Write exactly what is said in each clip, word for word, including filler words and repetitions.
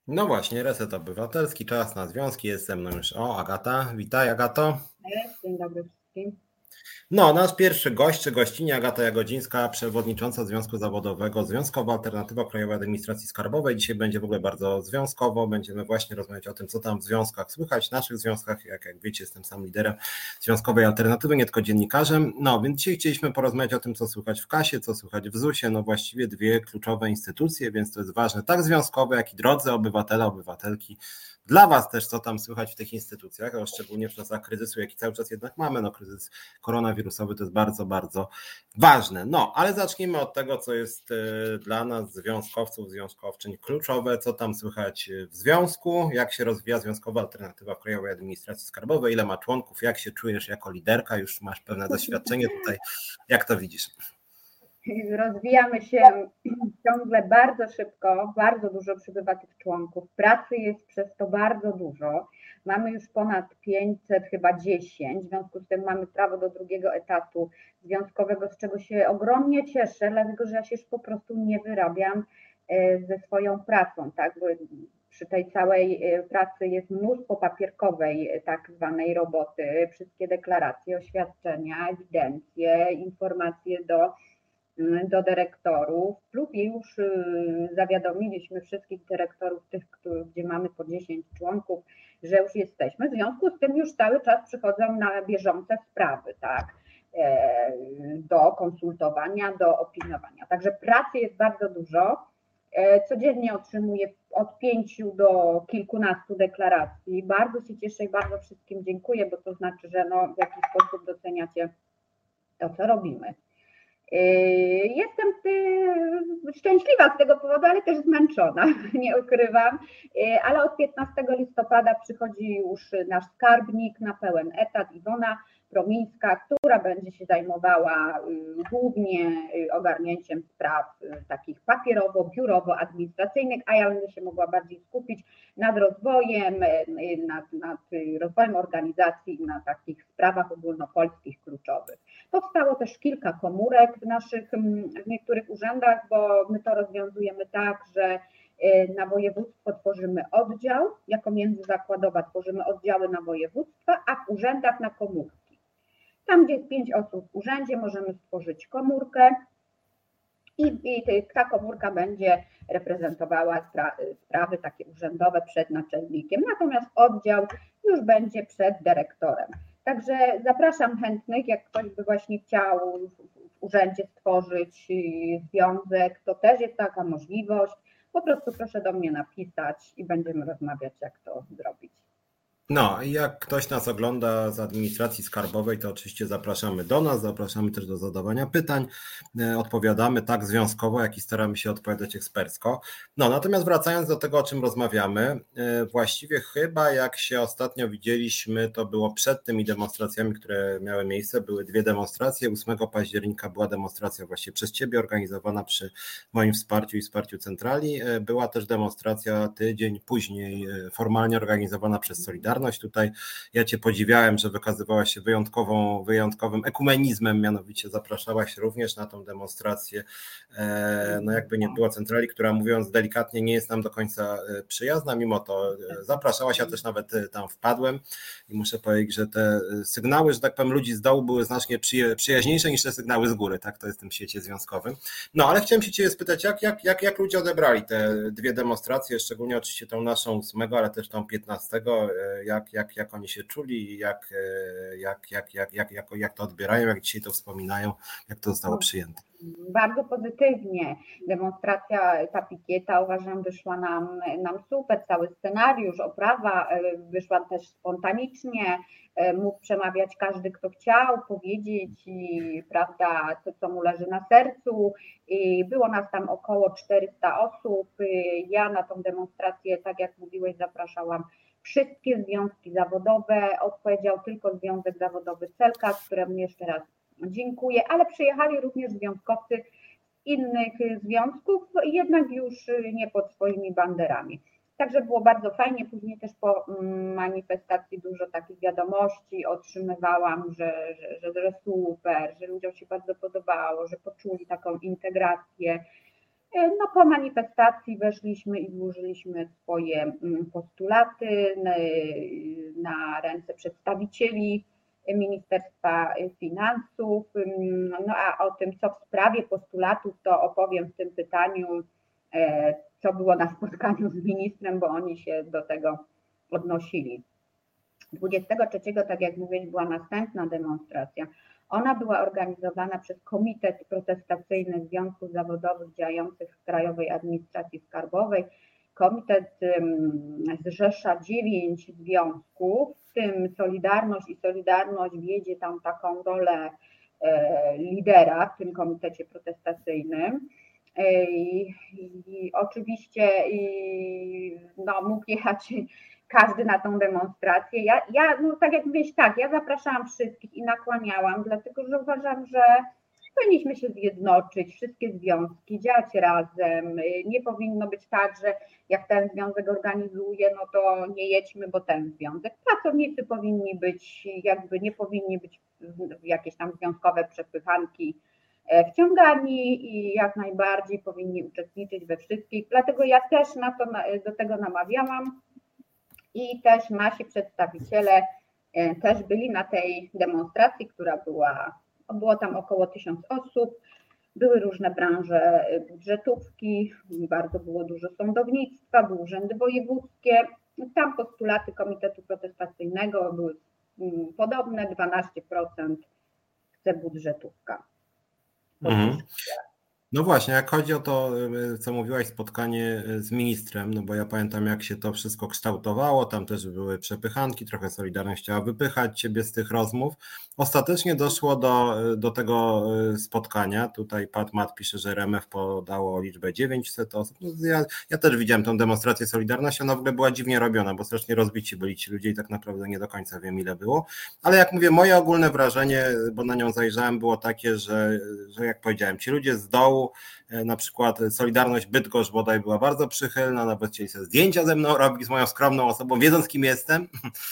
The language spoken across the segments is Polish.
No właśnie, Reset Obywatelski, czas na związki, jest ze mną już, o, Agata, witaj Agato. Dzień dobry wszystkim. No, nasz pierwszy gość, czy gościni, Agata Jagodzińska, przewodnicząca Związku Zawodowego Związkowa Alternatywa Krajowej Administracji Skarbowej. Dzisiaj będzie w ogóle bardzo związkowo, będziemy właśnie rozmawiać o tym, co tam w związkach słychać, naszych związkach, jak, jak wiecie, jestem sam liderem Związkowej Alternatywy, nie tylko dziennikarzem. No, więc dzisiaj chcieliśmy porozmawiać o tym, co słychać w kasie, co słychać w zusie, no właściwie dwie kluczowe instytucje, więc to jest ważne, tak związkowe, jak i drodzy obywatele, obywatelki. Dla Was też, co tam słychać w tych instytucjach, szczególnie w czasach kryzysu, jaki cały czas jednak mamy, no kryzys koronawirusowy to jest bardzo, bardzo ważne. No, ale zacznijmy od tego, co jest dla nas, związkowców, związkowczyń kluczowe, co tam słychać w związku, jak się rozwija Związkowa Alternatywa w Krajowej Administracji Skarbowej, ile ma członków, jak się czujesz jako liderka, już masz pewne doświadczenie tutaj, jak to widzisz? Rozwijamy się ciągle bardzo szybko, bardzo dużo przybywa tych członków, pracy jest przez to bardzo dużo, mamy już ponad pięćset, chyba dziesięć, w związku z tym mamy prawo do drugiego etatu związkowego, z czego się ogromnie cieszę, dlatego że ja się już po prostu nie wyrabiam ze swoją pracą, tak, bo przy tej całej pracy jest mnóstwo papierkowej tak zwanej roboty, wszystkie deklaracje, oświadczenia, ewidencje, informacje do do dyrektorów, lub już zawiadomiliśmy wszystkich dyrektorów, tych, gdzie mamy po dziesięć członków, że już jesteśmy. W związku z tym już cały czas przychodzą na bieżące sprawy, tak, do konsultowania, do opiniowania. Także pracy jest bardzo dużo. Codziennie otrzymuję od pięciu do kilkunastu deklaracji. Bardzo się cieszę i bardzo wszystkim dziękuję, bo to znaczy, że no, w jakiś sposób doceniacie to, co robimy. Jestem szczęśliwa z tego powodu, ale też zmęczona, nie ukrywam, ale od piętnastego listopada przychodzi już nasz skarbnik na pełen etat, Iwona Promińska, która będzie się zajmowała głównie ogarnięciem spraw takich papierowo-biurowo-administracyjnych, a ja będę się mogła bardziej skupić nad rozwojem, nad, nad rozwojem organizacji, na takich sprawach ogólnopolskich kluczowych. Powstało też kilka komórek w naszych, w niektórych urzędach, bo my to rozwiązujemy tak, że na województwo tworzymy oddział, jako międzyzakładowa tworzymy oddziały na województwa, a w urzędach na komórki. Tam, gdzie jest pięć osób w urzędzie, możemy stworzyć komórkę i, i ta komórka będzie reprezentowała spra sprawy takie urzędowe przed naczelnikiem, natomiast oddział już będzie przed dyrektorem. Także zapraszam chętnych, jak ktoś by właśnie chciał w urzędzie stworzyć związek, to też jest taka możliwość. Po prostu proszę do mnie napisać i będziemy rozmawiać, jak to zrobić. No i jak ktoś nas ogląda z administracji skarbowej, to oczywiście zapraszamy do nas, zapraszamy też do zadawania pytań, odpowiadamy tak związkowo, jak i staramy się odpowiadać ekspercko. No natomiast wracając do tego, o czym rozmawiamy, właściwie chyba jak się ostatnio widzieliśmy, to było przed tymi demonstracjami, które miały miejsce, były dwie demonstracje, ósmego października była demonstracja właśnie przez Ciebie organizowana przy moim wsparciu i wsparciu centrali, była też demonstracja tydzień później formalnie organizowana przez Solidarność. Tutaj ja Cię podziwiałem, że wykazywałaś się wyjątkową, wyjątkowym ekumenizmem, mianowicie zapraszałaś również na tą demonstrację, no jakby nie było centrali, która mówiąc delikatnie nie jest nam do końca przyjazna, mimo to zapraszałaś, ja też nawet tam wpadłem i muszę powiedzieć, że te sygnały, że tak powiem, ludzi z dołu były znacznie przyjaźniejsze niż te sygnały z góry, tak to jest w tym świecie związkowym. No ale chciałem się Ciebie spytać, jak, jak, jak, jak ludzie odebrali te dwie demonstracje, szczególnie oczywiście tą naszą ósmego, ale też tą piętnastego, Jak, jak, jak oni się czuli, jak, jak, jak, jak, jak, jak, jak to odbierają, jak dzisiaj to wspominają, jak to zostało przyjęte. Bardzo pozytywnie. Demonstracja, ta pikieta uważam wyszła nam, nam super, cały scenariusz, oprawa wyszła też spontanicznie, mógł przemawiać każdy, kto chciał powiedzieć, i, prawda, to co mu leży na sercu. I było nas tam około czterysta osób. Ja na tą demonstrację, tak jak mówiłeś, zapraszałam wszystkie związki zawodowe, odpowiedział tylko Związek Zawodowy Celka, któremu jeszcze raz dziękuję, ale przyjechali również związkowcy z innych związków, jednak już nie pod swoimi banderami. Także było bardzo fajnie, później też po manifestacji dużo takich wiadomości otrzymywałam, że, że, że super, że ludziom się bardzo podobało, że poczuli taką integrację. No, po manifestacji weszliśmy i złożyliśmy swoje postulaty na ręce przedstawicieli Ministerstwa Finansów. No a o tym, co w sprawie postulatów, to opowiem w tym pytaniu, co było na spotkaniu z ministrem, bo oni się do tego odnosili. dwudziestego trzeciego, tak jak mówię, była następna demonstracja. Ona była organizowana przez Komitet Protestacyjny Związków Zawodowych działających w Krajowej Administracji Skarbowej. Komitet zrzesza dziewięć związków, w tym Solidarność, i Solidarność wiedzie tam taką rolę lidera w tym komitecie protestacyjnym. I, i oczywiście i, no, mógł jechać każdy na tą demonstrację. Ja, ja no, tak jak mówisz, tak, ja zapraszałam wszystkich i nakłaniałam, dlatego że uważam, że powinniśmy się zjednoczyć, wszystkie związki, działać razem. Nie powinno być tak, że jak ten związek organizuje, no to nie jedźmy, bo ten związek. Pracownicy powinni być, jakby nie powinni być w jakieś tam związkowe przepychanki wciągani i jak najbardziej powinni uczestniczyć we wszystkich. Dlatego ja też na to, do tego namawiałam i też nasi przedstawiciele też byli na tej demonstracji, która była, było tam około tysiąc osób. Były różne branże budżetówki, bardzo było dużo sądownictwa, były urzędy wojewódzkie. Tam postulaty Komitetu Protestacyjnego były podobne, dwanaście procent chce budżetówka. Mhm. No właśnie, jak chodzi o to, co mówiłaś, spotkanie z ministrem, no bo ja pamiętam, jak się to wszystko kształtowało, tam też były przepychanki, trochę Solidarność chciała wypychać ciebie z tych rozmów. Ostatecznie doszło do, do tego spotkania. Tutaj Pat Mat pisze, że R M F podało liczbę dziewięćset osób. No ja, ja też widziałem tę demonstrację Solidarności, ona w ogóle była dziwnie robiona, bo strasznie rozbici byli ci ludzie i tak naprawdę nie do końca wiem, ile było. Ale jak mówię, moje ogólne wrażenie, bo na nią zajrzałem, było takie, że, że jak powiedziałem, ci ludzie z dołu, na przykład Solidarność Bydgoszcz bodaj była bardzo przychylna, nawet chcieli sobie zdjęcia ze mną robić, z moją skromną osobą, wiedząc, kim jestem.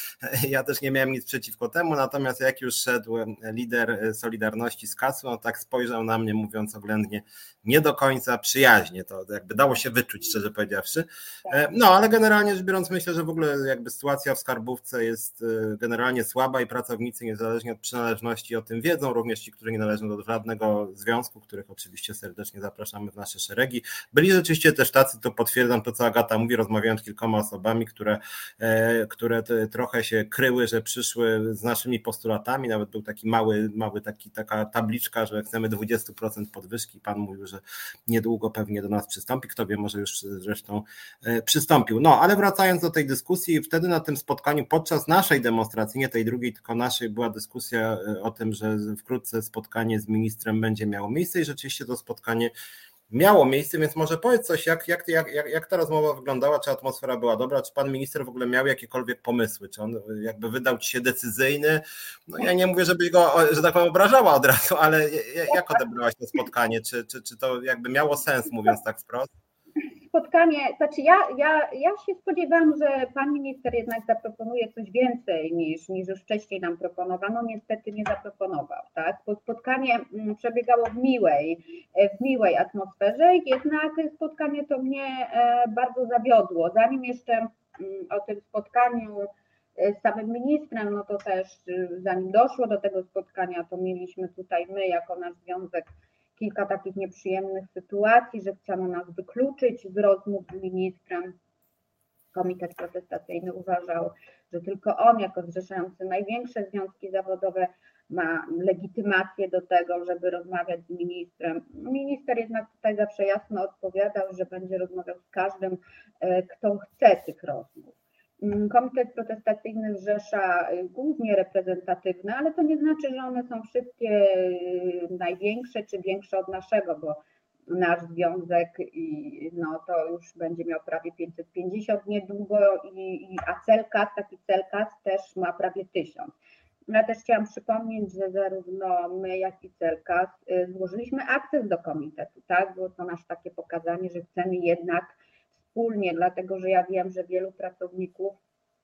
Ja też nie miałem nic przeciwko temu, natomiast jak już szedł lider Solidarności z kasą, on tak spojrzał na mnie, mówiąc oględnie, nie do końca przyjaźnie, to jakby dało się wyczuć, szczerze powiedziawszy. No, ale generalnie rzecz biorąc, myślę, że w ogóle jakby sytuacja w skarbówce jest generalnie słaba i pracownicy niezależnie od przynależności o tym wiedzą, również ci, którzy nie należą do żadnego związku, których oczywiście serdecznie zapraszamy w nasze szeregi. Byli rzeczywiście też tacy, to potwierdzam to, co Agata mówi, rozmawiałem z kilkoma osobami, które, które trochę się kryły, że przyszły z naszymi postulatami, nawet był taki mały, mały taki, taka tabliczka, że chcemy dwadzieścia procent podwyżki, pan mówił, że niedługo pewnie do nas przystąpi, kto wie, może już zresztą przystąpił. No, ale wracając do tej dyskusji, wtedy na tym spotkaniu, podczas naszej demonstracji, nie tej drugiej, tylko naszej, była dyskusja o tym, że wkrótce spotkanie z ministrem będzie miało miejsce i rzeczywiście to spotkanie miało miejsce, więc może powiedz coś, jak, jak, jak, jak ta rozmowa wyglądała, czy atmosfera była dobra, czy pan minister w ogóle miał jakiekolwiek pomysły, czy on jakby wydał ci się decyzyjny, no ja nie mówię, żeby go, że tak powiem, obrażała od razu, ale jak odebrałaś to spotkanie, czy, czy, czy to jakby miało sens, mówiąc tak wprost? Spotkanie, znaczy ja, ja, ja się spodziewałam, że pan minister jednak zaproponuje coś więcej niż, niż już wcześniej nam proponowano, niestety nie zaproponował, tak? Spotkanie przebiegało w miłej, w miłej atmosferze, jednak spotkanie to mnie bardzo zawiodło. Zanim jeszcze o tym spotkaniu z samym ministrem, no to też zanim doszło do tego spotkania, to mieliśmy tutaj my jako nasz związek kilka takich nieprzyjemnych sytuacji, że chciano nas wykluczyć z rozmów z ministrem. Komitet Protestacyjny uważał, że tylko on jako zrzeszający największe związki zawodowe ma legitymację do tego, żeby rozmawiać z ministrem. Minister jednak tutaj zawsze jasno odpowiadał, że będzie rozmawiał z każdym, kto chce tych rozmów. Komitet Protestacyjny zrzesza głównie reprezentatywne, ale to nie znaczy, że one są wszystkie największe czy większe od naszego, bo nasz związek i no to już będzie miał prawie pięćset pięćdziesiąt niedługo, i, i, a Celkas, taki Celkas też ma prawie tysiąc. Ja też chciałam przypomnieć, że zarówno my, jak i Celkas złożyliśmy akces do komitetu, tak? Było to nasze takie pokazanie, że chcemy jednak wspólnie, dlatego że ja wiem, że wielu pracowników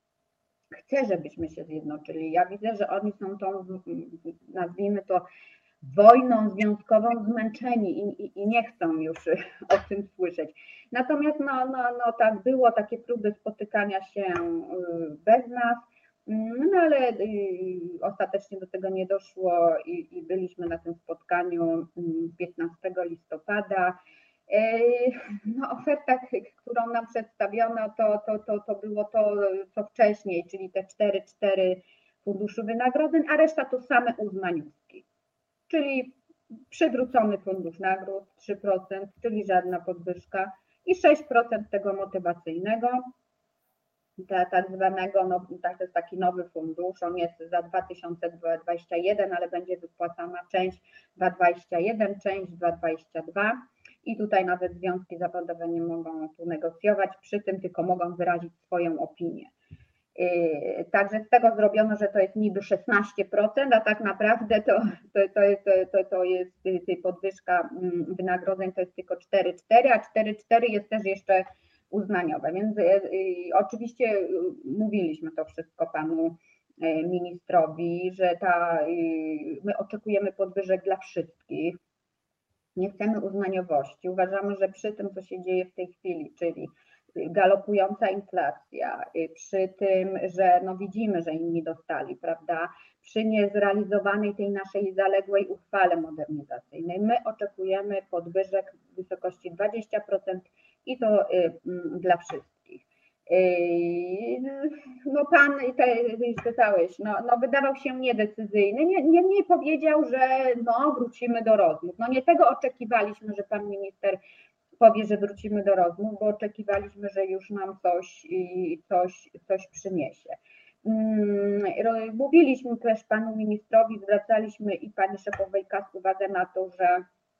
chce, żebyśmy się zjednoczyli. Ja widzę, że oni są tą, nazwijmy to, wojną związkową zmęczeni i, i, i nie chcą już o tym słyszeć. Natomiast no, no, no tak było, takie próby spotykania się bez nas, no ale ostatecznie do tego nie doszło i, i byliśmy na tym spotkaniu piętnastego listopada. No, oferta, którą nam przedstawiono, to, to, to, to było to, co wcześniej, czyli te cztery cztery funduszu wynagrodzeń, a reszta to same uznaniówki, czyli przywrócony fundusz nagród trzy procent, czyli żadna podwyżka i sześć procent tego motywacyjnego, tak zwanego, no, tak, to jest taki nowy fundusz, on jest za dwa tysiące dwudziesty pierwszy, ale będzie wypłacana część dwa tysiące dwudziesty jeden, część dwa tysiące dwudziesty dwa i tutaj nawet związki zawodowe nie mogą tu negocjować, przy tym tylko mogą wyrazić swoją opinię. Także z tego zrobiono, że to jest niby szesnaście procent, a tak naprawdę to, to, to, jest, to, to jest podwyżka wynagrodzeń to jest tylko cztery cztery, a cztery cztery jest też jeszcze uznaniowe, więc y, oczywiście mówiliśmy to wszystko panu ministrowi, że ta, y, my oczekujemy podwyżek dla wszystkich, nie chcemy uznaniowości, uważamy, że przy tym, co się dzieje w tej chwili, czyli galopująca inflacja, przy tym, że no widzimy, że inni dostali, prawda, przy niezrealizowanej tej naszej zaległej uchwale modernizacyjnej, my oczekujemy podwyżek w wysokości dwadzieścia procent i to dla wszystkich. No pan pytałeś, no, no wydawał się niedecyzyjny, niemniej nie, powiedział, że no wrócimy do rozmów. No nie tego oczekiwaliśmy, że pan minister powie, że wrócimy do rozmów, bo oczekiwaliśmy, że już nam coś, coś, coś przyniesie. Mówiliśmy też panu ministrowi, zwracaliśmy i pani szefowej K A S uwagę na to, że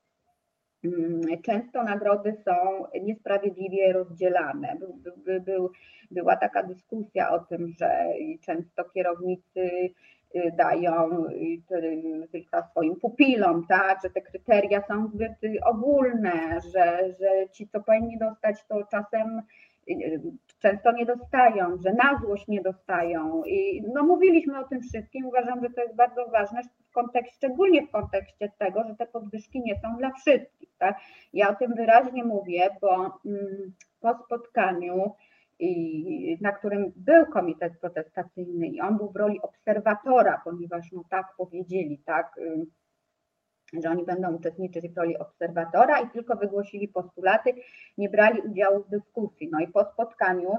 często nagrody są niesprawiedliwie rozdzielane. Był, był, była taka dyskusja o tym, że często kierownicy dają tylko swoim pupilom, tak, że te kryteria są zbyt ogólne, że, że ci, co powinni dostać, to czasem często nie dostają, że na złość nie dostają. I no mówiliśmy o tym wszystkim, uważam, że to jest bardzo ważne, w kontekście, szczególnie w kontekście tego, że te podwyżki nie są dla wszystkich. Tak? Ja o tym wyraźnie mówię, bo po spotkaniu, na którym był komitet protestacyjny i on był w roli obserwatora, ponieważ no tak powiedzieli, tak, że oni będą uczestniczyć w roli obserwatora i tylko wygłosili postulaty, nie brali udziału w dyskusji. No i po spotkaniu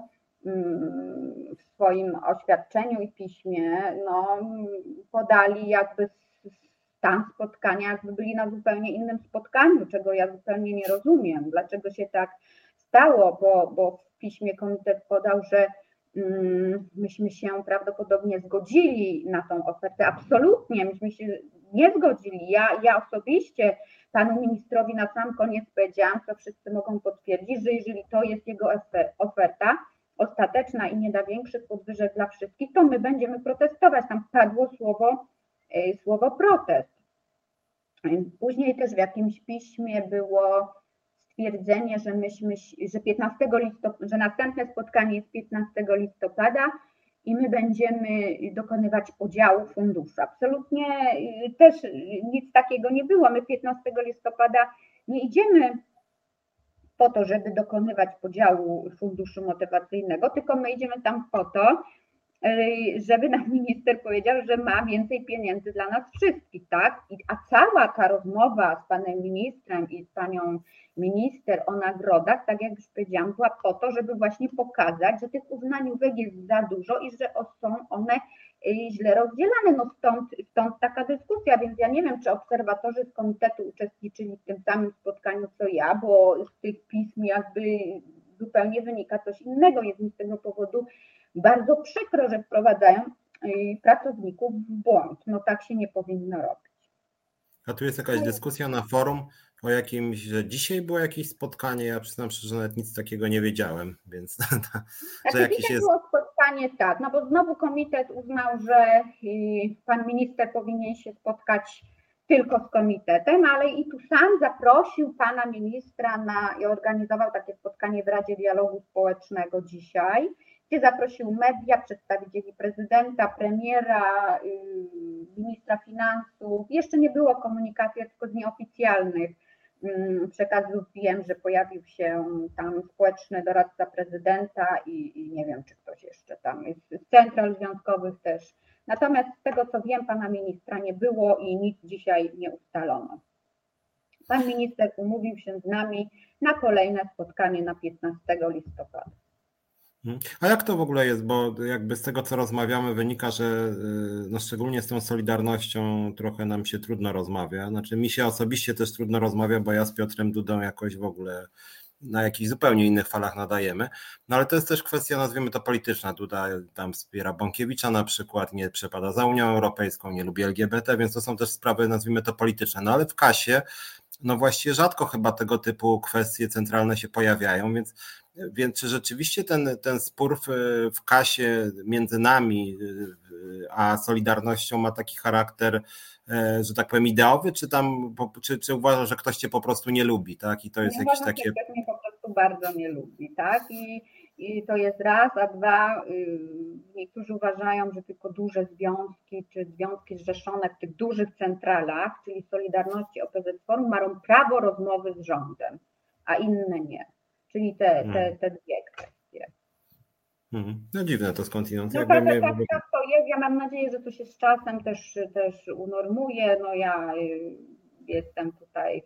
w swoim oświadczeniu i piśmie no, podali jakby stan spotkania, jakby byli na zupełnie innym spotkaniu, czego ja zupełnie nie rozumiem, dlaczego się tak stało, bo, bo w piśmie komitet podał, że mm, myśmy się prawdopodobnie zgodzili na tą ofertę. Absolutnie, myśmy się nie zgodzili. Ja, ja osobiście panu ministrowi na sam koniec powiedziałam, co wszyscy mogą potwierdzić, że jeżeli to jest jego oferta ostateczna i nie da większych podwyżek dla wszystkich, to my będziemy protestować. Tam padło słowo, słowo protest. Później też w jakimś piśmie było stwierdzenie, że myśmy, że piętnastego listopada, że następne spotkanie jest piętnastego listopada i my będziemy dokonywać podziału funduszu. Absolutnie też nic takiego nie było. My piętnastego listopada nie idziemy po to, żeby dokonywać podziału funduszu motywacyjnego, tylko my idziemy tam po to, żeby nam minister powiedział, że ma więcej pieniędzy dla nas wszystkich, tak? A cała ta rozmowa z panem ministrem i z panią minister o nagrodach, tak jak już powiedziałam, była po to, żeby właśnie pokazać, że tych uznaniówek jest za dużo i że są one źle rozdzielane. No stąd, stąd taka dyskusja, więc ja nie wiem, czy obserwatorzy z komitetu uczestniczyli w tym samym spotkaniu co ja, bo z tych pism jakby zupełnie wynika coś innego. Jest mi z tego powodu bardzo przykro, że wprowadzają pracowników w błąd. No tak się nie powinno robić. A tu jest jakaś dyskusja na forum o jakimś, że dzisiaj było jakieś spotkanie, ja przyznam szczerze, że nawet nic takiego nie wiedziałem, więc Znaczy, że jakieś dzisiaj jest... było spotkanie, tak, no bo znowu komitet uznał, że pan minister powinien się spotkać tylko z komitetem, ale i tu sam zaprosił pana ministra na, i organizował takie spotkanie w Radzie Dialogu Społecznego dzisiaj, gdzie zaprosił media, przedstawicieli prezydenta, premiera, ministra finansów. Jeszcze nie było komunikatów, tylko z nieoficjalnych przekazów wiem, że pojawił się tam społeczny doradca prezydenta i, i nie wiem, czy ktoś jeszcze tam jest z central związkowych też. Natomiast z tego, co wiem, pana ministra nie było i nic dzisiaj nie ustalono. Pan minister umówił się z nami na kolejne spotkanie na piętnastego listopada. A jak to w ogóle jest, bo jakby z tego, co rozmawiamy, wynika, że no szczególnie z tą solidarnością trochę nam się trudno rozmawia. Znaczy mi się osobiście też trudno rozmawia, bo ja z Piotrem Dudą jakoś w ogóle na jakichś zupełnie innych falach nadajemy. No ale to jest też kwestia, nazwijmy to polityczna. Duda tam wspiera Bąkiewicza na przykład, nie przepada za Unią Europejską, nie lubi L G B T, więc to są też sprawy, nazwijmy to polityczne. No ale w kasie, no właściwie rzadko chyba tego typu kwestie centralne się pojawiają, więc Więc czy rzeczywiście ten, ten spór w, w kasie między nami a Solidarnością ma taki charakter, że tak powiem, ideowy, czy tam, czy, czy uważasz, że ktoś cię po prostu nie lubi, tak? I to jest nie jakieś takie. Ktoś mnie po prostu bardzo nie lubi, tak? I, i to jest raz, a dwa, niektórzy uważają, że tylko duże związki, czy związki zrzeszone w tych dużych centralach, czyli Solidarności, O P Z Forum, mają prawo rozmowy z rządem, a inne nie. Czyli te, te, te dwie kwestie. Hmm. No dziwne to skądinąd. No tak, tak, tak, tak to jest. Ja mam nadzieję, że to się z czasem też, też unormuje. No ja jestem tutaj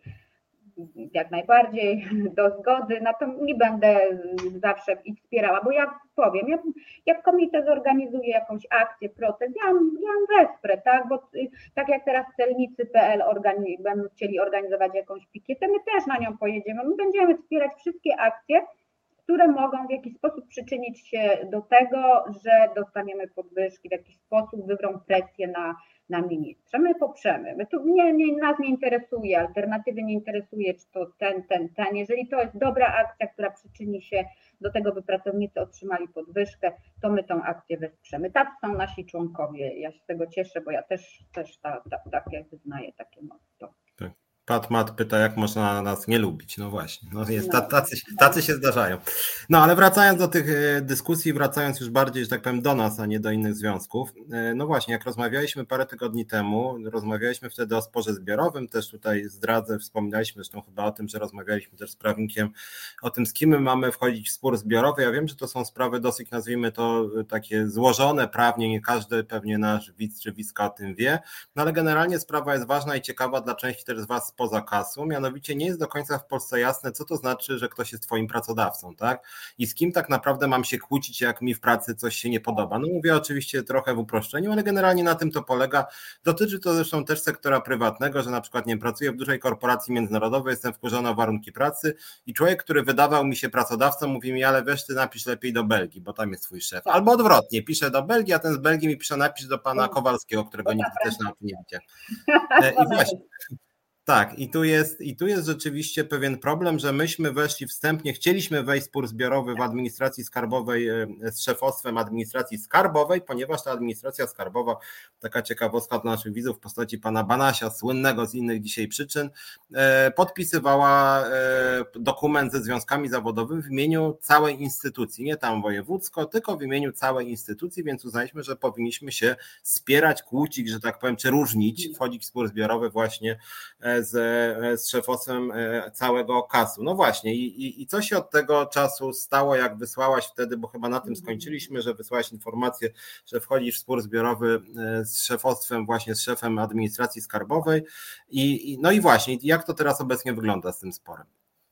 jak najbardziej do zgody, na to nie będę zawsze ich wspierała, bo ja powiem, jak, jak komitet zorganizuje jakąś akcję, protest, ja, ja wesprę, tak, bo tak jak teraz celnicy kropka p l organi- będą chcieli organizować jakąś pikietę, my też na nią pojedziemy, my będziemy wspierać wszystkie akcje, które mogą w jakiś sposób przyczynić się do tego, że dostaniemy podwyżki, w jakiś sposób wywrą presję na, na ministra. My poprzemy. My tu nie, nie, nas nie interesuje, alternatywy nie interesuje, czy to ten, ten, ten. Jeżeli to jest dobra akcja, która przyczyni się do tego, by pracownicy otrzymali podwyżkę, to my tą akcję wesprzemy. Tacy są nasi członkowie. Ja się z tego cieszę, bo ja też, też tak ta, ta, ta, wyznaję takie motto. Tak. Pat Mat pyta, jak można nas nie lubić. No właśnie, no jest, tacy, tacy się zdarzają. No ale wracając do tych dyskusji, wracając już bardziej, że tak powiem, do nas, a nie do innych związków. No właśnie, jak rozmawialiśmy parę tygodni temu, rozmawialiśmy wtedy o sporze zbiorowym, też tutaj zdradzę, wspominaliśmy zresztą chyba o tym, że rozmawialiśmy też z prawnikiem o tym, z kim my mamy wchodzić w spór zbiorowy. Ja wiem, że to są sprawy dosyć, nazwijmy to, takie złożone prawnie, nie każdy pewnie nasz widz czy widzka o tym wie, no ale generalnie sprawa jest ważna i ciekawa dla części też z was poza kasą, mianowicie nie jest do końca w Polsce jasne, co to znaczy, że ktoś jest twoim pracodawcą, tak? I z kim tak naprawdę mam się kłócić, jak mi w pracy coś się nie podoba. No mówię oczywiście trochę w uproszczeniu, ale generalnie na tym to polega. Dotyczy to zresztą też sektora prywatnego, że na przykład nie pracuję w dużej korporacji międzynarodowej, jestem wkurzony o warunki pracy i człowiek, który wydawał mi się pracodawcą, mówi mi, ale wiesz, ty napisz lepiej do Belgii, bo tam jest twój szef. Albo odwrotnie, piszę do Belgii, a ten z Belgii mi pisze, napisz do pana Kowalskiego, którego nigdy też na nie widziałem. I właśnie. Tak, i tu jest, i tu jest rzeczywiście pewien problem, że myśmy weszli wstępnie, chcieliśmy wejść w spór zbiorowy w administracji skarbowej z szefostwem administracji skarbowej, ponieważ ta administracja skarbowa, taka ciekawostka dla naszych widzów w postaci pana Banasia, słynnego z innych dzisiaj przyczyn, podpisywała dokument ze związkami zawodowymi w imieniu całej instytucji, nie tam wojewódzko, tylko w imieniu całej instytucji, więc uznaliśmy, że powinniśmy się spierać, kłócić, że tak powiem, czy różnić, wchodzić w spór zbiorowy właśnie Z, z szefostwem całego kasu. No właśnie, i, i, i co się od tego czasu stało, jak wysłałaś wtedy, bo chyba na tym skończyliśmy, że wysłałaś informację, że wchodzisz w spór zbiorowy z szefostwem, właśnie z szefem administracji skarbowej i, i no i właśnie, jak to teraz obecnie wygląda z tym sporem?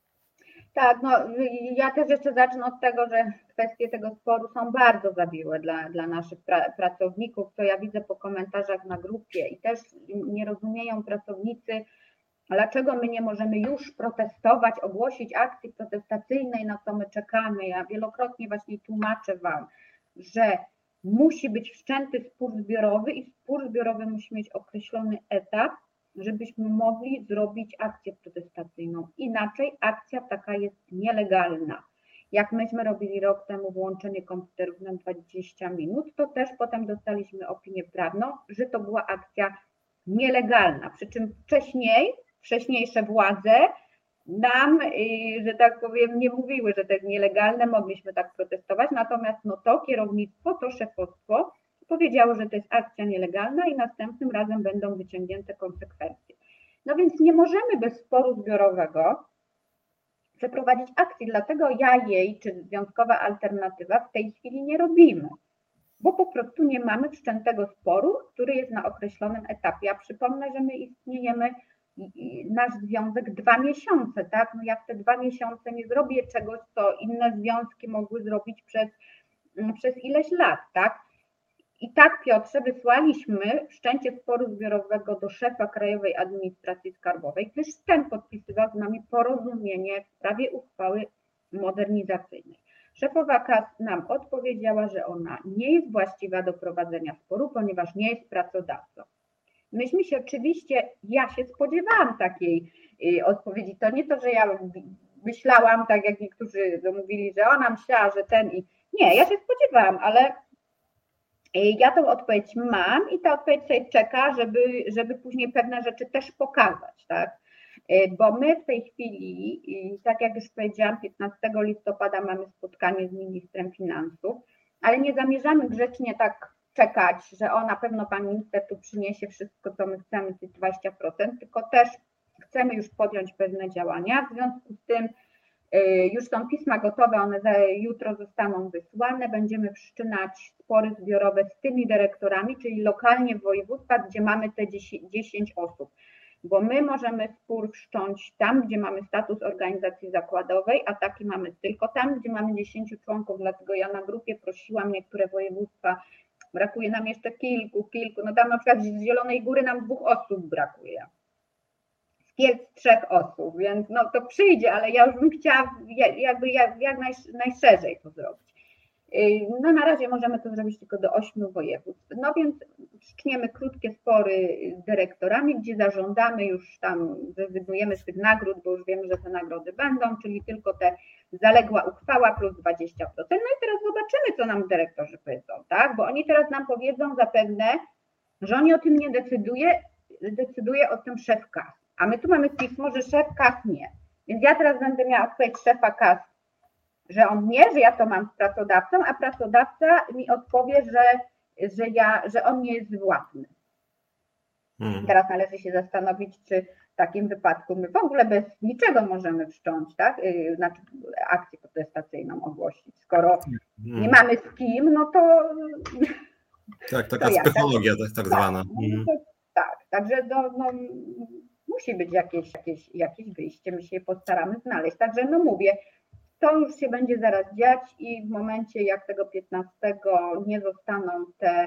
Tak, no ja też jeszcze zacznę od tego, że kwestie tego sporu są bardzo zawiłe dla, dla naszych pra, pracowników, to ja widzę po komentarzach na grupie i też nie rozumieją pracownicy, dlaczego my nie możemy już protestować, ogłosić akcji protestacyjnej, na co my czekamy. Ja wielokrotnie właśnie tłumaczę wam, że musi być wszczęty spór zbiorowy i spór zbiorowy musi mieć określony etap, żebyśmy mogli zrobić akcję protestacyjną. Inaczej akcja taka jest nielegalna. Jak myśmy robili rok temu włączenie komputerów na dwadzieścia minut, to też potem dostaliśmy opinię prawną, że to była akcja nielegalna. Przy czym wcześniej, wcześniejsze władze nam, że tak powiem, nie mówiły, że to jest nielegalne, mogliśmy tak protestować, natomiast no to kierownictwo, to szefostwo powiedziało, że to jest akcja nielegalna i następnym razem będą wyciągnięte konsekwencje. No więc nie możemy bez sporu zbiorowego przeprowadzić akcji, dlatego ja jej, czy Związkowa Alternatywa w tej chwili nie robimy, bo po prostu nie mamy wszczętego sporu, który jest na określonym etapie. Ja przypomnę, że my istniejemy, nasz związek dwa miesiące, tak? No ja w te dwa miesiące nie zrobię czegoś, co inne związki mogły zrobić przez, przez ileś lat, tak? I tak, Piotrze, wysłaliśmy wszczęcie sporu zbiorowego do szefa Krajowej Administracji Skarbowej, gdyż ten podpisywał z nami porozumienie w sprawie uchwały modernizacyjnej. Szefowa K A S nam odpowiedziała, że ona nie jest właściwa do prowadzenia sporu, ponieważ nie jest pracodawcą. Myśmy się oczywiście, ja się spodziewałam takiej odpowiedzi. To nie to, że ja myślałam, tak jak niektórzy mówili, że ona myślała, że ten i... Nie, ja się spodziewałam, ale ja tą odpowiedź mam i ta odpowiedź sobie czeka, żeby, żeby później pewne rzeczy też pokazać, tak? Bo my w tej chwili, tak jak już powiedziałam, piętnastego listopada mamy spotkanie z ministrem finansów, ale nie zamierzamy grzecznie tak czekać, że o, na pewno pan minister tu przyniesie wszystko, co my chcemy, tych dwadzieścia procent, tylko też chcemy już podjąć pewne działania. W związku z tym już są pisma gotowe, one jutro zostaną wysłane. Będziemy wszczynać spory zbiorowe z tymi dyrektorami, czyli lokalnie w województwach, gdzie mamy te dziesięć osób. Bo my możemy spór wszcząć tam, gdzie mamy status organizacji zakładowej, a taki mamy tylko tam, gdzie mamy dziesięciu członków. Dlatego ja na grupie prosiłam niektóre województwa, brakuje nam jeszcze kilku, kilku. No tam na przykład z Zielonej Góry nam dwóch osób brakuje. Z Kielc trzech osób, więc no to przyjdzie, ale ja już bym chciała jakby jak, jak naj, najszerzej to zrobić. No na razie możemy to zrobić tylko do ośmiu województw. No więc wszczniemy krótkie spory z dyrektorami, gdzie zażądamy już tam, zrezygnujemy z tych nagród, bo już wiemy, że te nagrody będą, czyli tylko te zaległa uchwała plus dwadzieścia procent. No i teraz zobaczymy, co nam dyrektorzy powiedzą, tak? Bo oni teraz nam powiedzą zapewne, że oni o tym nie decyduje, decyduje o tym szef K A S. A my tu mamy pismo, że szef K A S nie. Więc ja teraz będę miała odpowiedź szefa K A S, że on nie, że ja to mam z pracodawcą, a pracodawca mi odpowie, że, że, ja, że on nie jest władny. Hmm. Teraz należy się zastanowić, czy w takim wypadku my w ogóle bez niczego możemy wszcząć, tak? Znaczy akcję protestacyjną ogłosić. Skoro hmm. nie mamy z kim, no to... Tak, taka to psychologia ja, tak, tak zwana. Tak, no, to, tak także no, no, musi być jakieś, jakieś, jakieś wyjście, my się je postaramy znaleźć. Także no mówię, to już się będzie zaraz dziać i w momencie, jak tego piętnastego nie zostaną te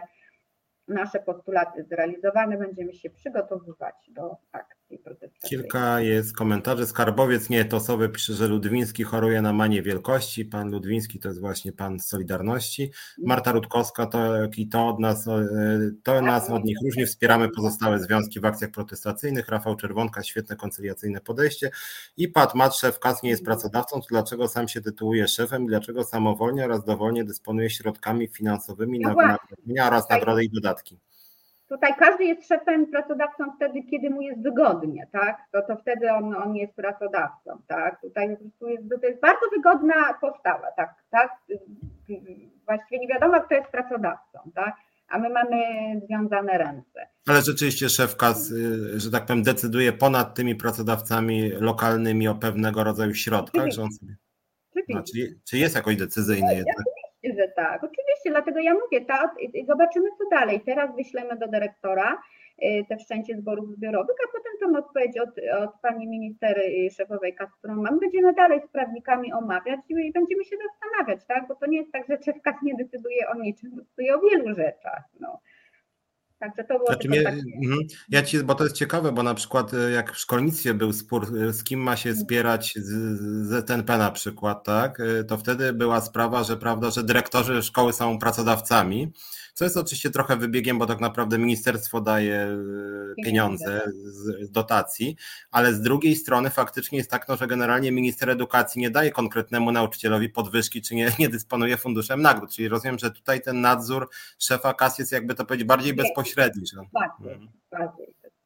nasze postulaty zrealizowane, będziemy się przygotowywać do akcji protestacyjnej. Kilka jest komentarzy. Skarbowiec nieetosowy pisze, że Ludwiński choruje na manię wielkości. Pan Ludwiński to jest właśnie pan z Solidarności. Marta Rutkowska to, i to od nas, to nas od nich różni. Wspieramy pozostałe związki w akcjach protestacyjnych. Rafał Czerwonka, świetne koncyliacyjne podejście. I Pat Mat, szef K A S nie jest pracodawcą, to dlaczego sam się tytułuje szefem i dlaczego samowolnie oraz dowolnie dysponuje środkami finansowymi no na wynagrodzenia oraz nagrody i dodatki. Tutaj każdy jest szefem, pracodawcą wtedy, kiedy mu jest wygodnie, tak? To, to wtedy on, on jest pracodawcą, tak? Tutaj po prostu jest, to jest bardzo wygodna postawa, tak? tak? Właściwie nie wiadomo, kto jest pracodawcą, tak? A my mamy związane ręce. Ale rzeczywiście szef K A S, że tak powiem, decyduje ponad tymi pracodawcami lokalnymi o pewnego rodzaju środkach, że on sobie... No, czy, czy jest jakoś decyzyjny jednak? Oczywiście, że tak, oczywiście, dlatego ja mówię, tak, zobaczymy co dalej. Teraz wyślemy do dyrektora te wszczęcie zborów zbiorowych, a potem tą odpowiedź od, od pani minister szefowej K A S, którą mam, będziemy dalej z prawnikami omawiać i będziemy się zastanawiać, tak, bo to nie jest tak, że szef K A S nie decyduje o niczym, decyduje o wielu rzeczach, no. Także to było znaczy mnie, takie... Ja ci, bo to jest ciekawe, bo na przykład jak w szkolnictwie był spór, z kim ma się zbierać z, z Z N P na przykład, tak, to wtedy była sprawa, że prawda, że dyrektorzy szkoły są pracodawcami, co jest oczywiście trochę wybiegiem, bo tak naprawdę ministerstwo daje pieniądze z dotacji, ale z drugiej strony faktycznie jest tak, no, że generalnie minister edukacji nie daje konkretnemu nauczycielowi podwyżki, czy nie, nie dysponuje funduszem nagród, czyli rozumiem, że tutaj ten nadzór szefa K A S jest, jakby to powiedzieć, bardziej bezpośredni. Bardziej, bardziej bezpośredni.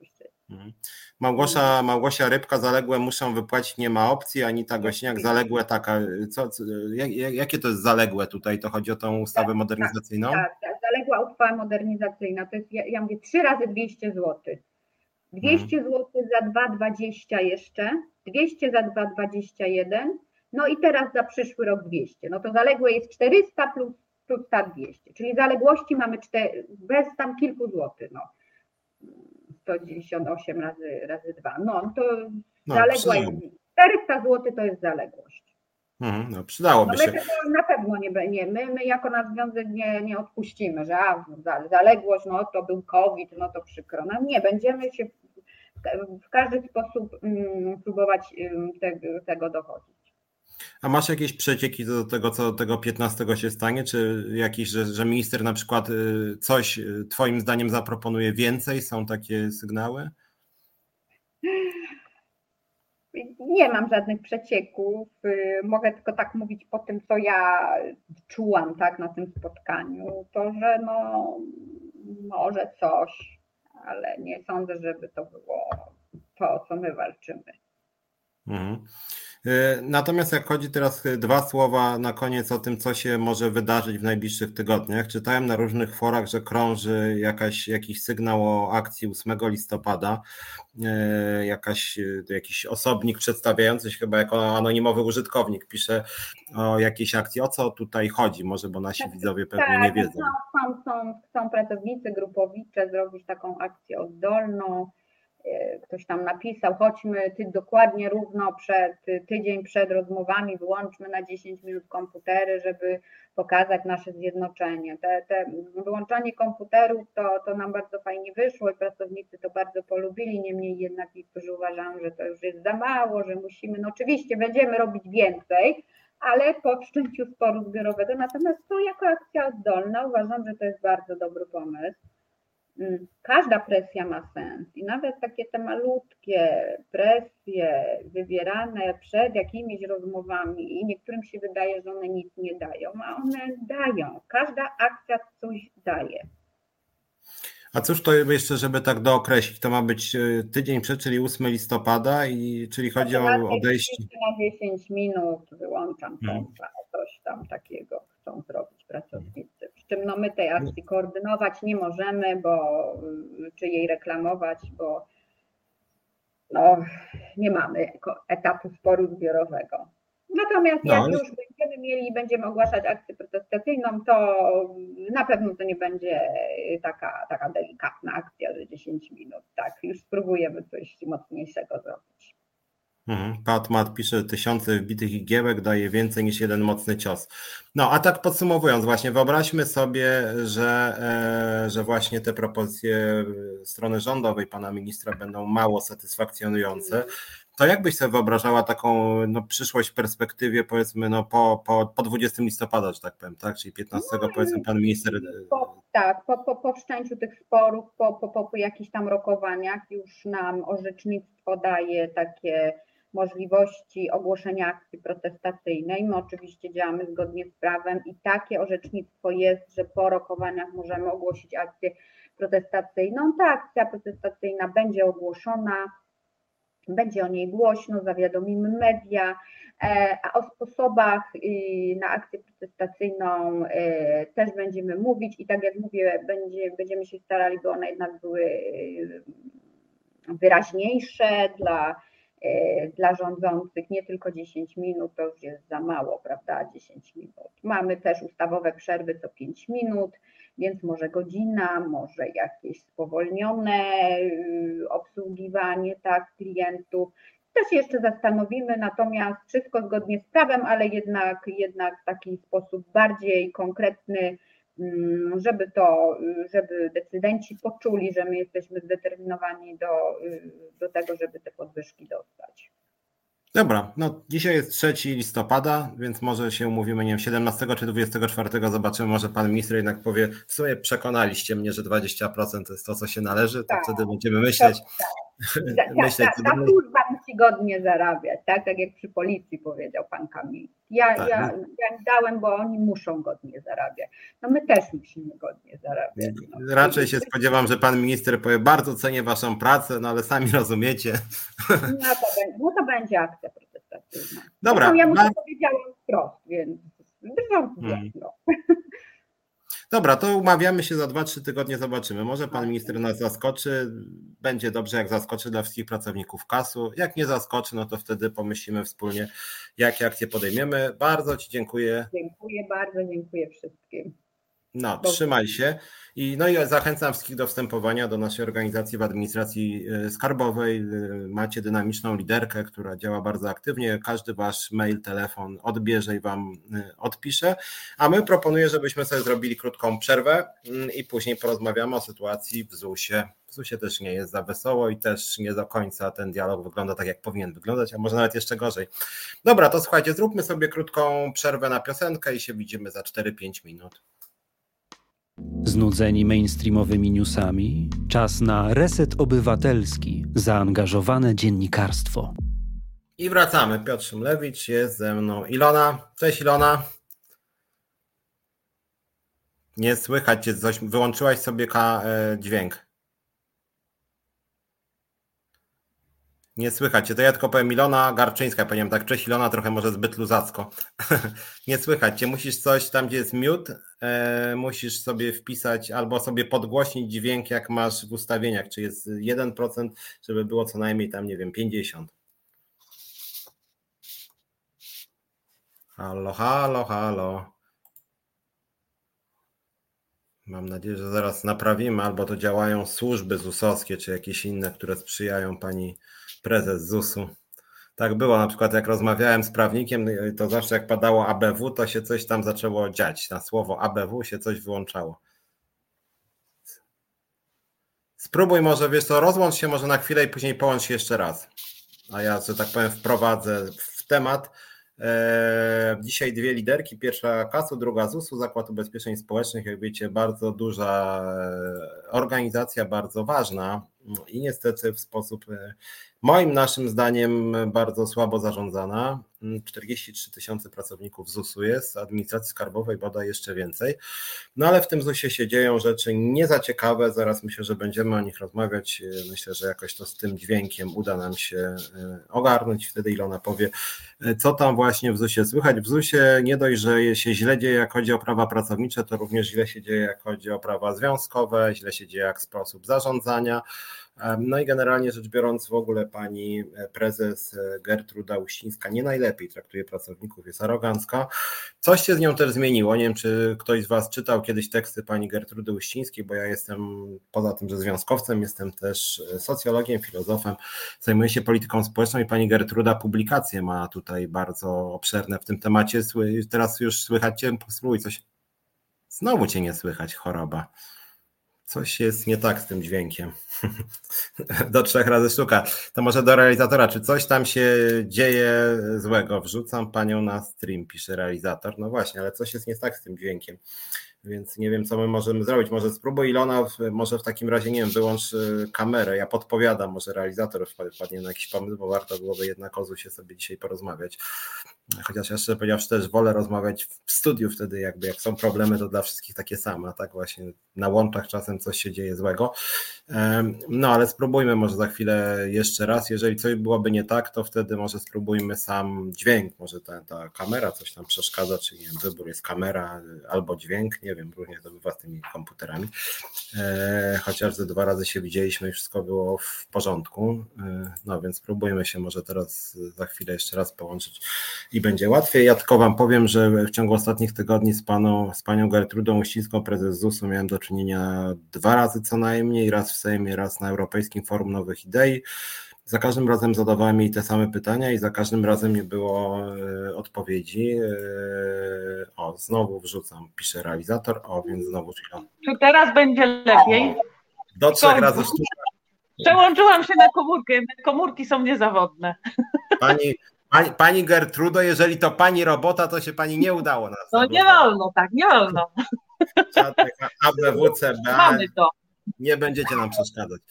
Małgosia, Małgosia Rybka, zaległe muszą wypłacić, nie ma opcji. Anita Gośniak, zaległe taka, co, co, jak, jakie to jest zaległe tutaj? To chodzi o tą ustawę tak, modernizacyjną? Tak, tak, zaległa uchwała modernizacyjna, to jest, ja, ja mówię, trzy razy dwieście złotych. dwieście hmm. złotych za dwa dwadzieścia jeszcze, dwieście za dwa dwadzieścia jeden, no i teraz za przyszły rok dwieście. No to zaległe jest czterysta plus, plus ta dwieście, czyli zaległości mamy cztery, bez tam kilku złotych, no. sto dziewięćdziesiąt osiem razy, razy dwa. No to no, zaległa jest czterysta złotych, to jest zaległość. Mhm, no przydałoby no my się. Tego na pewno nie będzie. My, my jako nasz związek nie, nie odpuścimy, że a, zaległość, no to był COVID, no to przykro. No nie, będziemy się w, w każdy sposób um, próbować um, tego, tego dochodzić. A masz jakieś przecieki do tego, co tego piętnastego się stanie? Czy jakiś, że, że minister na przykład coś twoim zdaniem zaproponuje więcej? Są takie sygnały? Nie mam żadnych przecieków. Mogę tylko tak mówić po tym, co ja czułam tak na tym spotkaniu. To, że no może coś, ale nie sądzę, żeby to było to, o co my walczymy. Mhm. Natomiast jak chodzi teraz dwa słowa na koniec o tym, co się może wydarzyć w najbliższych tygodniach. Czytałem na różnych forach, że krąży jakaś, jakiś sygnał o akcji ósmego listopada. Jakaś, jakiś osobnik przedstawiający się chyba jako anonimowy użytkownik pisze o jakiejś akcji. O co tutaj chodzi? Może, bo nasi tak, widzowie pewnie tak, nie wiedzą. Są, są, są pracownicy grupowicze zrobić taką akcję oddolną. Ktoś tam napisał, chodźmy ty dokładnie równo przed, tydzień przed rozmowami, wyłączmy na dziesięć minut komputery, żeby pokazać nasze zjednoczenie. Te, te wyłączanie komputerów to, to nam bardzo fajnie wyszło i pracownicy to bardzo polubili, niemniej jednak niektórzy uważają, że to już jest za mało, że musimy, no oczywiście będziemy robić więcej, ale po wszczęciu sporu zbiorowego, natomiast to jako akcja oddolna uważam, że to jest bardzo dobry pomysł. Każda presja ma sens i nawet takie te malutkie presje wywierane przed jakimiś rozmowami i niektórym się wydaje, że one nic nie dają, a one dają. Każda akcja coś daje. A cóż to jeszcze, żeby tak dookreślić, to ma być tydzień przed, czyli ósmego listopada, i czyli chodzi o odejście. Na dziesięć minut wyłączam kompa, coś tam takiego chcą zrobić pracownicy. Przy czym no my tej akcji koordynować nie możemy, bo czy jej reklamować, bo no, nie mamy etapu sporu zbiorowego. Natomiast no, jak ale... już będziemy mieli, będziemy ogłaszać akcję protestacyjną, to na pewno to nie będzie taka, taka delikatna akcja, że dziesięć minut, tak, już spróbujemy coś mocniejszego zrobić. Mhm. Pat Mat pisze, tysiące wbitych igiełek daje więcej niż jeden mocny cios. No a tak podsumowując właśnie, wyobraźmy sobie, że, e, że właśnie te propozycje strony rządowej pana ministra będą mało satysfakcjonujące. To jak byś sobie wyobrażała taką no, przyszłość w perspektywie, powiedzmy, no, po, po, po dwudziestego listopada, że tak powiem, tak? Czyli piętnastego no, powiedzmy pan minister... Po, tak, po, po, po wszczęciu tych sporów, po, po, po jakichś tam rokowaniach już nam orzecznictwo daje takie możliwości ogłoszenia akcji protestacyjnej. My oczywiście działamy zgodnie z prawem i takie orzecznictwo jest, że po rokowaniach możemy ogłosić akcję protestacyjną. Ta akcja protestacyjna będzie ogłoszona, będzie o niej głośno, zawiadomimy media, a o sposobach na akcję protestacyjną też będziemy mówić i tak jak mówię, będzie, będziemy się starali, by one jednak były wyraźniejsze dla, dla rządzących, nie tylko dziesięć minut, to już jest za mało, prawda, dziesięć minut. Mamy też ustawowe przerwy co pięć minut, więc może godzina, może jakieś spowolnione obsługiwanie tak, klientów. Też jeszcze zastanowimy, natomiast wszystko zgodnie z prawem, ale jednak, jednak w taki sposób bardziej konkretny, żeby to, żeby decydenci poczuli, że my jesteśmy zdeterminowani do, do tego, żeby te podwyżki dostać. Dobra, no dzisiaj jest trzeciego listopada, więc może się umówimy, nie wiem, siedemnastego czy dwudziestego czwartego, zobaczymy, może pan minister jednak powie, w sumie przekonaliście mnie, że dwadzieścia procent to jest to, co się należy, to tak, wtedy będziemy myśleć. Tak, tak. myśleć ta, ta, ta służba musi godnie zarabiać, tak? Tak jak przy policji powiedział pan Kamiński. Ja, Tak. ja, ja im dałem, bo oni muszą godnie zarabiać. No my też musimy godnie zarabiać. No. Raczej się spodziewam, że pan minister powie, bardzo cenię waszą pracę, no ale sami rozumiecie. No to, no to będzie akcja protestacyjna. Dobra. Zresztą ja mu to na... powiedziałam wprost, więc drżą hmm. no. Dobra, to umawiamy się za dwa trzy tygodnie, zobaczymy. Może pan minister nas zaskoczy, będzie dobrze, jak zaskoczy dla wszystkich pracowników kasu. Jak nie zaskoczy, no to wtedy pomyślimy wspólnie, jakie akcje podejmiemy. Bardzo ci dziękuję. Dziękuję bardzo, dziękuję wszystkim. No, trzymaj się. I, no i zachęcam wszystkich do wstępowania do naszej organizacji w administracji skarbowej. Macie dynamiczną liderkę, która działa bardzo aktywnie. Każdy wasz mail, telefon odbierze i wam odpisze. A my proponuję, żebyśmy sobie zrobili krótką przerwę i później porozmawiamy o sytuacji w zusie. W zusie też nie jest za wesoło i też nie do końca ten dialog wygląda tak, jak powinien wyglądać, a może nawet jeszcze gorzej. Dobra, to słuchajcie, zróbmy sobie krótką przerwę na piosenkę i się widzimy za cztery pięć minut. Znudzeni mainstreamowymi newsami? Czas na reset obywatelski, zaangażowane dziennikarstwo. I wracamy. Piotr Szymlewicz, jest ze mną Ilona. Cześć Ilona. Nie słychać cię, coś, wyłączyłaś sobie ka- dźwięk. Nie słychać cię, to ja tylko powiem Ilona Garczyńska, powiem tak, cześć Ilona, trochę może zbyt luzacko. Nie słychać cię, musisz coś tam, gdzie jest mute, e, musisz sobie wpisać albo sobie podgłośnić dźwięk, jak masz w ustawieniach, czy jest jeden procent, żeby było co najmniej tam, nie wiem, pięćdziesiąt. Halo, halo, halo. Mam nadzieję, że zaraz naprawimy, albo to działają służby zusowskie, czy jakieś inne, które sprzyjają pani prezes zusu. Tak było, na przykład jak rozmawiałem z prawnikiem, to zawsze jak padało A B W, to się coś tam zaczęło dziać. Na słowo A B W się coś wyłączało. Spróbuj może, wiesz co, rozłącz się może na chwilę i później połącz się jeszcze raz. A ja, że tak powiem, wprowadzę w temat. Dzisiaj dwie liderki, pierwsza kasu, druga zusu, Zakład Ubezpieczeń Społecznych, jak wiecie, bardzo duża organizacja, bardzo ważna i niestety w sposób moim naszym zdaniem bardzo słabo zarządzana. czterdzieści trzy tysiące pracowników zusu jest, administracji skarbowej bodaj jeszcze więcej. No ale w tym zusie się dzieją rzeczy niezaciekawe, zaraz myślę, że będziemy o nich rozmawiać. Myślę, że jakoś to z tym dźwiękiem uda nam się ogarnąć. Wtedy Ilona powie, co tam właśnie w zusie słychać. W zusie nie dość, że się źle dzieje, jak chodzi o prawa pracownicze, to również źle się dzieje, jak chodzi o prawa związkowe, źle się dzieje, jak sposób zarządzania. No i generalnie rzecz biorąc, w ogóle pani prezes Gertruda Uścińska nie najlepiej traktuje pracowników, jest arogancka. Coś się z nią też zmieniło. Nie wiem, czy ktoś z was czytał kiedyś teksty pani Gertrudy Uścińskiej, bo ja jestem, poza tym, że związkowcem, jestem też socjologiem, filozofem, zajmuję się polityką społeczną i pani Gertruda publikacje ma tutaj bardzo obszerne w tym temacie. Teraz już słychać cię, spróbuj coś. Znowu cię nie słychać, choroba. Coś jest nie tak z tym dźwiękiem. Do trzech razy sztuka. To może do realizatora, czy coś tam się dzieje złego? Wrzucam panią na stream, pisze realizator. No właśnie, ale coś jest nie tak z tym dźwiękiem. Więc nie wiem, co my możemy zrobić. Może spróbuj Ilona, może w takim razie, nie wiem, wyłącz kamerę. Ja podpowiadam, może realizator wpadnie na jakiś pomysł, bo warto byłoby jednak o zusie sobie dzisiaj porozmawiać. Chociaż jeszcze powiedziawszy też wolę rozmawiać w studiu wtedy, jakby jak są problemy, to dla wszystkich takie same, tak właśnie na łączach czasem coś się dzieje złego. No ale spróbujmy może za chwilę jeszcze raz. Jeżeli coś byłoby nie tak, to wtedy może spróbujmy sam dźwięk. Może ta, ta kamera coś tam przeszkadza, czy nie wiem, wybór jest kamera albo dźwięk, nie wiem, różnie to bywa z tymi komputerami. Chociaż ze dwa razy się widzieliśmy i wszystko było w porządku. No więc spróbujmy się może teraz za chwilę jeszcze raz połączyć i będzie łatwiej. Ja tylko wam powiem, że w ciągu ostatnich tygodni z, paną, z panią Gertrudą Uścińską, prezes zusu, miałem do czynienia dwa razy co najmniej, raz w Sejmie, raz na Europejskim Forum Nowych Idei. Za każdym razem zadawałem jej te same pytania i za każdym razem nie było y, odpowiedzi. Y, o, znowu wrzucam, pisze realizator, o, więc znowu chwilę. Czy teraz będzie lepiej? Do trzech razy sztuka. Przełączyłam się na komórkę, komórki są niezawodne. Pani, pani, pani Gertrudo, jeżeli to pani robota, to się pani nie udało nas. No nie wolno, tak, nie wolno. A B W C B, mamy to. Nie będziecie nam przeszkadzać.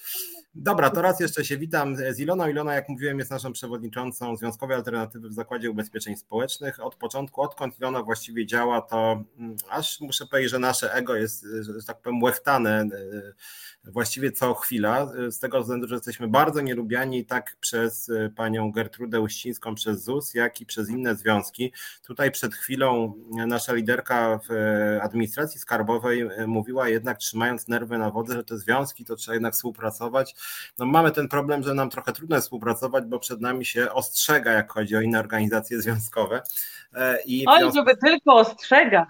Dobra, to raz jeszcze się witam z Iloną. Ilona, jak mówiłem, jest naszą przewodniczącą Związkowej Alternatywy w Zakładzie Ubezpieczeń Społecznych. Od początku, odkąd Ilona właściwie działa, to aż muszę powiedzieć, że nasze ego jest, że tak powiem, łechtane właściwie co chwila, z tego względu, że jesteśmy bardzo nielubiani tak przez panią Gertrudę Uścińską, przez Z U S, jak i przez inne związki. Tutaj przed chwilą nasza liderka w administracji skarbowej mówiła jednak, trzymając nerwy na wodze, że te związki to trzeba jednak współpracować. No mamy ten problem, że nam trochę trudno jest współpracować, bo przed nami się ostrzega, jak chodzi o inne organizacje związkowe. I Oj, związku... żeby tylko ostrzega.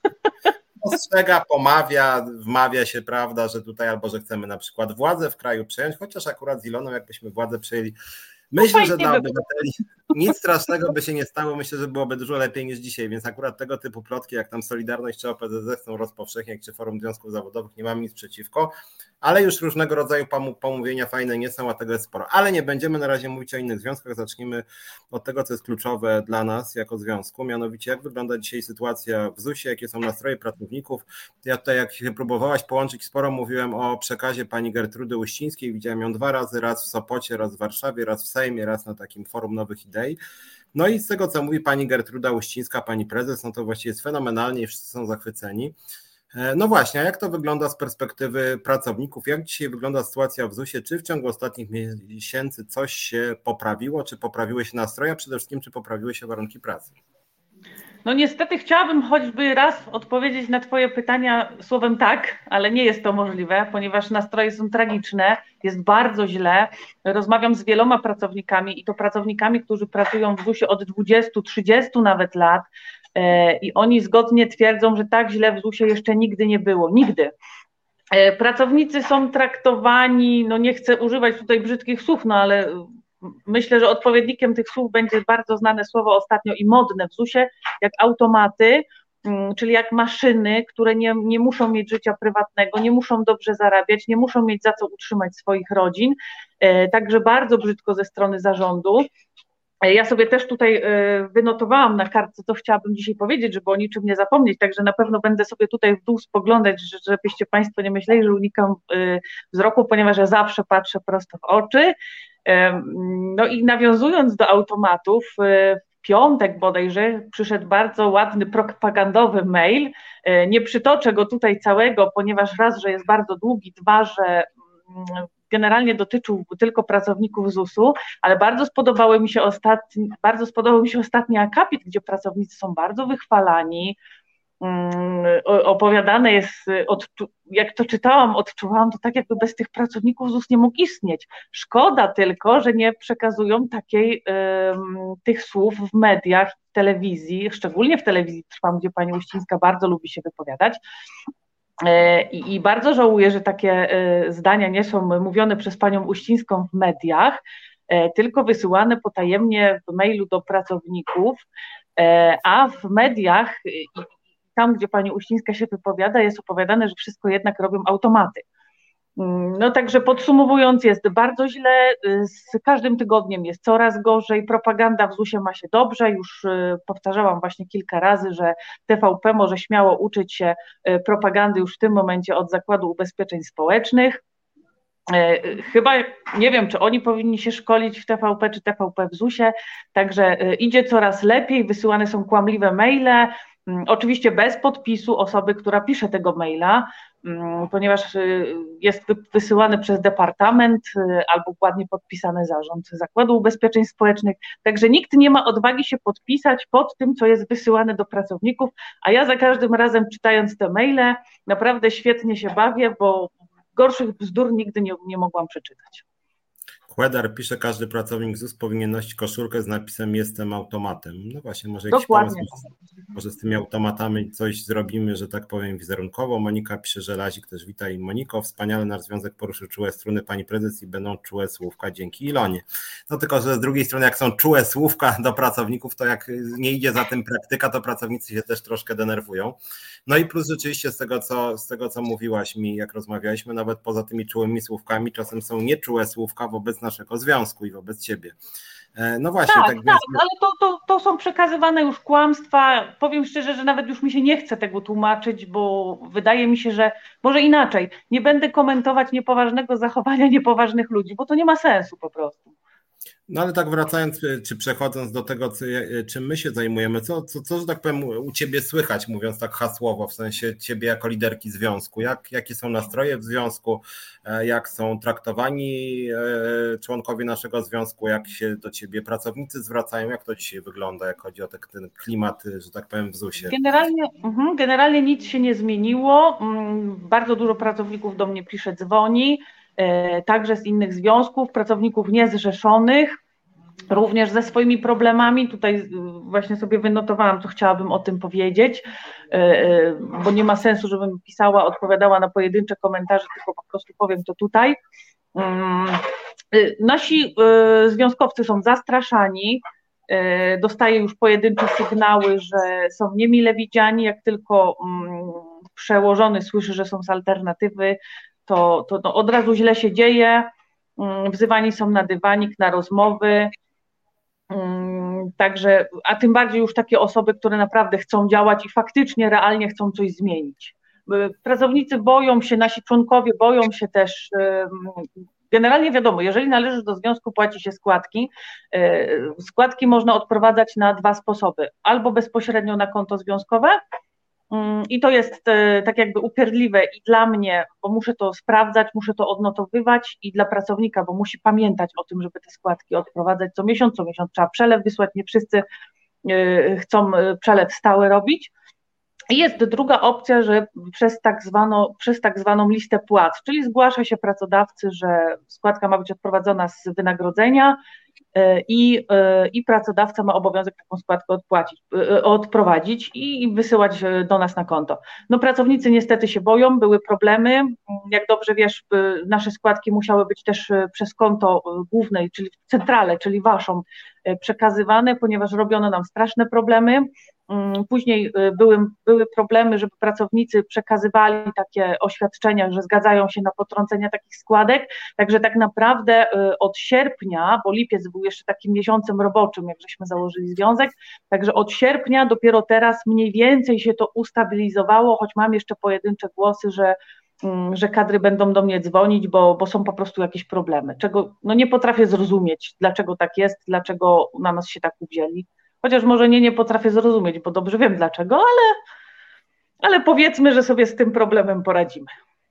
Ostrzega, pomawia, wmawia się, prawda, że tutaj albo, że chcemy na przykład władzę w kraju przejąć, chociaż akurat z Iloną, jakbyśmy władzę przejęli, myślę, że dla obywateli nic strasznego by się nie stało, myślę, że byłoby dużo lepiej niż dzisiaj, więc akurat tego typu plotki, jak tam Solidarność czy O P Z Z chcą rozpowszechniać, czy Forum Związków Zawodowych, nie mam nic przeciwko, ale już różnego rodzaju pomówienia fajne nie są, a tego jest sporo. Ale nie będziemy na razie mówić o innych związkach, zacznijmy od tego, co jest kluczowe dla nas jako związku, mianowicie jak wygląda dzisiaj sytuacja w Z U S ie, jakie są nastroje pracowników. Ja tutaj, jak się próbowałaś połączyć, sporo mówiłem o przekazie pani Gertrudy Uścińskiej, widziałem ją dwa razy, raz w Sopocie, raz w Warszawie, raz w Sejmie, raz na takim Forum Nowych Idei. No i z tego, co mówi pani Gertruda Uścińska, pani prezes, no to właściwie jest fenomenalnie i wszyscy są zachwyceni. No właśnie, a jak to wygląda z perspektywy pracowników? Jak dzisiaj wygląda sytuacja w Z U S ie? Czy w ciągu ostatnich miesięcy coś się poprawiło? Czy poprawiły się nastroje? A przede wszystkim, czy poprawiły się warunki pracy? No niestety chciałabym choćby raz odpowiedzieć na twoje pytania słowem tak, ale nie jest to możliwe, ponieważ nastroje są tragiczne, jest bardzo źle. Rozmawiam z wieloma pracownikami i to pracownikami, którzy pracują w Z U S ie od dwudziestu, trzydziestu nawet lat i oni zgodnie twierdzą, że tak źle w Z U S ie jeszcze nigdy nie było, nigdy. Pracownicy są traktowani, no nie chcę używać tutaj brzydkich słów, no ale myślę, że odpowiednikiem tych słów będzie bardzo znane słowo ostatnio i modne w Z U S ie, jak automaty, czyli jak maszyny, które nie, nie muszą mieć życia prywatnego, nie muszą dobrze zarabiać, nie muszą mieć za co utrzymać swoich rodzin, także bardzo brzydko ze strony zarządu. Ja sobie też tutaj wynotowałam na kartce, co chciałabym dzisiaj powiedzieć, żeby o niczym nie zapomnieć, także na pewno będę sobie tutaj w dół spoglądać, żebyście Państwo nie myśleli, że unikam wzroku, ponieważ ja zawsze patrzę prosto w oczy. No i nawiązując do automatów, w piątek bodajże przyszedł bardzo ładny propagandowy mail. Nie przytoczę go tutaj całego, ponieważ raz, że jest bardzo długi, dwa, że generalnie dotyczył tylko pracowników Z U S u, ale bardzo spodobały mi się ostatni, bardzo spodobał mi się ostatni akapit, gdzie pracownicy są bardzo wychwalani. Opowiadane jest, jak to czytałam, odczuwałam to tak, jakby bez tych pracowników Z U S nie mógł istnieć. Szkoda tylko, że nie przekazują takiej tych słów w mediach, w telewizji, szczególnie w telewizji Trwam, gdzie pani Uścińska bardzo lubi się wypowiadać. I, I bardzo żałuję, że takie zdania nie są mówione przez panią Uścińską w mediach, tylko wysyłane potajemnie w mailu do pracowników, a w mediach, tam gdzie pani Uścińska się wypowiada, jest opowiadane, że wszystko jednak robią automaty. No także podsumowując, jest bardzo źle, z każdym tygodniem jest coraz gorzej, propaganda w Z U S ie ma się dobrze, już powtarzałam właśnie kilka razy, że T V P może śmiało uczyć się propagandy już w tym momencie od Zakładu Ubezpieczeń Społecznych. Chyba nie wiem, czy oni powinni się szkolić w T V P, czy T V P w Z U S ie, także idzie coraz lepiej, wysyłane są kłamliwe maile, oczywiście bez podpisu osoby, która pisze tego maila, ponieważ jest wysyłany przez departament albo ładnie podpisany zarząd Zakładu Ubezpieczeń Społecznych, także nikt nie ma odwagi się podpisać pod tym, co jest wysyłane do pracowników, a ja za każdym razem czytając te maile naprawdę świetnie się bawię, bo gorszych bzdur nigdy nie, nie mogłam przeczytać. Kłedar pisze, każdy pracownik Z U S powinien nosić koszulkę z napisem jestem automatem. No właśnie, może jakiś pomysł, może z tymi automatami coś zrobimy, że tak powiem wizerunkowo. Monika pisze, że Lazik też wita i Moniko. Wspaniale, nasz związek poruszył czułe struny pani prezes i będą czułe słówka dzięki Ilonie. No tylko, że z drugiej strony jak są czułe słówka do pracowników, to jak nie idzie za tym praktyka, to pracownicy się też troszkę denerwują. No i plus rzeczywiście z tego, co, z tego, co mówiłaś mi, jak rozmawialiśmy, nawet poza tymi czułymi słówkami, czasem są nieczułe słówka wobec naszego związku i wobec ciebie. No właśnie. Tak, tak, tak, więc... ale to, to, to są przekazywane już kłamstwa. Powiem szczerze, że nawet już mi się nie chce tego tłumaczyć, bo wydaje mi się, że może inaczej, nie będę komentować niepoważnego zachowania niepoważnych ludzi, bo to nie ma sensu po prostu. No ale tak wracając, czy przechodząc do tego, czym my się zajmujemy, co, co, co, że tak powiem, u Ciebie słychać, mówiąc tak hasłowo, w sensie Ciebie jako liderki związku, jak, jakie są nastroje w związku, jak są traktowani członkowie naszego związku, jak się do Ciebie pracownicy zwracają, jak to dzisiaj wygląda, jak chodzi o ten klimat, że tak powiem, w zusie? Generalnie, generalnie nic się nie zmieniło, bardzo dużo pracowników do mnie pisze, dzwoni, także z innych związków, pracowników niezrzeszonych, również ze swoimi problemami. Tutaj właśnie sobie wynotowałam, co chciałabym o tym powiedzieć, bo nie ma sensu, żebym pisała, odpowiadała na pojedyncze komentarze, tylko po prostu powiem to tutaj. Nasi związkowcy są zastraszani, dostaję już pojedyncze sygnały, że są niemile widziani, jak tylko przełożony słyszy, że są z alternatywy, to, to no od razu źle się dzieje, wzywani są na dywanik, na rozmowy, także, a tym bardziej już takie osoby, które naprawdę chcą działać i faktycznie realnie chcą coś zmienić. Pracownicy boją się, nasi członkowie boją się też, generalnie wiadomo, jeżeli należysz do związku, płaci się składki, składki można odprowadzać na dwa sposoby, albo bezpośrednio na konto związkowe, i to jest tak jakby upierdliwe i dla mnie, bo muszę to sprawdzać, muszę to odnotowywać, i dla pracownika, bo musi pamiętać o tym, żeby te składki odprowadzać co miesiąc, co miesiąc trzeba przelew wysłać, nie wszyscy chcą przelew stały robić. I jest druga opcja, że przez tak zwaną, przez tak zwaną listę płac, czyli zgłasza się pracodawcy, że składka ma być odprowadzona z wynagrodzenia, I, i pracodawca ma obowiązek taką składkę odpłacić, odprowadzić i wysyłać do nas na konto. No pracownicy niestety się boją, były problemy, jak dobrze wiesz, nasze składki musiały być też przez konto główne, czyli centralę, czyli waszą, przekazywane, ponieważ robiono nam straszne problemy. Później były, były problemy, żeby pracownicy przekazywali takie oświadczenia, że zgadzają się na potrącenie takich składek, także tak naprawdę od sierpnia, bo lipiec był jeszcze takim miesiącem roboczym, jak żeśmy założyli związek, także od sierpnia dopiero teraz mniej więcej się to ustabilizowało, choć mam jeszcze pojedyncze głosy, że, że kadry będą do mnie dzwonić, bo, bo są po prostu jakieś problemy, czego no nie potrafię zrozumieć, dlaczego tak jest, dlaczego na nas się tak uwzięli. Chociaż może nie, nie potrafię zrozumieć, bo dobrze wiem dlaczego, ale, ale powiedzmy, że sobie z tym problemem poradzimy.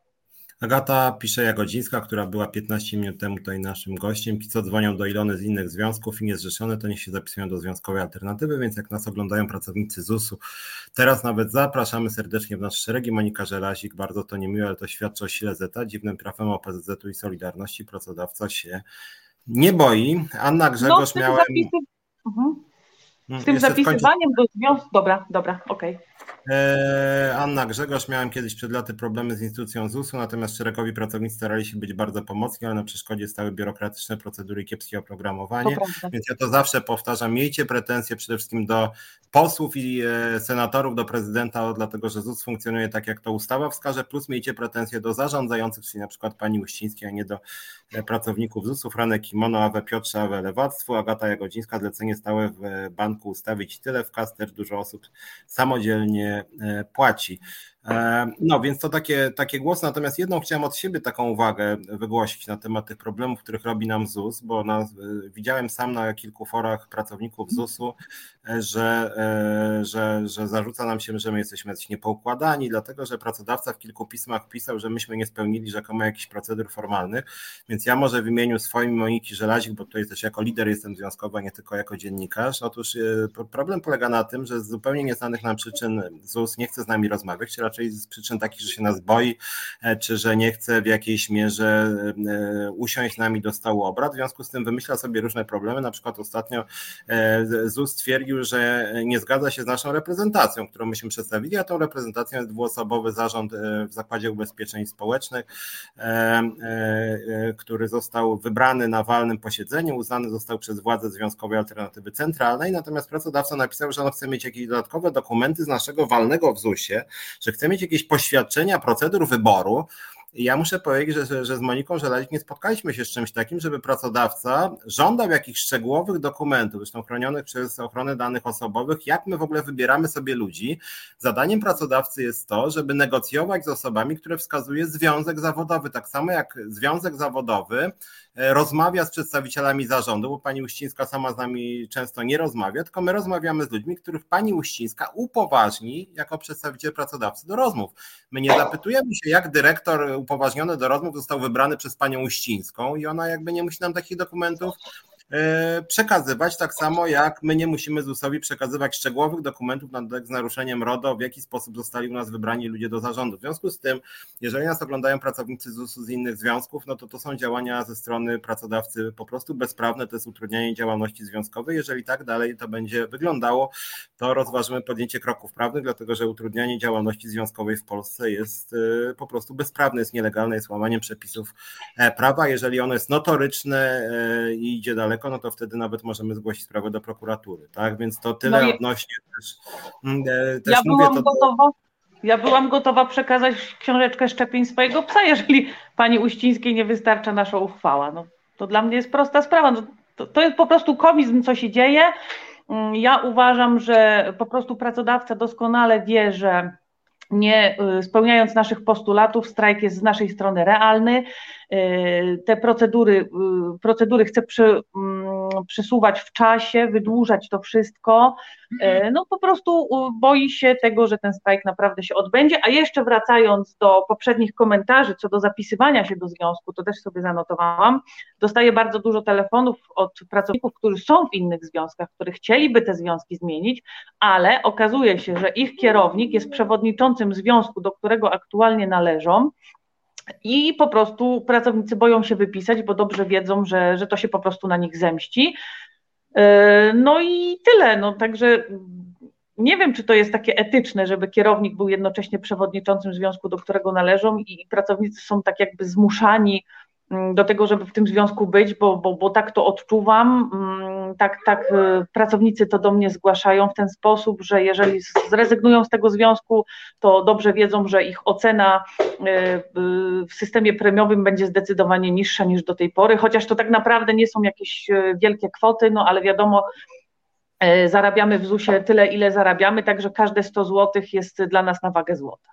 Agata pisze Jagodzińska, która była piętnaście minut temu tutaj naszym gościem. Ci, co dzwonią do Ilony z innych związków i niezrzeszone, to niech się zapisują do Związkowej Alternatywy, więc jak nas oglądają pracownicy zusu, teraz nawet zapraszamy serdecznie w nasze szeregi. Monika Żelazik, bardzo to niemiłe, ale to świadczy o sile zeta, dziwnym trafem O P Z Z-u i Solidarności pracodawca się nie boi. Anna Grzegorz no, miałem... Zapisy... Mhm. Z tym Jeszcze zapisywaniem do związku, dobra, dobra, okej. Okay. Anna Grzegorz, miałem kiedyś przed laty problemy z instytucją zusu, natomiast szeregowi pracownicy starali się być bardzo pomocni, ale na przeszkodzie stały biurokratyczne procedury i kiepskie oprogramowanie, więc ja to zawsze powtarzam, miejcie pretensje przede wszystkim do posłów i senatorów, do prezydenta, dlatego że ZUS funkcjonuje tak, jak to ustawa wskaże, plus miejcie pretensje do zarządzających, czyli na przykład pani Uścińskiej, a nie do pracowników zusu, Franek Kimono, Awe Piotrze, Awe Lewactwu, Agata Jagodzińska, zlecenie stałe w banku ustawić i tyle, w kas też dużo osób samodzielnie płaci. No więc to takie, takie głosy, natomiast jedną chciałem od siebie taką uwagę wygłosić na temat tych problemów, których robi nam ZUS, bo na, widziałem sam na kilku forach pracowników zusu, że, że, że zarzuca nam się, że my jesteśmy jacyś niepoukładani, dlatego że pracodawca w kilku pismach pisał, że myśmy nie spełnili rzekomo jakichś procedur formalnych, więc ja może w imieniu swoim Moniki Żelazik, bo tutaj też jako lider jestem związkowy, a nie tylko jako dziennikarz, otóż problem polega na tym, że z zupełnie nieznanych nam przyczyn ZUS nie chce z nami rozmawiać, czy raczej z przyczyn takich, że się nas boi, czy że nie chce w jakiejś mierze usiąść z nami do stołu obrad, w związku z tym wymyśla sobie różne problemy, na przykład ostatnio ZUS stwierdził, że nie zgadza się z naszą reprezentacją, którą myśmy przedstawili, a tą reprezentacją jest dwuosobowy zarząd w Zakładzie Ubezpieczeń Społecznych, który został wybrany na walnym posiedzeniu, uznany został przez władze Związkowej Alternatywy Centralnej, natomiast pracodawca napisał, że on chce mieć jakieś dodatkowe dokumenty z naszego walnego w zusie, że chce mieć jakieś poświadczenia procedur wyboru, I ja muszę powiedzieć, że, że z Moniką Żelazik nie spotkaliśmy się z czymś takim, żeby pracodawca żądał jakichś szczegółowych dokumentów, zresztą chronionych przez ochronę danych osobowych, jak my w ogóle wybieramy sobie ludzi. Zadaniem pracodawcy jest to, żeby negocjować z osobami, które wskazuje związek zawodowy, tak samo jak związek zawodowy rozmawia z przedstawicielami zarządu, bo pani Uścińska sama z nami często nie rozmawia, tylko my rozmawiamy z ludźmi, których pani Uścińska upoważni jako przedstawiciel pracodawcy do rozmów. My nie zapytujemy się, jak dyrektor upoważniony do rozmów został wybrany przez panią Uścińską i ona jakby nie musi nam takich dokumentów przekazywać, tak samo jak my nie musimy Z U S-owi przekazywać szczegółowych dokumentów z naruszeniem RODO, w jaki sposób zostali u nas wybrani ludzie do zarządu. W związku z tym, jeżeli nas oglądają pracownicy Z U S-u z innych związków, no to to są działania ze strony pracodawcy po prostu bezprawne, to jest utrudnianie działalności związkowej. Jeżeli tak dalej to będzie wyglądało, to rozważymy podjęcie kroków prawnych, dlatego że utrudnianie działalności związkowej w Polsce jest po prostu bezprawne, jest nielegalne, jest łamaniem przepisów prawa. Jeżeli ono jest notoryczne i idzie dalej, no to wtedy nawet możemy zgłosić sprawę do prokuratury, tak? Więc to tyle no odnośnie też, też ja mówię byłam to... Gotowa, ja byłam gotowa przekazać książeczkę szczepień swojego psa, jeżeli pani Uścińskiej nie wystarcza nasza uchwała. No, to dla mnie jest prosta sprawa. No, to, to jest po prostu komizm, co się dzieje. Ja uważam, że po prostu pracodawca doskonale wie, że nie spełniając naszych postulatów, strajk jest z naszej strony realny. Te procedury, procedury chce przy, przesuwać w czasie, wydłużać to wszystko. No po prostu boi się tego, że ten strajk naprawdę się odbędzie. A jeszcze wracając do poprzednich komentarzy co do zapisywania się do związku, to też sobie zanotowałam. Dostaję bardzo dużo telefonów od pracowników, którzy są w innych związkach, którzy chcieliby te związki zmienić, ale okazuje się, że ich kierownik jest przewodniczącym związku, do którego aktualnie należą. I po prostu pracownicy boją się wypisać, bo dobrze wiedzą, że, że to się po prostu na nich zemści. No i tyle. No, także nie wiem, czy to jest takie etyczne, żeby kierownik był jednocześnie przewodniczącym związku, do którego należą i pracownicy są tak jakby zmuszani do tego, żeby w tym związku być, bo, bo, bo tak to odczuwam, tak, tak pracownicy to do mnie zgłaszają w ten sposób, że jeżeli zrezygnują z tego związku, to dobrze wiedzą, że ich ocena w systemie premiowym będzie zdecydowanie niższa niż do tej pory, chociaż to tak naprawdę nie są jakieś wielkie kwoty, no ale wiadomo, zarabiamy w zusie tyle, ile zarabiamy, także każde sto złotych jest dla nas na wagę złota.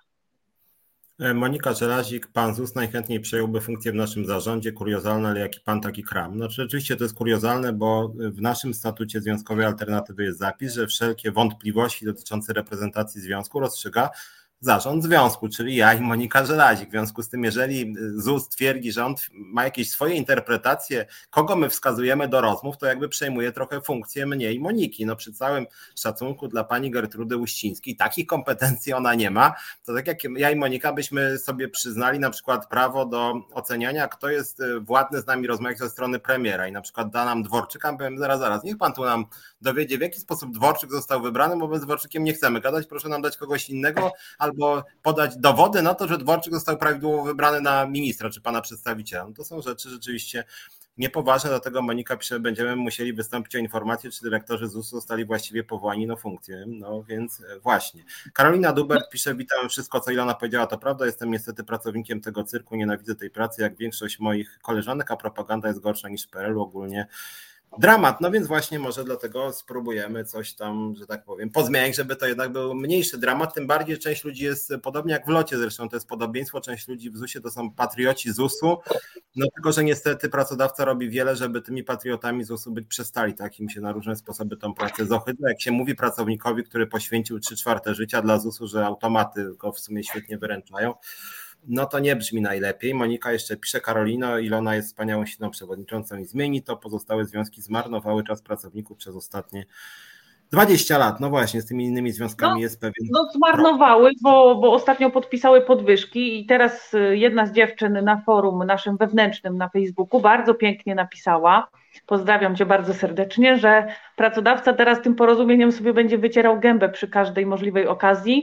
Monika Żelazik, pan Z U S najchętniej przejąłby funkcję w naszym zarządzie, kuriozalne, ale jaki pan, taki kram. No rzeczywiście to jest kuriozalne, bo w naszym statucie Związkowej Alternatywy jest zapis, że wszelkie wątpliwości dotyczące reprezentacji związku rozstrzyga zarząd związku, czyli ja i Monika Żelazik. W związku z tym, jeżeli Z U S twierdzi, że on ma jakieś swoje interpretacje, kogo my wskazujemy do rozmów, to jakby przejmuje trochę funkcję mnie i Moniki. No przy całym szacunku dla pani Gertrudy Uścińskiej, takich kompetencji ona nie ma. To tak jak ja i Monika byśmy sobie przyznali na przykład prawo do oceniania, kto jest władny z nami rozmawiać ze strony premiera i na przykład da nam Dworczyka, powiem zaraz, zaraz, niech pan tu nam dowiedzie, w jaki sposób Dworczyk został wybrany, bo my z Dworczykiem nie chcemy gadać, proszę nam dać kogoś innego, albo podać dowody na to, że Dworczyk został prawidłowo wybrany na ministra czy pana przedstawiciela. No to są rzeczy rzeczywiście niepoważne, dlatego Monika pisze, będziemy musieli wystąpić o informację, czy dyrektorzy Z U S-u zostali właściwie powołani na funkcję. No więc właśnie. Karolina Dubert pisze, witam, wszystko co Ilona powiedziała to prawda, jestem niestety pracownikiem tego cyrku, nienawidzę tej pracy jak większość moich koleżanek, a propaganda jest gorsza niż w P R L-u ogólnie. Dramat, no więc właśnie może dlatego spróbujemy coś tam, że tak powiem, pozmieniać, żeby to jednak był mniejszy dramat, tym bardziej część ludzi jest podobnie jak w locie zresztą, to jest podobieństwo, część ludzi w Z U S-ie to są patrioci Z U S-u, no tylko, że niestety pracodawca robi wiele, żeby tymi patriotami Z U S-u być przestali, tak im się na różne sposoby tą pracę zohydza, jak się mówi pracownikowi, który poświęcił trzy czwarte życia dla Z U S-u, że automaty go w sumie świetnie wyręczają, no to nie brzmi najlepiej. Monika jeszcze pisze, Karolino, Ilona jest wspaniałą silną przewodniczącą i zmieni to, pozostałe związki zmarnowały czas pracowników przez ostatnie dwadzieścia lat. No właśnie, z tymi innymi związkami no, jest pewien... No zmarnowały, bo, bo ostatnio podpisały podwyżki i teraz jedna z dziewczyn na forum naszym wewnętrznym na Facebooku bardzo pięknie napisała, pozdrawiam cię bardzo serdecznie, że pracodawca teraz tym porozumieniem sobie będzie wycierał gębę przy każdej możliwej okazji,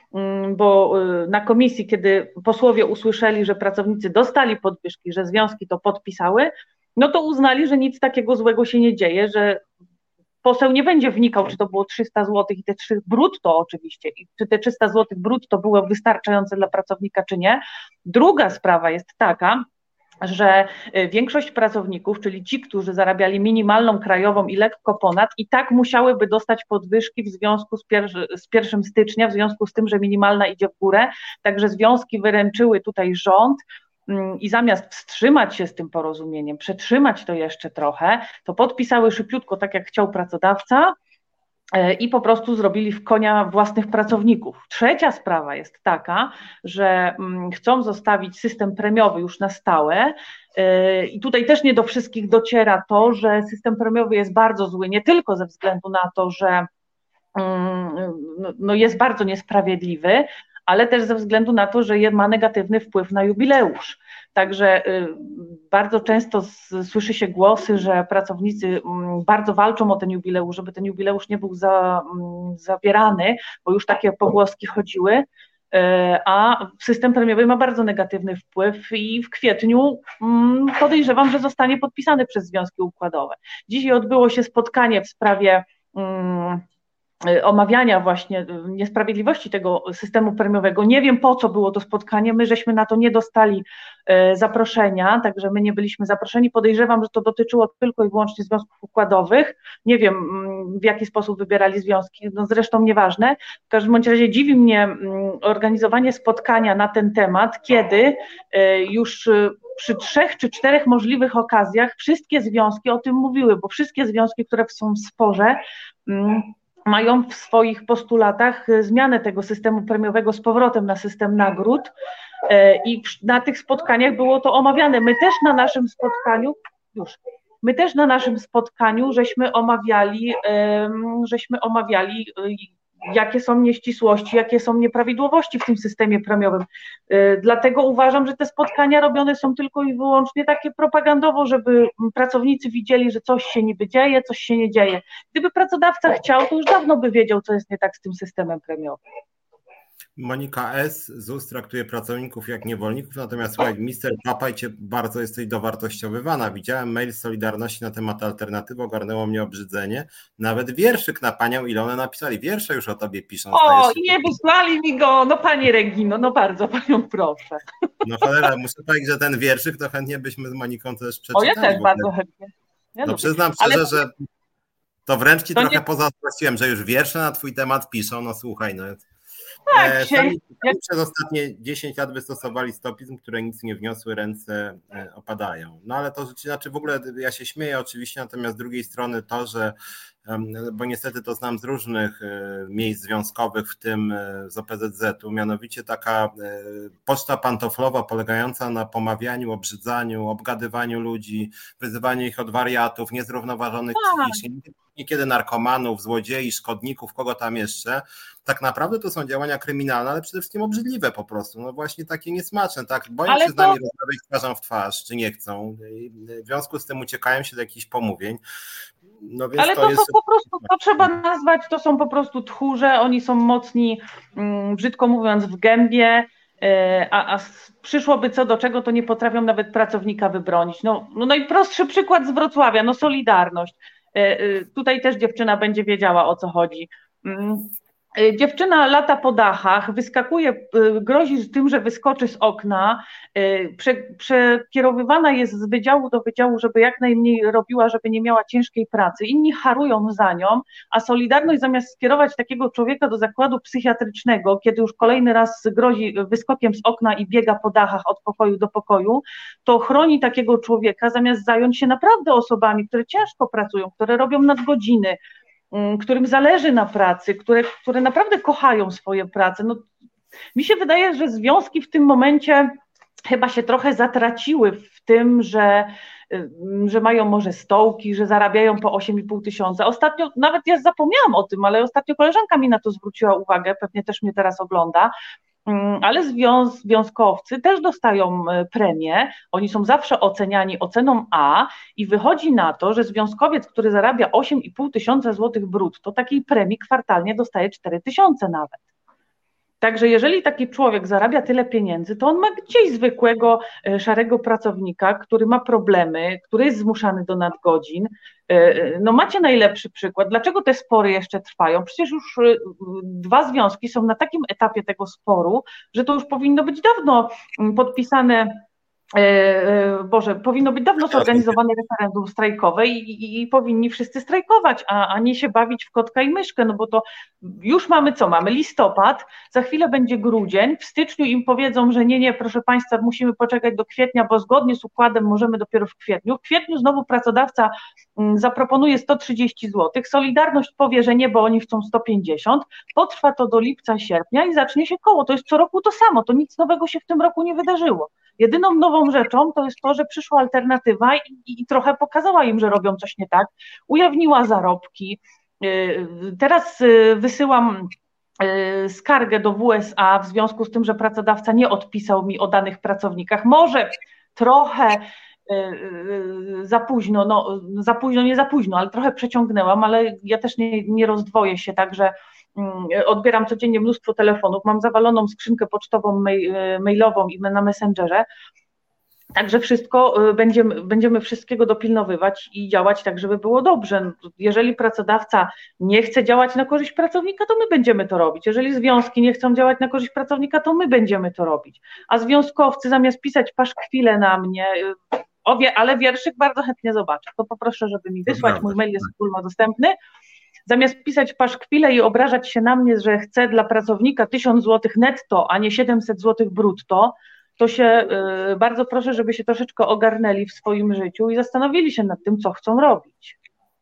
bo na komisji, kiedy posłowie usłyszeli, że pracownicy dostali podwyżki, że związki to podpisały, no to uznali, że nic takiego złego się nie dzieje, że poseł nie będzie wnikał, czy to było trzysta złotych i te trzy brutto oczywiście, i czy te trzysta złotych brutto było wystarczające dla pracownika, czy nie. Druga sprawa jest taka, że większość pracowników, czyli ci, którzy zarabiali minimalną krajową i lekko ponad, i tak musiałyby dostać podwyżki w związku z, pier- z pierwszego stycznia, w związku z tym, że minimalna idzie w górę, także związki wyręczyły tutaj rząd i zamiast wstrzymać się z tym porozumieniem, przetrzymać to jeszcze trochę, to podpisały szybciutko, tak jak chciał pracodawca, i po prostu zrobili w konia własnych pracowników. Trzecia sprawa jest taka, że chcą zostawić system premiowy już na stałe i tutaj też nie do wszystkich dociera to, że system premiowy jest bardzo zły, nie tylko ze względu na to, że no jest bardzo niesprawiedliwy, ale też ze względu na to, że ma negatywny wpływ na jubileusz. Także bardzo często słyszy się głosy, że pracownicy bardzo walczą o ten jubileusz, żeby ten jubileusz nie był za, zabierany, bo już takie pogłoski chodziły, a system premiowy ma bardzo negatywny wpływ i w kwietniu podejrzewam, że zostanie podpisany przez związki układowe. Dzisiaj odbyło się spotkanie w sprawie omawiania właśnie niesprawiedliwości tego systemu premiowego. Nie wiem, po co było to spotkanie, my żeśmy na to nie dostali zaproszenia, także my nie byliśmy zaproszeni. Podejrzewam, że to dotyczyło tylko i wyłącznie związków układowych. Nie wiem, w jaki sposób wybierali związki, no zresztą nieważne. W każdym bądź razie dziwi mnie organizowanie spotkania na ten temat, kiedy już przy trzech czy czterech możliwych okazjach wszystkie związki o tym mówiły, bo wszystkie związki, które są w sporze, mają w swoich postulatach zmianę tego systemu premiowego z powrotem na system nagród i na tych spotkaniach było to omawiane. My też na naszym spotkaniu, już, my też na naszym spotkaniu żeśmy omawiali, żeśmy omawiali, jakie są nieścisłości, jakie są nieprawidłowości w tym systemie premiowym. Dlatego uważam, że te spotkania robione są tylko i wyłącznie takie propagandowo, żeby pracownicy widzieli, że coś się niby dzieje, coś się nie dzieje. Gdyby pracodawca chciał, to już dawno by wiedział, co jest nie tak z tym systemem premiowym. Monika S. Z U S traktuje pracowników jak niewolników, natomiast słuchaj, mister Papaj, cię bardzo jesteś dowartościowywana. Widziałem mail z Solidarności na temat alternatywy, ogarnęło mnie obrzydzenie. Nawet wierszyk na panią Ilonę napisali. Wiersze już o tobie piszą. O, i nie wysłali mi go, no pani Regino, no bardzo panią proszę. No cholera, muszę powiedzieć, że ten wierszyk to chętnie byśmy z Moniką też przeczytali. O, ja też bardzo chętnie. Ja no przyznam szczerze, ale... że to wręcz ci to trochę nie... pozazdrościłem, że już wiersze na twój temat piszą. No słuchaj, no Tak, e, sami, sami przez ostatnie dziesięć lat wystosowali stopizm, które nic nie wniosły, ręce opadają. No ale to rzeczy, znaczy w ogóle ja się śmieję oczywiście, natomiast z drugiej strony to, że bo niestety to znam z różnych miejsc związkowych, w tym z O P Z Z u, mianowicie taka poczta pantoflowa polegająca na pomawianiu, obrzydzaniu, obgadywaniu ludzi, wyzywaniu ich od wariatów, niezrównoważonych psychicznie, niekiedy narkomanów, złodziei, szkodników, kogo tam jeszcze. Tak naprawdę to są działania kryminalne, ale przede wszystkim obrzydliwe po prostu, no właśnie takie niesmaczne, tak, boją ale się to... z nami rozmawiać twarzą w twarz, czy nie chcą, w związku z tym uciekają się do jakichś pomówień. No więc ale to, to, to jest... po prostu, to trzeba nazwać, to są po prostu tchórze, oni są mocni, brzydko mówiąc, w gębie, a, a przyszłoby co do czego, to nie potrafią nawet pracownika wybronić. No, no najprostszy przykład z Wrocławia, no Solidarność. Tutaj też dziewczyna będzie wiedziała, o co chodzi. Dziewczyna lata po dachach, wyskakuje, grozi tym, że wyskoczy z okna, prze, przekierowywana jest z wydziału do wydziału, żeby jak najmniej robiła, żeby nie miała ciężkiej pracy. Inni harują za nią, a Solidarność zamiast skierować takiego człowieka do zakładu psychiatrycznego, kiedy już kolejny raz grozi wyskokiem z okna i biega po dachach od pokoju do pokoju, to chroni takiego człowieka, zamiast zająć się naprawdę osobami, które ciężko pracują, które robią nadgodziny, którym zależy na pracy, które, które naprawdę kochają swoje prace. No, mi się wydaje, że związki w tym momencie chyba się trochę zatraciły w tym, że, że mają może stołki, że zarabiają po osiem i pół tysiąca. Ostatnio, nawet ja zapomniałam o tym, ale ostatnio koleżanka mi na to zwróciła uwagę, pewnie też mnie teraz ogląda, ale związ, związkowcy też dostają premię, oni są zawsze oceniani oceną A i wychodzi na to, że związkowiec, który zarabia osiem i pół tysiąca złotych brutto, takiej premii kwartalnie dostaje cztery tysiące nawet. Także jeżeli taki człowiek zarabia tyle pieniędzy, to on ma gdzieś zwykłego, szarego pracownika, który ma problemy, który jest zmuszany do nadgodzin. No macie najlepszy przykład. Dlaczego te spory jeszcze trwają? Przecież już dwa związki są na takim etapie tego sporu, że to już powinno być dawno podpisane. Boże, powinno być dawno zorganizowane referendum strajkowe i, i, i powinni wszyscy strajkować, a, a nie się bawić w kotka i myszkę, no bo to już mamy co? Mamy listopad, za chwilę będzie grudzień, w styczniu im powiedzą, że nie, nie, proszę Państwa, musimy poczekać do kwietnia, bo zgodnie z układem możemy dopiero w kwietniu. W kwietniu znowu pracodawca zaproponuje sto trzydzieści złotych, Solidarność powie, że nie, bo oni chcą sto pięćdziesiąt, potrwa to do lipca, sierpnia i zacznie się koło. To jest co roku to samo, to nic nowego się w tym roku nie wydarzyło. Jedyną nową rzeczą to jest to, że przyszła alternatywa i, i, i trochę pokazała im, że robią coś nie tak, ujawniła zarobki. Teraz wysyłam skargę do W S A w związku z tym, że pracodawca nie odpisał mi o danych pracownikach. Może trochę za późno, no za późno, nie za późno, ale trochę przeciągnęłam, ale ja też nie, nie rozdwoję się, także odbieram codziennie mnóstwo telefonów, mam zawaloną skrzynkę pocztową, mail, mailową i na Messengerze, także wszystko, będziemy, będziemy wszystkiego dopilnowywać i działać tak, żeby było dobrze. Jeżeli pracodawca nie chce działać na korzyść pracownika, to my będziemy to robić. Jeżeli związki nie chcą działać na korzyść pracownika, to my będziemy to robić. A związkowcy zamiast pisać paszkwile na mnie, obie, ale wierszyk bardzo chętnie zobaczę, to poproszę, żeby mi wysłać, mój mail jest ogólnodostępny. Zamiast pisać paszkwile i obrażać się na mnie, że chcę dla pracownika tysiąc złotych netto, a nie siedemset złotych brutto, to się y, bardzo proszę, żeby się troszeczkę ogarnęli w swoim życiu i zastanowili się nad tym, co chcą robić.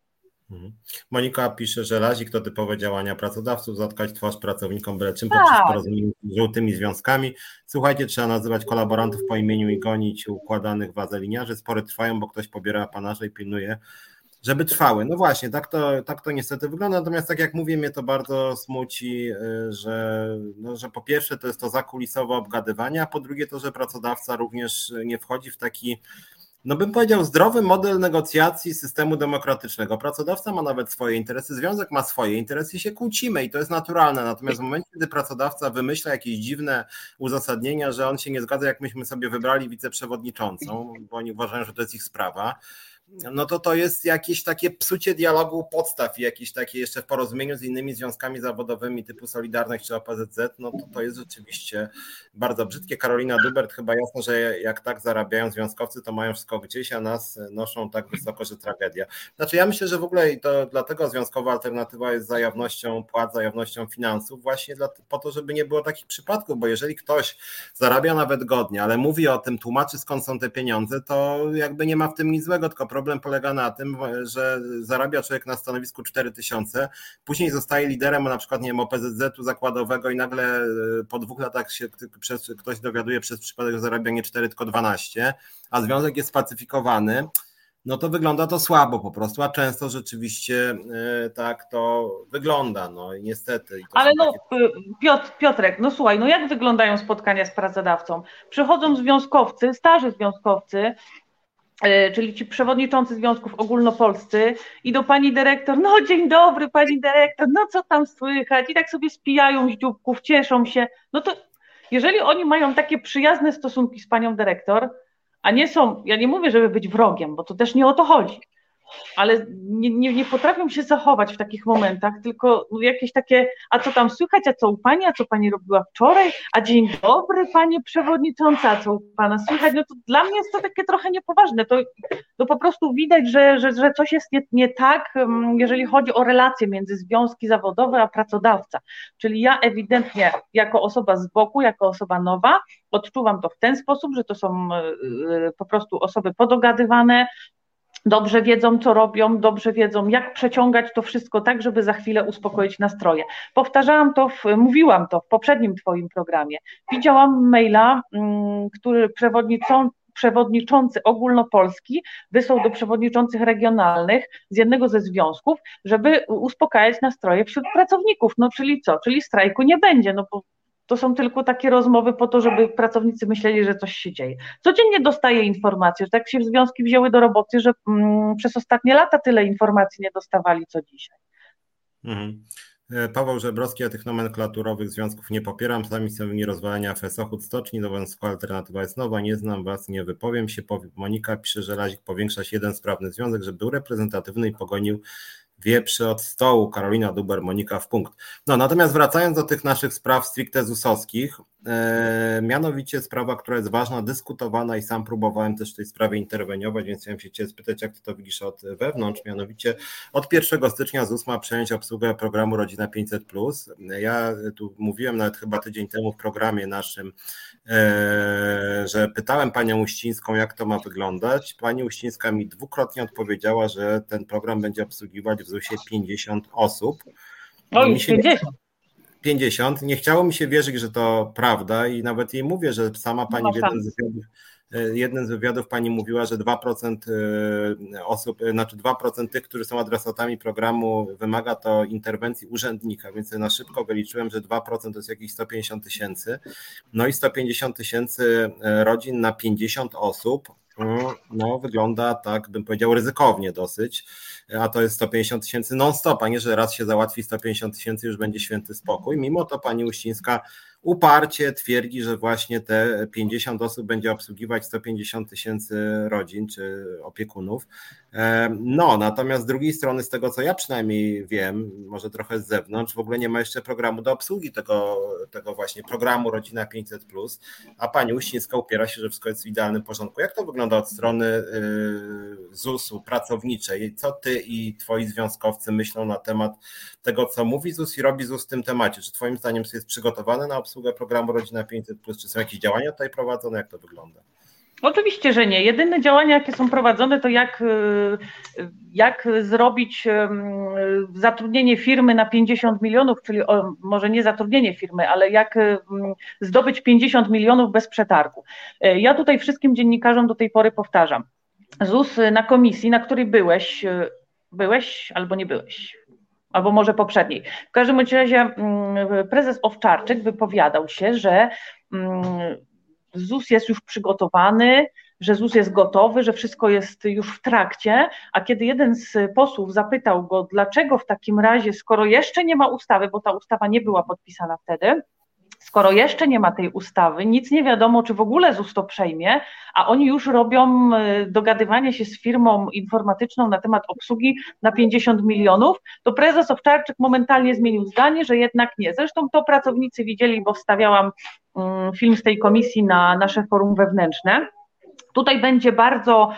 Monika pisze, że Lazik to typowe działania pracodawców, zatkać twarz pracownikom byle czym Tak. poprzez porozumienie z żółtymi związkami. Słuchajcie, trzeba nazywać kolaborantów po imieniu i gonić układanych wazeliniarzy. Spory trwają, bo ktoś pobiera panarze i pilnuje, żeby trwały. No właśnie, tak to, tak to niestety wygląda, natomiast tak jak mówię, mnie to bardzo smuci, że, no, że po pierwsze to jest to zakulisowe obgadywanie, a po drugie to, że pracodawca również nie wchodzi w taki, no bym powiedział, zdrowy model negocjacji systemu demokratycznego. Pracodawca ma nawet swoje interesy, związek ma swoje interesy i się kłócimy i to jest naturalne, natomiast w momencie, gdy pracodawca wymyśla jakieś dziwne uzasadnienia, że on się nie zgadza, jak myśmy sobie wybrali wiceprzewodniczącą, bo oni uważają, że to jest ich sprawa, no to to jest jakieś takie psucie dialogu podstaw i jakieś takie jeszcze w porozumieniu z innymi związkami zawodowymi typu Solidarność czy O P Z Z, no to to jest rzeczywiście bardzo brzydkie. Karolina Dubert, chyba jasno, że jak tak zarabiają związkowcy, to mają wszystko gdzieś, a nas noszą tak wysoko, że tragedia. Znaczy ja myślę, że w ogóle i to dlatego związkowa alternatywa jest za jawnością płac, za jawnością finansów, właśnie dla, po to, żeby nie było takich przypadków, bo jeżeli ktoś zarabia nawet godnie, ale mówi o tym, tłumaczy skąd są te pieniądze, to jakby nie ma w tym nic złego, tylko problem polega na tym, że zarabia człowiek na stanowisku cztery tysiące, później zostaje liderem na przykład nie wiem, O P Z Z-u zakładowego i nagle po dwóch latach się ktoś dowiaduje przez przypadek, że zarabia nie cztery, tylko dwanaście, a związek jest spacyfikowany, no to wygląda to słabo po prostu, a często rzeczywiście tak to wygląda, no i niestety. I to Ale no takie... Piotr, Piotrek, no słuchaj, no jak wyglądają spotkania z pracodawcą? Przychodzą związkowcy, starzy związkowcy, czyli ci przewodniczący związków ogólnopolscy i do pani dyrektor, no dzień dobry pani dyrektor, no co tam słychać i tak sobie spijają z dzióbków, cieszą się, no to jeżeli oni mają takie przyjazne stosunki z panią dyrektor, a nie są, ja nie mówię, żeby być wrogiem, bo to też nie o to chodzi, ale nie, nie, nie potrafią się zachować w takich momentach, tylko jakieś takie, a co tam słychać, a co u pani, a co pani robiła wczoraj, a dzień dobry panie przewodnicząca, a co u pana słychać, no to dla mnie jest to takie trochę niepoważne, to, to po prostu widać, że, że, że coś jest nie, nie tak, jeżeli chodzi o relacje między związki zawodowe a pracodawca, czyli ja ewidentnie jako osoba z boku, jako osoba nowa, odczuwam to w ten sposób, że to są po prostu osoby podogadywane, dobrze wiedzą, co robią, dobrze wiedzą, jak przeciągać to wszystko tak, żeby za chwilę uspokoić nastroje. Powtarzałam to, w, mówiłam to w poprzednim twoim programie. Widziałam maila, który przewodniczący, przewodniczący ogólnopolski wysłał do przewodniczących regionalnych z jednego ze związków, żeby uspokajać nastroje wśród pracowników. No czyli co? Czyli strajku nie będzie, no bo to są tylko takie rozmowy po to, żeby pracownicy myśleli, że coś się dzieje. Codziennie dostaję informacje, że tak się związki wzięły do roboty, że mm, przez ostatnie lata tyle informacji nie dostawali, co dzisiaj. Mhm. Paweł Żebrowski, ja tych nomenklaturowych związków nie popieram, sami są winni rozwalania A F S Ochód Stoczni, Nowąsko alternatywa jest nowa, nie znam was, nie wypowiem się. Monika pisze, że Lazik powiększa się jeden sprawny związek, żeby był reprezentatywny i pogonił wieprzy od stołu. Karolina Duber, Monika w punkt. No natomiast wracając do tych naszych spraw stricte zusowskich, e, mianowicie sprawa, która jest ważna, dyskutowana i sam próbowałem też w tej sprawie interweniować, więc chciałem się Cię spytać, jak Ty to widzisz od wewnątrz, mianowicie od pierwszego stycznia ZUS ma przejąć obsługę programu Rodzina pięćset plus. Ja tu mówiłem nawet chyba tydzień temu w programie naszym, e, że pytałem Panią Uścińską, jak to ma wyglądać. Pani Uścińska mi dwukrotnie odpowiedziała, że ten program będzie obsługiwać w zusie pięćdziesiąt osób. Oj, pięćdziesiąt. pięćdziesiąt. Nie chciało mi się wierzyć, że to prawda i nawet jej mówię, że sama pani w jednym z wywiadów, jeden z wywiadów pani mówiła, że dwa procent osób, znaczy dwa procent tych, którzy są adresatami programu, wymaga to interwencji urzędnika, więc na szybko wyliczyłem, że dwa procent to jest jakieś sto pięćdziesiąt tysięcy. No i sto pięćdziesiąt tysięcy rodzin na pięćdziesiąt osób. No wygląda tak, bym powiedział, ryzykownie dosyć, a to jest sto pięćdziesiąt tysięcy non-stop, a nie, że raz się załatwi sto pięćdziesiąt tysięcy, już będzie święty spokój. Mimo to pani Uścińska uparcie twierdzi, że właśnie te pięćdziesiąt osób będzie obsługiwać sto pięćdziesiąt tysięcy rodzin czy opiekunów. No, natomiast z drugiej strony, z tego co ja przynajmniej wiem, może trochę z zewnątrz, w ogóle nie ma jeszcze programu do obsługi tego, tego właśnie programu Rodzina pięćset plus, a pani Uścińska upiera się, że wszystko jest w idealnym porządku. Jak to wygląda od strony zusu pracowniczej? Co ty i twoi związkowcy myślą na temat tego, co mówi ZUS i robi ZUS w tym temacie? Czy twoim zdaniem jest przygotowany na obsługę programu Rodzina pięćset plus, czy są jakieś działania tutaj prowadzone? Jak to wygląda? Oczywiście, że nie. Jedyne działania, jakie są prowadzone, to jak, jak zrobić zatrudnienie firmy na pięćdziesiąt milionów, czyli może nie zatrudnienie firmy, ale jak zdobyć pięćdziesiąt milionów bez przetargu. Ja tutaj wszystkim dziennikarzom do tej pory powtarzam. ZUS na komisji, na której byłeś, byłeś albo nie byłeś, albo może poprzedniej. W każdym razie prezes Owczarczyk wypowiadał się, że ZUS jest już przygotowany, że ZUS jest gotowy, że wszystko jest już w trakcie, a kiedy jeden z posłów zapytał go, dlaczego w takim razie, skoro jeszcze nie ma ustawy, bo ta ustawa nie była podpisana wtedy, skoro jeszcze nie ma tej ustawy, nic nie wiadomo, czy w ogóle ZUS to przejmie, a oni już robią dogadywanie się z firmą informatyczną na temat obsługi na pięćdziesiąt milionów, to prezes Owczarczyk momentalnie zmienił zdanie, że jednak nie. Zresztą to pracownicy widzieli, bo wstawiałam film z tej komisji na nasze forum wewnętrzne. Tutaj będzie bardzo,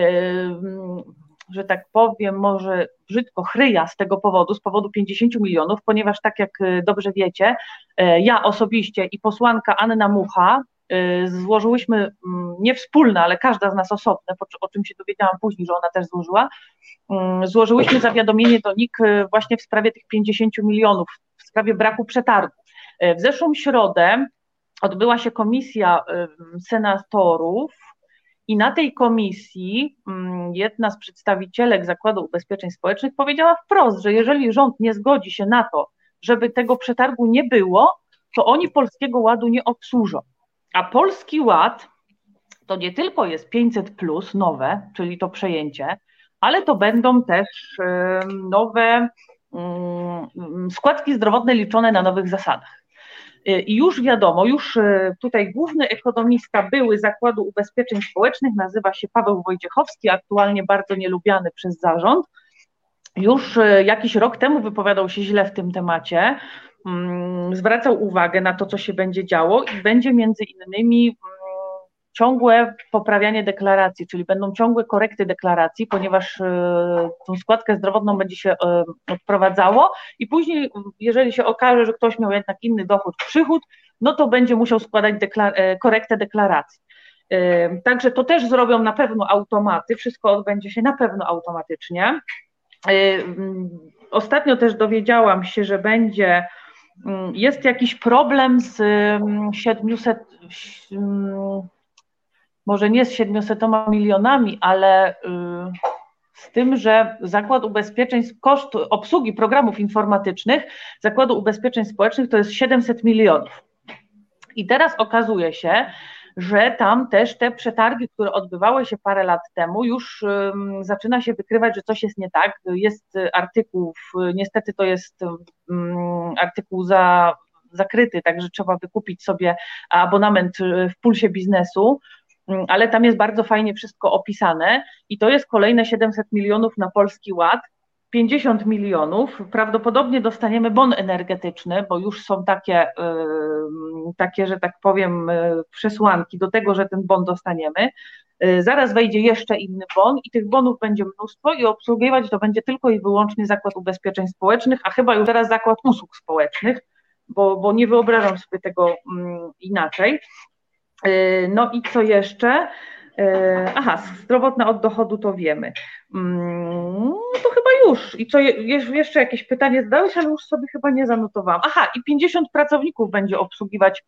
że tak powiem, może brzydko chryja z tego powodu, z powodu pięćdziesięciu milionów, ponieważ tak jak dobrze wiecie, ja osobiście i posłanka Anna Mucha złożyłyśmy, nie wspólne, ale każda z nas osobne, o czym się dowiedziałam później, że ona też złożyła, złożyłyśmy zawiadomienie do N I K właśnie w sprawie tych pięćdziesięciu milionów, w sprawie braku przetargu. W zeszłą środę odbyła się komisja senatorów i na tej komisji jedna z przedstawicielek Zakładu Ubezpieczeń Społecznych powiedziała wprost, że jeżeli rząd nie zgodzi się na to, żeby tego przetargu nie było, to oni Polskiego Ładu nie obsłużą. A Polski Ład to nie tylko jest pięćset plus nowe, czyli to przejęcie, ale to będą też nowe składki zdrowotne liczone na nowych zasadach. I już wiadomo, już tutaj główny ekonomista były Zakładu Ubezpieczeń Społecznych, nazywa się Paweł Wojciechowski, aktualnie bardzo nielubiany przez zarząd. Już jakiś rok temu wypowiadał się źle w tym temacie, zwracał uwagę na to, co się będzie działo i będzie między innymi ciągłe poprawianie deklaracji, czyli będą ciągłe korekty deklaracji, ponieważ tą składkę zdrowotną będzie się odprowadzało i później, jeżeli się okaże, że ktoś miał jednak inny dochód, przychód, no to będzie musiał składać deklar- korektę deklaracji. Także to też zrobią na pewno automaty, wszystko odbędzie się na pewno automatycznie. Ostatnio też dowiedziałam się, że będzie, jest jakiś problem z siedmiuset, może nie z siedmiusetoma milionami, ale z tym, że Zakład Ubezpieczeń, koszt obsługi programów informatycznych Zakładu Ubezpieczeń Społecznych to jest siedemset milionów. I teraz okazuje się, że tam też te przetargi, które odbywały się parę lat temu, już um, zaczyna się wykrywać, że coś jest nie tak. Jest artykuł, niestety to jest um, artykuł za, zakryty, także trzeba wykupić sobie abonament w Pulsie Biznesu, um, ale tam jest bardzo fajnie wszystko opisane i to jest kolejne siedemset milionów na Polski Ład, pięćdziesiąt milionów, prawdopodobnie dostaniemy bon energetyczny, bo już są takie, takie, że tak powiem, przesłanki do tego, że ten bon dostaniemy. Zaraz wejdzie jeszcze inny bon i tych bonów będzie mnóstwo i obsługiwać to będzie tylko i wyłącznie Zakład Ubezpieczeń Społecznych, a chyba już teraz Zakład Usług Społecznych, bo, bo nie wyobrażam sobie tego inaczej. No i co jeszcze? Aha, zdrowotna od dochodu to wiemy. No to chyba już. I co, jeszcze jakieś pytanie zadałeś, ale już sobie chyba nie zanotowałam. Aha, i pięćdziesiąt pracowników będzie obsługiwać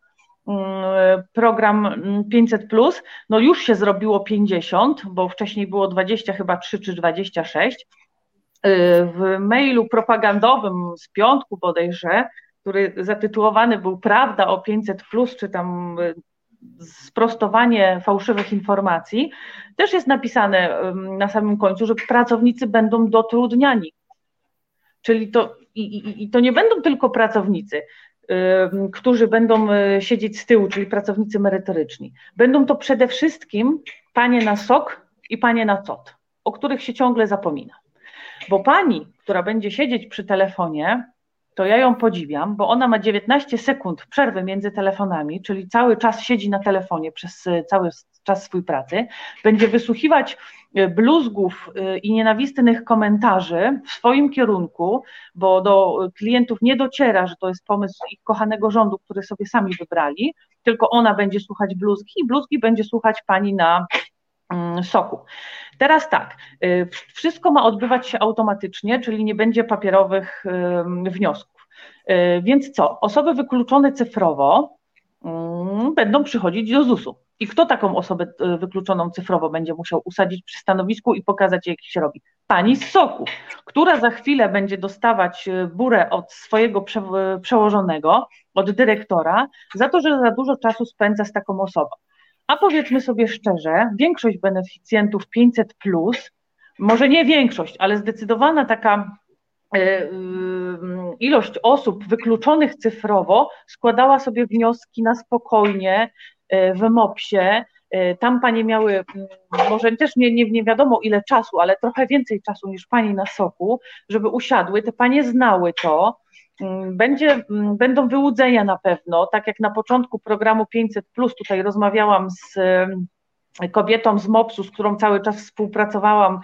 program pięćset plus. No już się zrobiło pięćdziesiąt, bo wcześniej było dwadzieścia chyba trzy czy dwadzieścia sześć. W mailu propagandowym z piątku bodajże, który zatytułowany był Prawda o pięćset plus, czy tam sprostowanie fałszywych informacji, też jest napisane na samym końcu, że pracownicy będą dotrudniani. Czyli to, i, i, i to nie będą tylko pracownicy, y, którzy będą siedzieć z tyłu, czyli pracownicy merytoryczni. Będą to przede wszystkim panie na S O K i panie na C O T, o których się ciągle zapomina. Bo pani, która będzie siedzieć przy telefonie, to ja ją podziwiam, bo ona ma dziewiętnaście sekund przerwy między telefonami, czyli cały czas siedzi na telefonie przez cały czas swojej pracy, będzie wysłuchiwać bluzgów i nienawistnych komentarzy w swoim kierunku, bo do klientów nie dociera, że to jest pomysł ich kochanego rządu, który sobie sami wybrali, tylko ona będzie słuchać bluzgi i bluzgi będzie słuchać pani na soku. Teraz tak, wszystko ma odbywać się automatycznie, czyli nie będzie papierowych wniosków. Więc co? Osoby wykluczone cyfrowo będą przychodzić do zusu. I kto taką osobę wykluczoną cyfrowo będzie musiał usadzić przy stanowisku i pokazać, jak się robi? Pani z soku, która za chwilę będzie dostawać burę od swojego przełożonego, od dyrektora, za to, że za dużo czasu spędza z taką osobą. A powiedzmy sobie szczerze, większość beneficjentów pięćset plus, może nie większość, ale zdecydowana taka ilość osób wykluczonych cyfrowo składała sobie wnioski na spokojnie w mopsie. Tam panie miały, może też nie, nie, nie wiadomo ile czasu, ale trochę więcej czasu niż pani na soku, żeby usiadły, te panie znały to. Będzie, będą wyłudzenia na pewno, tak jak na początku programu pięćset plus, tutaj rozmawiałam z kobietą z mopsu, z którą cały czas współpracowałam,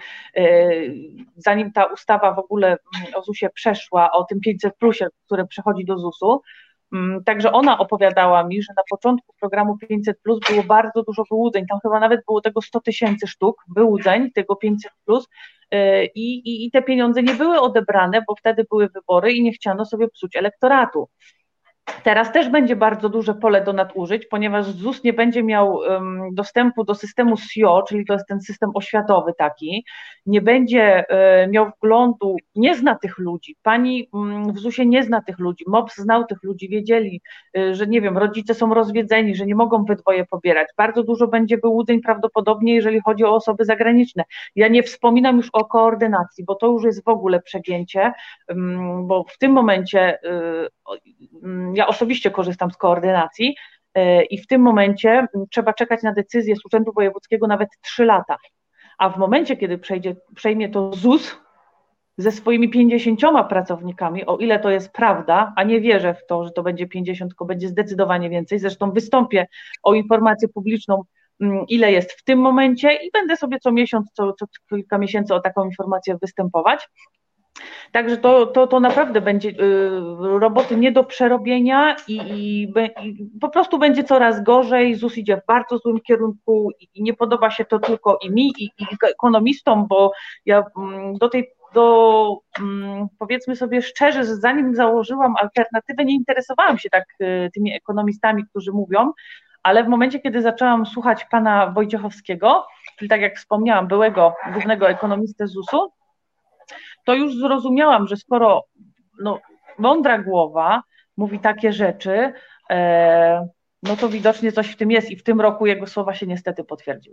zanim ta ustawa w ogóle o zusie przeszła, o tym pięćset plusie, które przechodzi do zusu. Także ona opowiadała mi, że na początku programu pięćset plus było bardzo dużo wyłudzeń, tam chyba nawet było tego sto tysięcy sztuk wyłudzeń, tego pięćset plus i, i, i te pieniądze nie były odebrane, bo wtedy były wybory i nie chciano sobie psuć elektoratu. Teraz też będzie bardzo duże pole do nadużyć, ponieważ ZUS nie będzie miał um, dostępu do systemu S I O, czyli to jest ten system oświatowy taki, nie będzie um, miał wglądu, nie zna tych ludzi, pani um, w zusie nie zna tych ludzi, MOPS znał tych ludzi, wiedzieli, um, że nie wiem, rodzice są rozwiedzeni, że nie mogą we dwoje pobierać, bardzo dużo będzie wyłudzeń prawdopodobnie, jeżeli chodzi o osoby zagraniczne. Ja nie wspominam już o koordynacji, bo to już jest w ogóle przegięcie, um, bo w tym momencie um, ja osobiście korzystam z koordynacji i w tym momencie trzeba czekać na decyzję z Urzędu Wojewódzkiego nawet trzy lata, a w momencie, kiedy przejdzie, przejmie to ZUS ze swoimi pięćdziesięcioma pracownikami, o ile to jest prawda, a nie wierzę w to, że to będzie pięćdziesiąt, tylko będzie zdecydowanie więcej, zresztą wystąpię o informację publiczną, ile jest w tym momencie i będę sobie co miesiąc, co, co kilka miesięcy o taką informację występować. Także to, to, to naprawdę będzie y, roboty nie do przerobienia i, i, i po prostu będzie coraz gorzej, ZUS idzie w bardzo złym kierunku i, i nie podoba się to tylko i mi, i, i ekonomistom, bo ja do tej, do, powiedzmy sobie szczerze, że zanim założyłam alternatywę, nie interesowałam się tak y, tymi ekonomistami, którzy mówią, ale w momencie, kiedy zaczęłam słuchać pana Wojciechowskiego, czyli tak jak wspomniałam, byłego głównego ekonomistę zusu, to już zrozumiałam, że skoro no, mądra głowa mówi takie rzeczy, e, no to widocznie coś w tym jest i w tym roku jego słowa się niestety potwierdziły.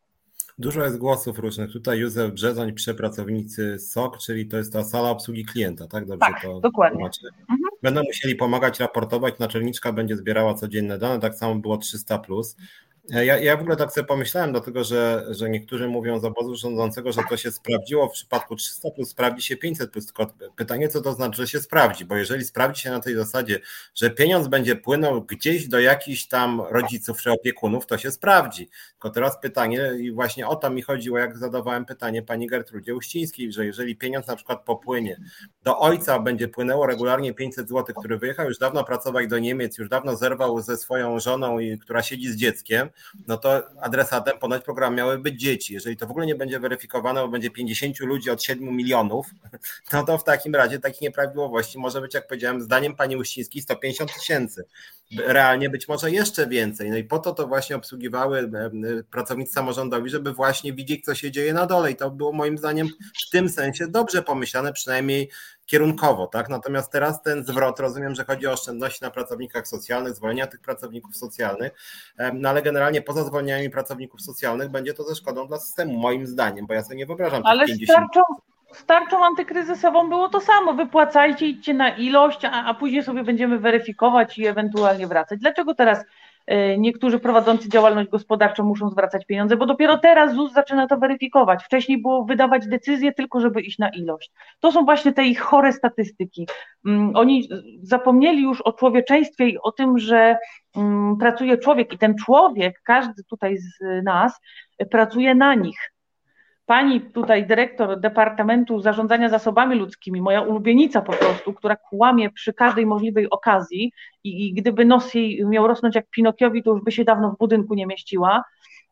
Dużo jest głosów różnych. Tutaj Józef Brzezoń pisze pracownicy S O K, czyli to jest ta sala obsługi klienta, tak? Dobrze tak, to dokładnie. tłumaczę. Mhm. Będą musieli pomagać raportować, naczelniczka będzie zbierała codzienne dane, tak samo było trzysta plus. Ja, ja w ogóle tak sobie pomyślałem, dlatego że, że niektórzy mówią z obozu rządzącego, że to się sprawdziło w przypadku trzysta plus, sprawdzi się pięćset plus, tylko pytanie, co to znaczy, że się sprawdzi, bo jeżeli sprawdzi się na tej zasadzie, że pieniądz będzie płynął gdzieś do jakichś tam rodziców czy opiekunów, to się sprawdzi. Tylko teraz pytanie, i właśnie o to mi chodziło, jak zadawałem pytanie pani Gertrudzie Uścińskiej, że jeżeli pieniądz na przykład popłynie do ojca, będzie płynęło regularnie pięćset złotych, który wyjechał już dawno pracować do Niemiec, już dawno zerwał ze swoją żoną, i która siedzi z dzieckiem, no to adresatem ponoć programu miały być dzieci. Jeżeli to w ogóle nie będzie weryfikowane, bo będzie pięćdziesięciu ludzi od siedmiu milionów, no to w takim razie takich nieprawidłowości może być, jak powiedziałem, zdaniem pani Uścińskiej sto pięćdziesiąt tysięcy. Realnie być może jeszcze więcej. No i po to to właśnie obsługiwały pracownicy samorządowi, żeby właśnie widzieć, co się dzieje na dole, i to było moim zdaniem w tym sensie dobrze pomyślane, przynajmniej kierunkowo, tak? Natomiast teraz ten zwrot, rozumiem, że chodzi o oszczędności na pracownikach socjalnych, zwolnienia tych pracowników socjalnych, no ale generalnie poza zwolnieniami pracowników socjalnych będzie to ze szkodą dla systemu, moim zdaniem, bo ja sobie nie wyobrażam ale tych pięćdziesięciu... starczą, z tarczą antykryzysową było to samo, wypłacajcie, idźcie na ilość, a, a później sobie będziemy weryfikować i ewentualnie wracać. Dlaczego teraz niektórzy prowadzący działalność gospodarczą muszą zwracać pieniądze, bo dopiero teraz Z U S zaczyna to weryfikować. Wcześniej było wydawać decyzje tylko, żeby iść na ilość. To są właśnie te ich chore statystyki. Oni zapomnieli już o człowieczeństwie i o tym, że pracuje człowiek i ten człowiek, każdy tutaj z nas pracuje na nich. Pani tutaj dyrektor Departamentu Zarządzania Zasobami Ludzkimi, moja ulubienica po prostu, która kłamie przy każdej możliwej okazji i, i gdyby nos jej miał rosnąć jak Pinokiowi, to już by się dawno w budynku nie mieściła,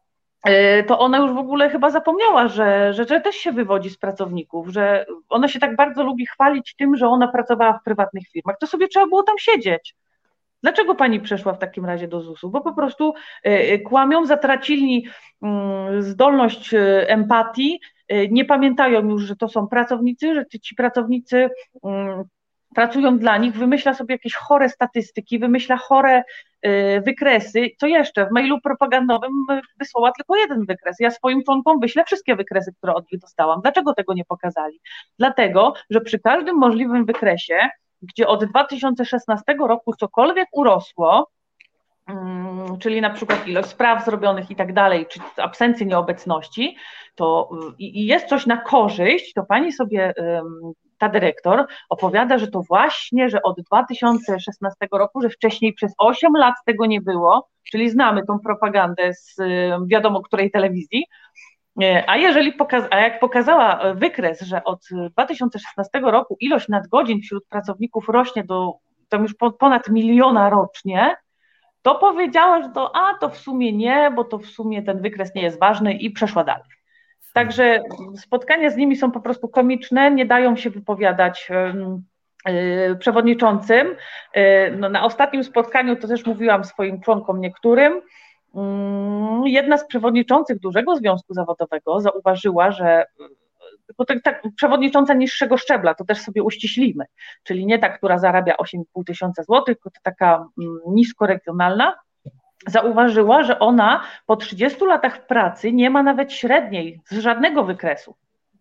to ona już w ogóle chyba zapomniała, że, że, że też się wywodzi z pracowników, że ona się tak bardzo lubi chwalić tym, że ona pracowała w prywatnych firmach, to sobie trzeba było tam siedzieć. Dlaczego pani przeszła w takim razie do Z U S-u? Bo po prostu kłamią, zatracili zdolność empatii, nie pamiętają już, że to są pracownicy, że ci pracownicy pracują dla nich, wymyśla sobie jakieś chore statystyki, wymyśla chore wykresy. Co jeszcze? W mailu propagandowym wysłała tylko jeden wykres. Ja swoim członkom wyślę wszystkie wykresy, które od nich dostałam. Dlaczego tego nie pokazali? Dlatego, że przy każdym możliwym wykresie, gdzie od dwa tysiące szesnastego roku cokolwiek urosło, czyli na przykład ilość spraw zrobionych i tak dalej, czy absencję nieobecności, to i jest coś na korzyść, to pani sobie, ta dyrektor opowiada, że to właśnie, że od dwa tysiące szesnastego roku, że wcześniej przez osiem lat tego nie było, czyli znamy tą propagandę z wiadomo której telewizji, a jeżeli poka- a jak pokazała wykres, że od dwa tysiące szesnastego roku ilość nadgodzin wśród pracowników rośnie do tam już ponad miliona rocznie, to powiedziała, że to a to w sumie nie, bo to w sumie ten wykres nie jest ważny i przeszła dalej. Także spotkania z nimi są po prostu komiczne, nie dają się wypowiadać yy, przewodniczącym. Yy, no, na ostatnim spotkaniu, to też mówiłam swoim członkom niektórym, jedna z przewodniczących dużego związku zawodowego zauważyła, że bo tak, tak, przewodnicząca niższego szczebla, to też sobie uściślimy, czyli nie ta, która zarabia osiem i pół tysiąca złotych, tylko to taka niskoregionalna, zauważyła, że ona po trzydziestu latach pracy nie ma nawet średniej z żadnego wykresu.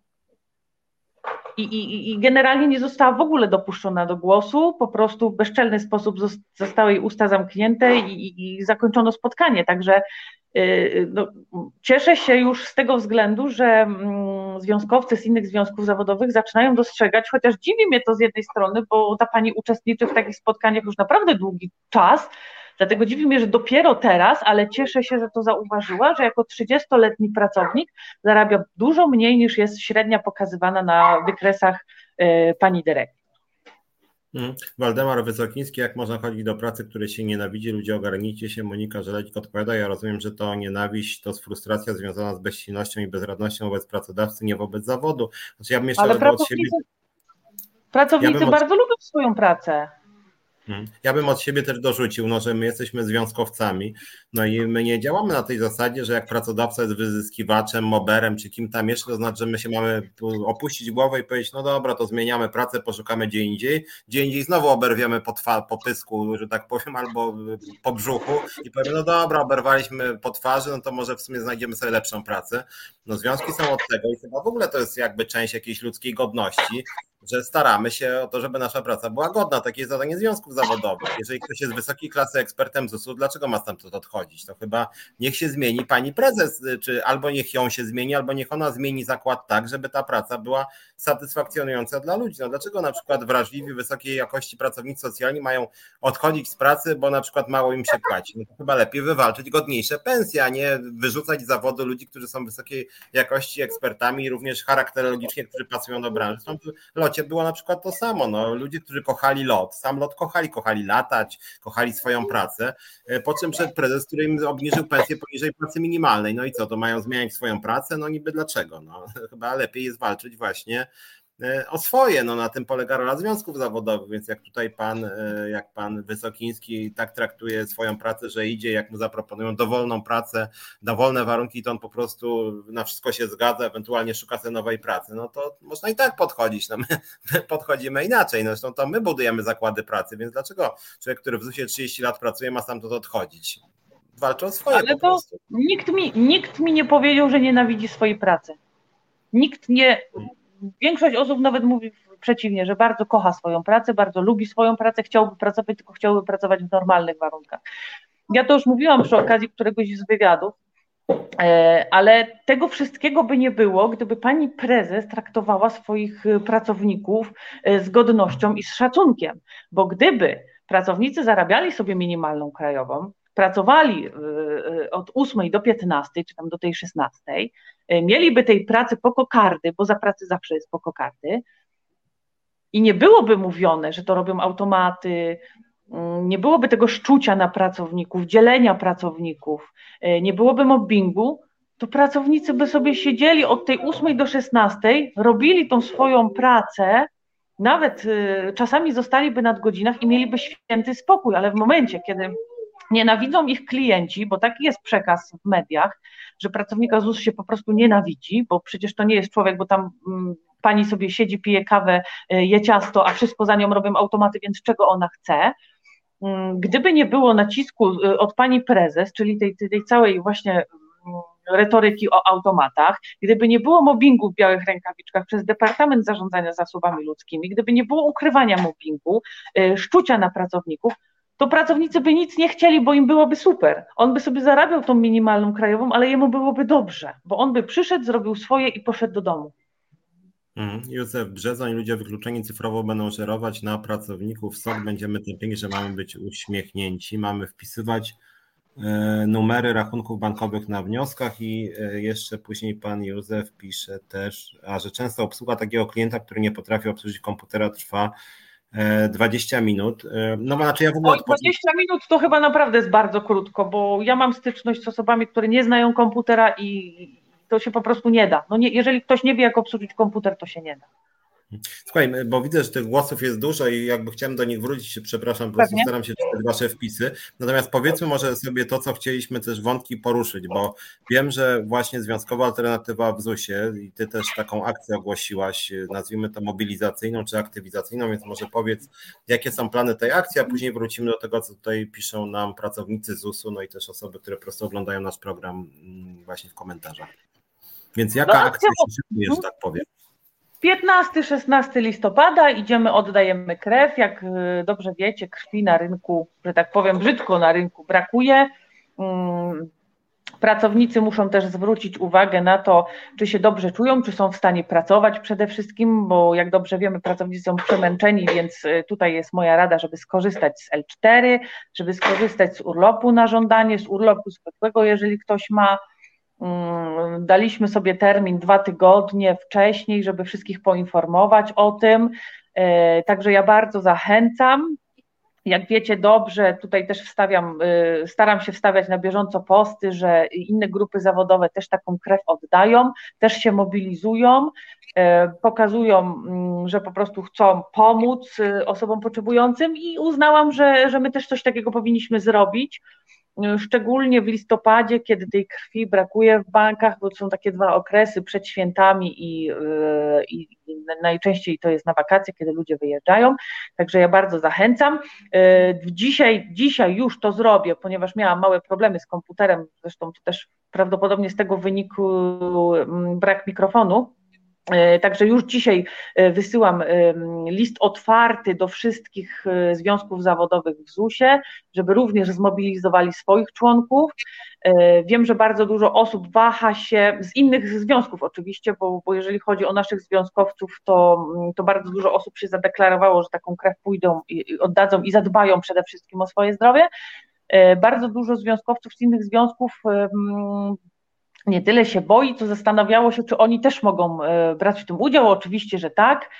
I, i, I generalnie nie została w ogóle dopuszczona do głosu, po prostu w bezczelny sposób zostały jej usta zamknięte i, i, i zakończono spotkanie. Także yy, no, cieszę się już z tego względu, że mm, związkowcy z innych związków zawodowych zaczynają dostrzegać, chociaż dziwi mnie to z jednej strony, bo ta pani uczestniczy w takich spotkaniach już naprawdę długi czas, dlatego dziwi mnie, że dopiero teraz, ale cieszę się, że to zauważyła, że jako trzydziestoletni pracownik zarabia dużo mniej niż jest średnia pokazywana na wykresach y, pani dyrektor. Hmm. Waldemar Wysokiński, jak można chodzić do pracy, której się nienawidzi, ludzie ogarnijcie się. Monika Żeledzik odpowiada, ja rozumiem, że to nienawiść, to frustracja związana z bezsilnością i bezradnością wobec pracodawcy, nie wobec zawodu. Znaczy, ja bym jeszcze ale pracownicy, od siebie... pracownicy ja bardzo od... lubią swoją pracę. Ja bym od siebie też dorzucił, no, że my jesteśmy związkowcami, no i my nie działamy na tej zasadzie, że jak pracodawca jest wyzyskiwaczem, moberem czy kim tam jeszcze, to znaczy, że my się mamy opuścić głowę i powiedzieć, no dobra, to zmieniamy pracę, poszukamy gdzie indziej, gdzie indziej znowu oberwiemy po, twa- po pysku, że tak powiem, albo po brzuchu i powiemy, no dobra, oberwaliśmy po twarzy, no to może w sumie znajdziemy sobie lepszą pracę. No związki są od tego i chyba w ogóle to jest jakby część jakiejś ludzkiej godności, że staramy się o to, żeby nasza praca była godna. Takie jest zadanie związków zawodowych. Jeżeli ktoś jest wysokiej klasy ekspertem zusu, dlaczego ma stamtąd odchodzić? To chyba niech się zmieni pani prezes, czy albo niech ją się zmieni, albo niech ona zmieni zakład tak, żeby ta praca była satysfakcjonująca dla ludzi. No dlaczego na przykład wrażliwi, wysokiej jakości pracownicy socjalni mają odchodzić z pracy, bo na przykład mało im się płaci? No to chyba lepiej wywalczyć godniejsze pensje, a nie wyrzucać z zawodu ludzi, którzy są wysokiej jakości ekspertami i również charakterologicznie, którzy pasują do branży. W locie było na przykład to samo. No, ludzie, którzy kochali lot, sam lot kochali, kochali latać, kochali swoją pracę, po czym przed prezes, który im obniżył pensję poniżej płacy minimalnej. No i co, to mają zmieniać swoją pracę? No niby dlaczego? No, chyba lepiej jest walczyć właśnie o swoje, no na tym polega rola związków zawodowych, więc jak tutaj pan, jak pan Wysokiński tak traktuje swoją pracę, że idzie, jak mu zaproponują dowolną pracę, dowolne warunki, to on po prostu na wszystko się zgadza, ewentualnie szuka sobie nowej pracy, no to można i tak podchodzić, no my, my podchodzimy inaczej, no zresztą to my budujemy zakłady pracy, więc dlaczego człowiek, który w zusie trzydzieści lat pracuje, ma stamtąd odchodzić? Walczą o swoje. Ale po prostu. To nikt mi, nikt mi nie powiedział, że nienawidzi swojej pracy. Nikt nie... Większość osób nawet mówi przeciwnie, że bardzo kocha swoją pracę, bardzo lubi swoją pracę, chciałby pracować, tylko chciałby pracować w normalnych warunkach. Ja to już mówiłam przy okazji któregoś z wywiadów, ale tego wszystkiego by nie było, gdyby pani prezes traktowała swoich pracowników z godnością i z szacunkiem, bo gdyby pracownicy zarabiali sobie minimalną krajową, pracowali od ósmej do piętnastej, czy tam do tej szesnastej, mieliby tej pracy po kokardy, bo za pracy zawsze jest po kokardy i nie byłoby mówione, że to robią automaty, nie byłoby tego szczucia na pracowników, dzielenia pracowników, nie byłoby mobbingu, to pracownicy by sobie siedzieli od tej ósmej do szesnastej, robili tą swoją pracę, nawet czasami zostaliby nad godzinach i mieliby święty spokój, ale w momencie, kiedy nienawidzą ich klienci, bo taki jest przekaz w mediach, że pracownika ZUS się po prostu nienawidzi, bo przecież to nie jest człowiek, bo tam mm, pani sobie siedzi, pije kawę, je ciasto, a wszystko za nią robią automaty, więc czego ona chce. Gdyby nie było nacisku od pani prezes, czyli tej, tej całej właśnie retoryki o automatach, gdyby nie było mobbingu w białych rękawiczkach przez Departament Zarządzania Zasobami Ludzkimi, gdyby nie było ukrywania mobbingu, szczucia na pracowników, to pracownicy by nic nie chcieli, bo im byłoby super. On by sobie zarabiał tą minimalną krajową, ale jemu byłoby dobrze, bo on by przyszedł, zrobił swoje i poszedł do domu. Mm, Józef Brzezoń, ludzie wykluczeni cyfrowo będą żerować na pracowników. S O K będziemy tępieni, że mamy być uśmiechnięci, mamy wpisywać e, numery rachunków bankowych na wnioskach i e, jeszcze później pan Józef pisze też, a że często obsługa takiego klienta, który nie potrafi obsłużyć komputera, trwa dwadzieścia minut. No bo znaczy ja w ogóle Oj, dwadzieścia minut to chyba naprawdę jest bardzo krótko, bo ja mam styczność z osobami, które nie znają komputera i to się po prostu nie da. No nie, jeżeli ktoś nie wie, jak obsłużyć komputer, to się nie da. Słuchaj, bo widzę, że tych głosów jest dużo i jakby chciałem do nich wrócić, przepraszam, po prostu Pewnie. staram się czytać wasze wpisy. Natomiast powiedzmy może sobie to, co chcieliśmy też wątki poruszyć, bo wiem, że właśnie Związkowa Alternatywa w zusie i ty też taką akcję ogłosiłaś, nazwijmy to mobilizacyjną czy aktywizacyjną, więc może powiedz, jakie są plany tej akcji, a później wrócimy do tego, co tutaj piszą nam pracownicy zusu, no i też osoby, które po prostu oglądają nasz program właśnie w komentarzach. Więc jaka No, akcja się szykuje, że tak powiem? piętnastego szesnastego listopada idziemy, oddajemy krew. Jak dobrze wiecie, krwi na rynku, że tak powiem brzydko na rynku brakuje. Pracownicy muszą też zwrócić uwagę na to, czy się dobrze czują, czy są w stanie pracować przede wszystkim, bo jak dobrze wiemy, pracownicy są przemęczeni, więc tutaj jest moja rada, żeby skorzystać z L cztery, żeby skorzystać z urlopu na żądanie, z urlopu zwykłego, jeżeli ktoś ma. Daliśmy sobie termin dwa tygodnie wcześniej, żeby wszystkich poinformować o tym, także ja bardzo zachęcam. Jak wiecie dobrze, tutaj też wstawiam, staram się wstawiać na bieżąco posty, że inne grupy zawodowe też taką krew oddają, też się mobilizują, pokazują, że po prostu chcą pomóc osobom potrzebującym i uznałam, że, że my też coś takiego powinniśmy zrobić. Szczególnie w listopadzie, kiedy tej krwi brakuje w bankach, bo są takie dwa okresy przed świętami i, i, i najczęściej to jest na wakacje, kiedy ludzie wyjeżdżają, także ja bardzo zachęcam. Dzisiaj, dzisiaj już to zrobię, ponieważ miałam małe problemy z komputerem, zresztą to też prawdopodobnie z tego wyniku brak mikrofonu. Także już dzisiaj wysyłam list otwarty do wszystkich związków zawodowych w zusie, żeby również zmobilizowali swoich członków. Wiem, że bardzo dużo osób waha się, z innych związków oczywiście, bo, bo jeżeli chodzi o naszych związkowców, to, to bardzo dużo osób się zadeklarowało, że taką krew pójdą i oddadzą i zadbają przede wszystkim o swoje zdrowie. Bardzo dużo związkowców z innych związków nie tyle się boi, co zastanawiało się, czy oni też mogą brać w tym udział. Oczywiście, że tak.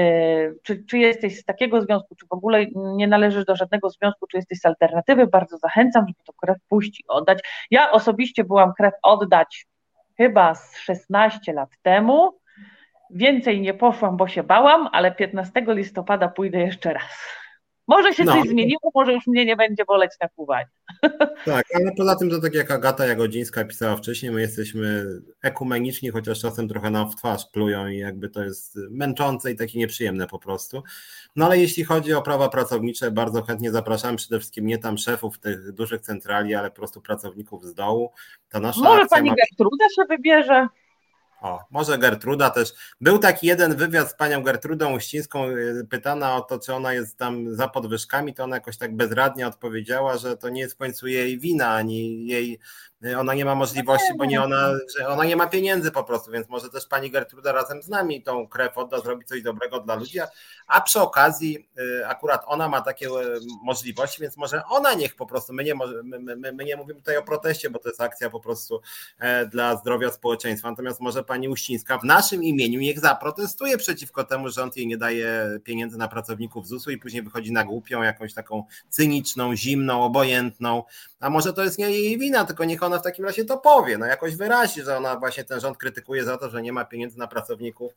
Czy, czy jesteś z takiego związku, czy w ogóle nie należysz do żadnego związku, czy jesteś z alternatywy, bardzo zachęcam, żeby to krew pójść i oddać. Ja osobiście byłam krew oddać chyba z szesnaście lat temu. Więcej nie poszłam, bo się bałam, ale piętnastego listopada pójdę jeszcze raz. Może się no. coś zmieniło, może już mnie nie będzie boleć na pływanie. Tak, ale poza tym to tak jak Agata Jagodzińska pisała wcześniej, my jesteśmy ekumeniczni, chociaż czasem trochę nam w twarz plują i jakby to jest męczące i takie nieprzyjemne po prostu. No ale jeśli chodzi o prawa pracownicze, bardzo chętnie zapraszam przede wszystkim nie tam szefów tych dużych centrali, ale po prostu pracowników z dołu. Ta nasza może akcja pani ma... Gertruda się wybierze? O, może Gertruda też. Był taki jeden wywiad z panią Gertrudą Uścińską, pytana o to, czy ona jest tam za podwyżkami, to ona jakoś tak bezradnie odpowiedziała, że to nie jest w końcu jej wina, ani jej, ona nie ma możliwości, bo nie ona, że ona nie ma pieniędzy po prostu, więc może też pani Gertruda razem z nami tą krew odda, zrobić coś dobrego dla ludzi, a przy okazji akurat ona ma takie możliwości, więc może ona niech po prostu, my nie, my, my, my nie mówimy tutaj o proteście, bo to jest akcja po prostu dla zdrowia społeczeństwa, natomiast może pani Uścińska w naszym imieniu niech zaprotestuje przeciwko temu, że rząd jej nie daje pieniędzy na pracowników zusu i później wychodzi na głupią, jakąś taką cyniczną, zimną, obojętną, a może to jest nie jej wina, tylko niech ona w takim razie to powie, no jakoś wyrazi, że ona właśnie ten rząd krytykuje za to, że nie ma pieniędzy na pracowników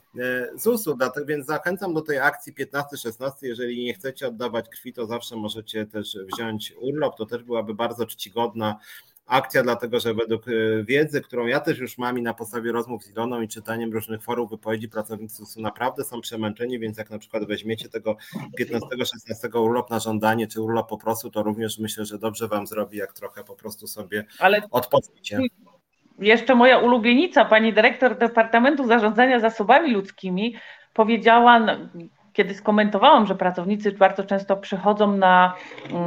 zusu, dlatego więc zachęcam do tej akcji piętnasty szesnasty, jeżeli nie chcecie oddawać krwi, to zawsze możecie też wziąć urlop, to też byłaby bardzo czcigodna akcja, dlatego że według wiedzy, którą ja też już mam i na podstawie rozmów z Iloną i czytaniem różnych forów wypowiedzi pracownicy zusu naprawdę są przemęczeni, więc jak na przykład weźmiecie tego piętnastego szesnastego urlop na żądanie czy urlop po prostu, to również myślę, że dobrze wam zrobi, jak trochę po prostu sobie Ale... odpoczniecie. Jeszcze moja ulubienica, pani dyrektor Departamentu Zarządzania Zasobami Ludzkimi powiedziała, kiedy skomentowałam, że pracownicy bardzo często przychodzą na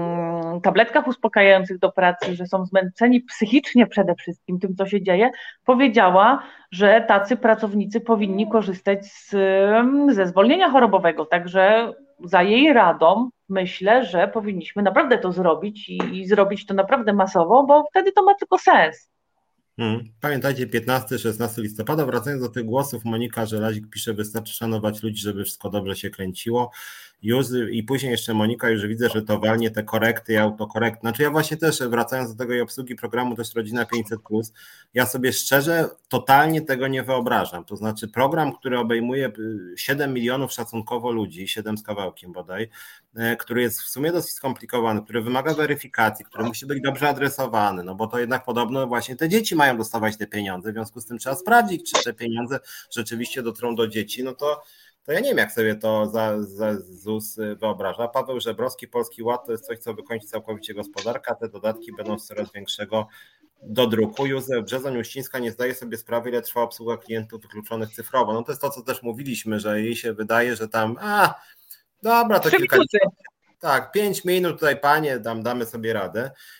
um, tabletkach uspokajających do pracy, że są zmęczeni psychicznie przede wszystkim tym, co się dzieje, powiedziała, że tacy pracownicy powinni korzystać z, ze zwolnienia chorobowego, także za jej radą myślę, że powinniśmy naprawdę to zrobić i, i zrobić to naprawdę masowo, bo wtedy to ma tylko sens. Pamiętajcie, piętnastego szesnastego listopada, wracając do tych głosów, Monika Żelazik pisze, wystarczy szanować ludzi, żeby wszystko dobrze się kręciło. Już, i później jeszcze Monika, już widzę, że to walnie te korekty i autokorekt. Znaczy ja właśnie też, wracając do tego i obsługi programu też Rodzina pięćset plus, ja sobie szczerze totalnie tego nie wyobrażam. To znaczy program, który obejmuje siedem milionów szacunkowo ludzi, siedem z kawałkiem bodaj, który jest w sumie dosyć skomplikowany, który wymaga weryfikacji, który musi być dobrze adresowany, no bo to jednak podobno właśnie te dzieci mają dostawać te pieniądze, w związku z tym trzeba sprawdzić, czy te pieniądze rzeczywiście dotrą do dzieci, no to to ja nie wiem, jak sobie to za, za ZUS wyobraża. Paweł Żebrowski, Polski Ład to jest coś, co wykończy całkowicie gospodarkę, te dodatki będą z coraz większego dodruku. Józef Brzezoń-Uścińska nie zdaje sobie sprawy, ile trwa obsługa klientów wykluczonych cyfrowo. No to jest to, co też mówiliśmy, że jej się wydaje, że tam, a dobra, to kilka... Tak, pięć minut tutaj, panie, dam, damy sobie radę.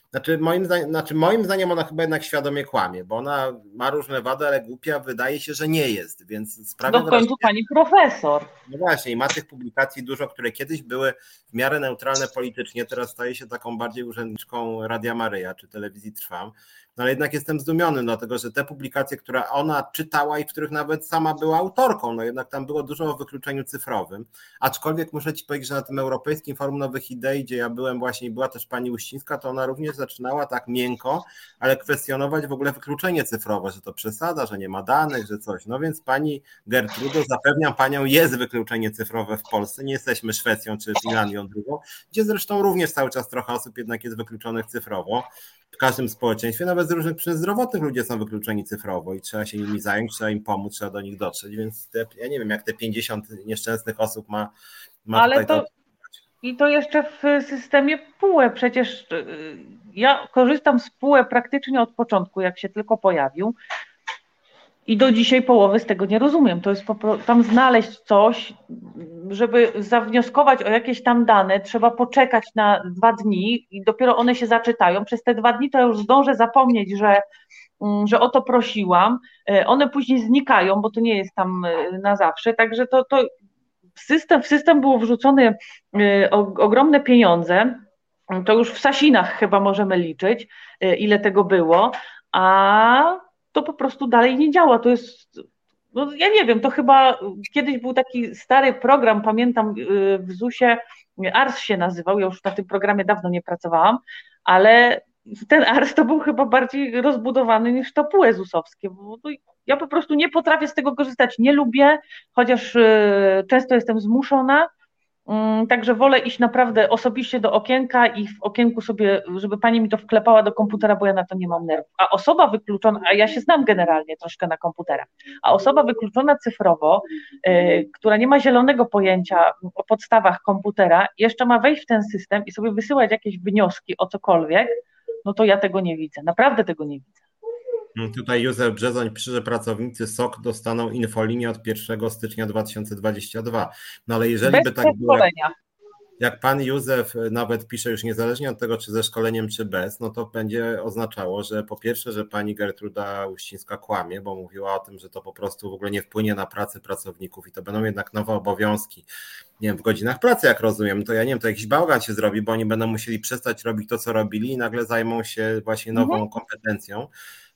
Znaczy moim, zdaniem, znaczy moim zdaniem ona chyba jednak świadomie kłamie, bo ona ma różne wady, ale głupia wydaje się, że nie jest, więc sprawia No w końcu pani profesor. No właśnie, i ma tych publikacji dużo, które kiedyś były w miarę neutralne politycznie, teraz staje się taką bardziej urzędniczką Radia Maryja czy Telewizji Trwam. No ale jednak jestem zdumiony, dlatego że te publikacje, które ona czytała i w których nawet sama była autorką, no jednak tam było dużo o wykluczeniu cyfrowym, aczkolwiek muszę ci powiedzieć, że na tym Europejskim Forum Nowych Idei, gdzie ja byłem właśnie i była też pani Uścińska, to ona również zaczynała tak miękko, ale kwestionować w ogóle wykluczenie cyfrowe, że to przesada, że nie ma danych, że coś. No więc pani Gertrudo, zapewniam panią, jest wykluczenie cyfrowe w Polsce, nie jesteśmy Szwecją czy Finlandią drugą, gdzie zresztą również cały czas trochę osób jednak jest wykluczonych cyfrowo. W każdym społeczeństwie, nawet z różnych przyczyn zdrowotnych ludzie są wykluczeni cyfrowo i trzeba się nimi zająć, trzeba im pomóc, trzeba do nich dotrzeć, więc te, ja nie wiem, jak te pięćdziesiąt nieszczęsnych osób ma, ma Ale tutaj... to... I to jeszcze w systemie P U E. Przecież ja korzystam z P U E praktycznie od początku, jak się tylko pojawił. I do dzisiaj połowy z tego nie rozumiem. To jest po prostu tam znaleźć coś, żeby zawnioskować o jakieś tam dane, trzeba poczekać na dwa dni i dopiero one się zaczytają. Przez te dwa dni to ja już zdążę zapomnieć, że, że o to prosiłam. One później znikają, bo to nie jest tam na zawsze. Także to, to w system, w system było wrzucone ogromne pieniądze. To już w Sasinach chyba możemy liczyć, ile tego było, a to po prostu dalej nie działa. To jest, no ja nie wiem, to chyba kiedyś był taki stary program, pamiętam w zusie, A R S się nazywał, ja już na tym programie dawno nie pracowałam, ale ten A R S to był chyba bardziej rozbudowany niż to P U E zusowskie, bo to ja po prostu nie potrafię z tego korzystać, nie lubię, chociaż często jestem zmuszona. Także wolę iść naprawdę osobiście do okienka i w okienku sobie, żeby pani mi to wklepała do komputera, bo ja na to nie mam nerwów. A osoba wykluczona, a ja się znam generalnie troszkę na komputerach, a osoba wykluczona cyfrowo, yy, która nie ma zielonego pojęcia o podstawach komputera, jeszcze ma wejść w ten system i sobie wysyłać jakieś wnioski o cokolwiek, no to ja tego nie widzę, naprawdę tego nie widzę. Tutaj Józef Brzezoń pisze, że pracownicy S O K dostaną infolinię od pierwszego stycznia dwa tysiące dwudziestego drugiego. No ale jeżeli Bez by tak było, szkolenia. Jak pan Józef nawet pisze, już niezależnie od tego, czy ze szkoleniem, czy bez, no to będzie oznaczało, że po pierwsze, że pani Gertruda Uścińska kłamie, bo mówiła o tym, że to po prostu w ogóle nie wpłynie na pracę pracowników i to będą jednak nowe obowiązki, nie wiem, w godzinach pracy, jak rozumiem, to ja nie wiem, to jakiś bałagan się zrobi, bo oni będą musieli przestać robić to, co robili i nagle zajmą się właśnie nową mhm. kompetencją.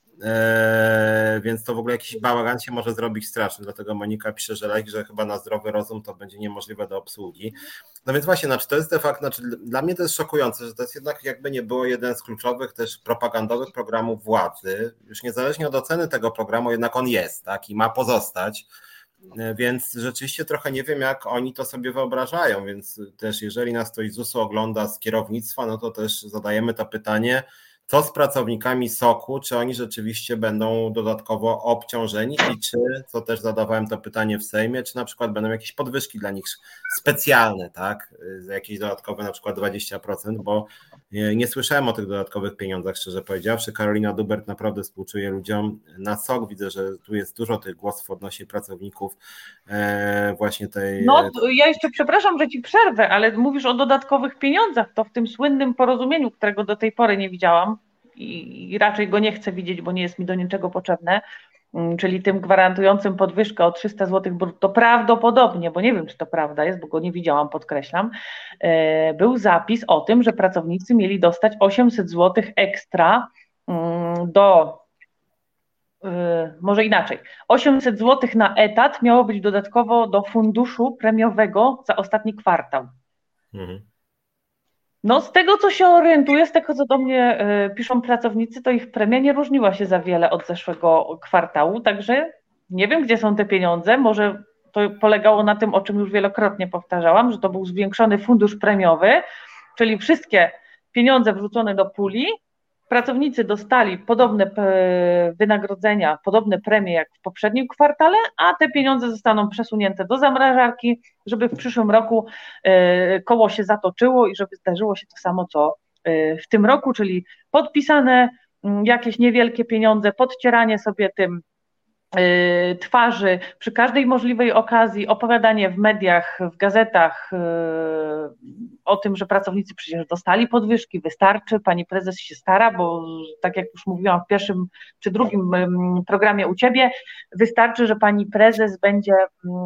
Eee, więc to w ogóle jakiś bałagan się może zrobić straszny, dlatego Monika pisze, że, like, że chyba na zdrowy rozum to będzie niemożliwe do obsługi. No więc właśnie, znaczy to jest de facto, znaczy dla mnie to jest szokujące, że to jest jednak jakby nie było jeden z kluczowych też propagandowych programów władzy, już niezależnie od oceny tego programu, jednak on jest, tak, i ma pozostać, więc rzeczywiście trochę nie wiem, jak oni to sobie wyobrażają, więc też jeżeli nas ktoś z U S U ogląda z kierownictwa, no to też zadajemy to pytanie, co z pracownikami S O K-u, czy oni rzeczywiście będą dodatkowo obciążeni i czy, co też zadawałem to pytanie w Sejmie, czy na przykład będą jakieś podwyżki dla nich specjalne, tak, jakieś dodatkowe na przykład dwadzieścia procent, bo nie słyszałem o tych dodatkowych pieniądzach, szczerze powiedziawszy. Karolina Dubert naprawdę współczuje ludziom na S O K. Widzę, że tu jest dużo tych głosów odnośnie pracowników właśnie tej... No ja jeszcze przepraszam, że ci przerwę, ale mówisz o dodatkowych pieniądzach, to w tym słynnym porozumieniu, którego do tej pory nie widziałam i raczej go nie chcę widzieć, bo nie jest mi do niczego potrzebne, czyli tym gwarantującym podwyżkę o trzysta złotych brutto, prawdopodobnie, bo nie wiem, czy to prawda jest, bo go nie widziałam, podkreślam, był zapis o tym, że pracownicy mieli dostać osiemset złotych ekstra do, może inaczej, osiemset złotych na etat miało być dodatkowo do funduszu premiowego za ostatni kwartał. Mhm. No z tego, co się orientuję, z tego, co do mnie y, piszą pracownicy, to ich premia nie różniła się za wiele od zeszłego kwartału, także nie wiem, gdzie są te pieniądze, może to polegało na tym, o czym już wielokrotnie powtarzałam, że to był zwiększony fundusz premiowy, czyli wszystkie pieniądze wrzucone do puli, pracownicy dostali podobne wynagrodzenia, podobne premie jak w poprzednim kwartale, a te pieniądze zostaną przesunięte do zamrażarki, żeby w przyszłym roku koło się zatoczyło i żeby zdarzyło się to samo, co w tym roku, czyli podpisane jakieś niewielkie pieniądze, podcieranie sobie tym twarzy, przy każdej możliwej okazji opowiadanie w mediach, w gazetach o tym, że pracownicy przecież dostali podwyżki, wystarczy, pani prezes się stara, bo tak jak już mówiłam w pierwszym czy drugim programie u Ciebie, wystarczy, że pani prezes będzie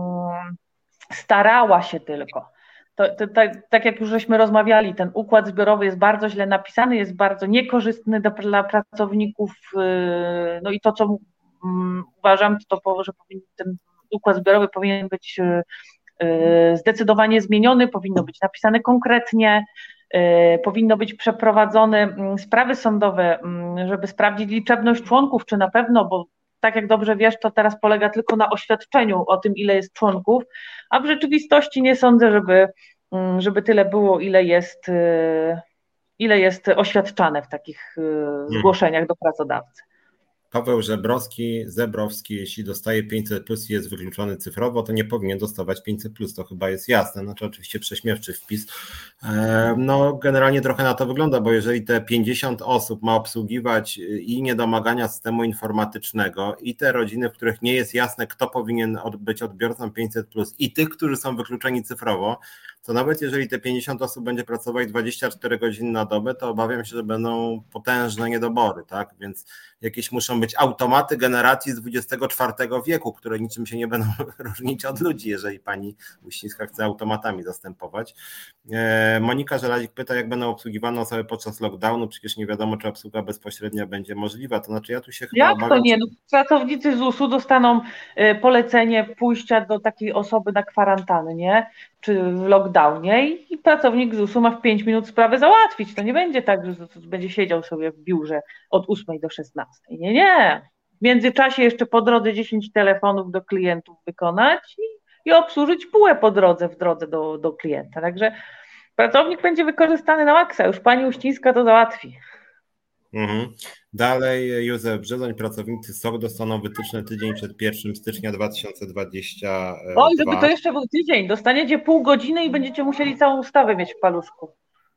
starała się tylko. To, to, to, tak jak już żeśmy rozmawiali, ten układ zbiorowy jest bardzo źle napisany, jest bardzo niekorzystny dla, dla pracowników, no i to, co uważam, to, to że powinien, ten układ zbiorowy powinien być zdecydowanie zmieniony, powinno być napisane konkretnie, powinno być przeprowadzone sprawy sądowe, żeby sprawdzić liczebność członków, czy na pewno, bo tak jak dobrze wiesz, to teraz polega tylko na oświadczeniu o tym, ile jest członków, a w rzeczywistości nie sądzę, żeby, żeby tyle było, ile jest, ile jest oświadczane w takich zgłoszeniach do pracodawcy. Paweł Żebrowski, Zebrowski, jeśli dostaje pięćset plus i jest wykluczony cyfrowo, to nie powinien dostawać pięćset plus, to chyba jest jasne, znaczy oczywiście prześmiewczy wpis. No generalnie trochę na to wygląda, bo jeżeli te pięćdziesiąt osób ma obsługiwać i niedomagania systemu informatycznego i te rodziny, w których nie jest jasne, kto powinien być odbiorcą pięćset plus i tych, którzy są wykluczeni cyfrowo, to nawet jeżeli te pięćdziesiąt osób będzie pracować dwadzieścia cztery godziny na dobę, to obawiam się, że będą potężne niedobory, tak? Więc jakieś muszą być automaty generacji z dwudziestego czwartego wieku, które niczym się nie będą różnić od ludzi, jeżeli pani Uścińska chce automatami zastępować. Monika Żelazik pyta, jak będą obsługiwane osoby podczas lockdownu, przecież nie wiadomo, czy obsługa bezpośrednia będzie możliwa, to znaczy ja tu się chyba Jak obawiam... to nie? No, pracownicy Z U S-u dostaną polecenie pójścia do takiej osoby na kwarantannę, nie? Czy w lockdownie i pracownik Z U S-u ma w pięć minut sprawę załatwić. To nie będzie tak, że będzie siedział sobie w biurze od ósmej do szesnastej. Nie, nie. W międzyczasie jeszcze po drodze dziesięć telefonów do klientów wykonać i, i obsłużyć półę po drodze, w drodze do, do klienta. Także pracownik będzie wykorzystany na maksa. Już pani Uścińska to załatwi. Mhm. Dalej Józef Brzezoń, pracownicy S O K dostaną wytyczne tydzień przed pierwszym stycznia dwa tysiące dwudziestego drugiego. Oj, żeby to jeszcze był tydzień, dostaniecie pół godziny i będziecie musieli całą ustawę mieć w paluszku.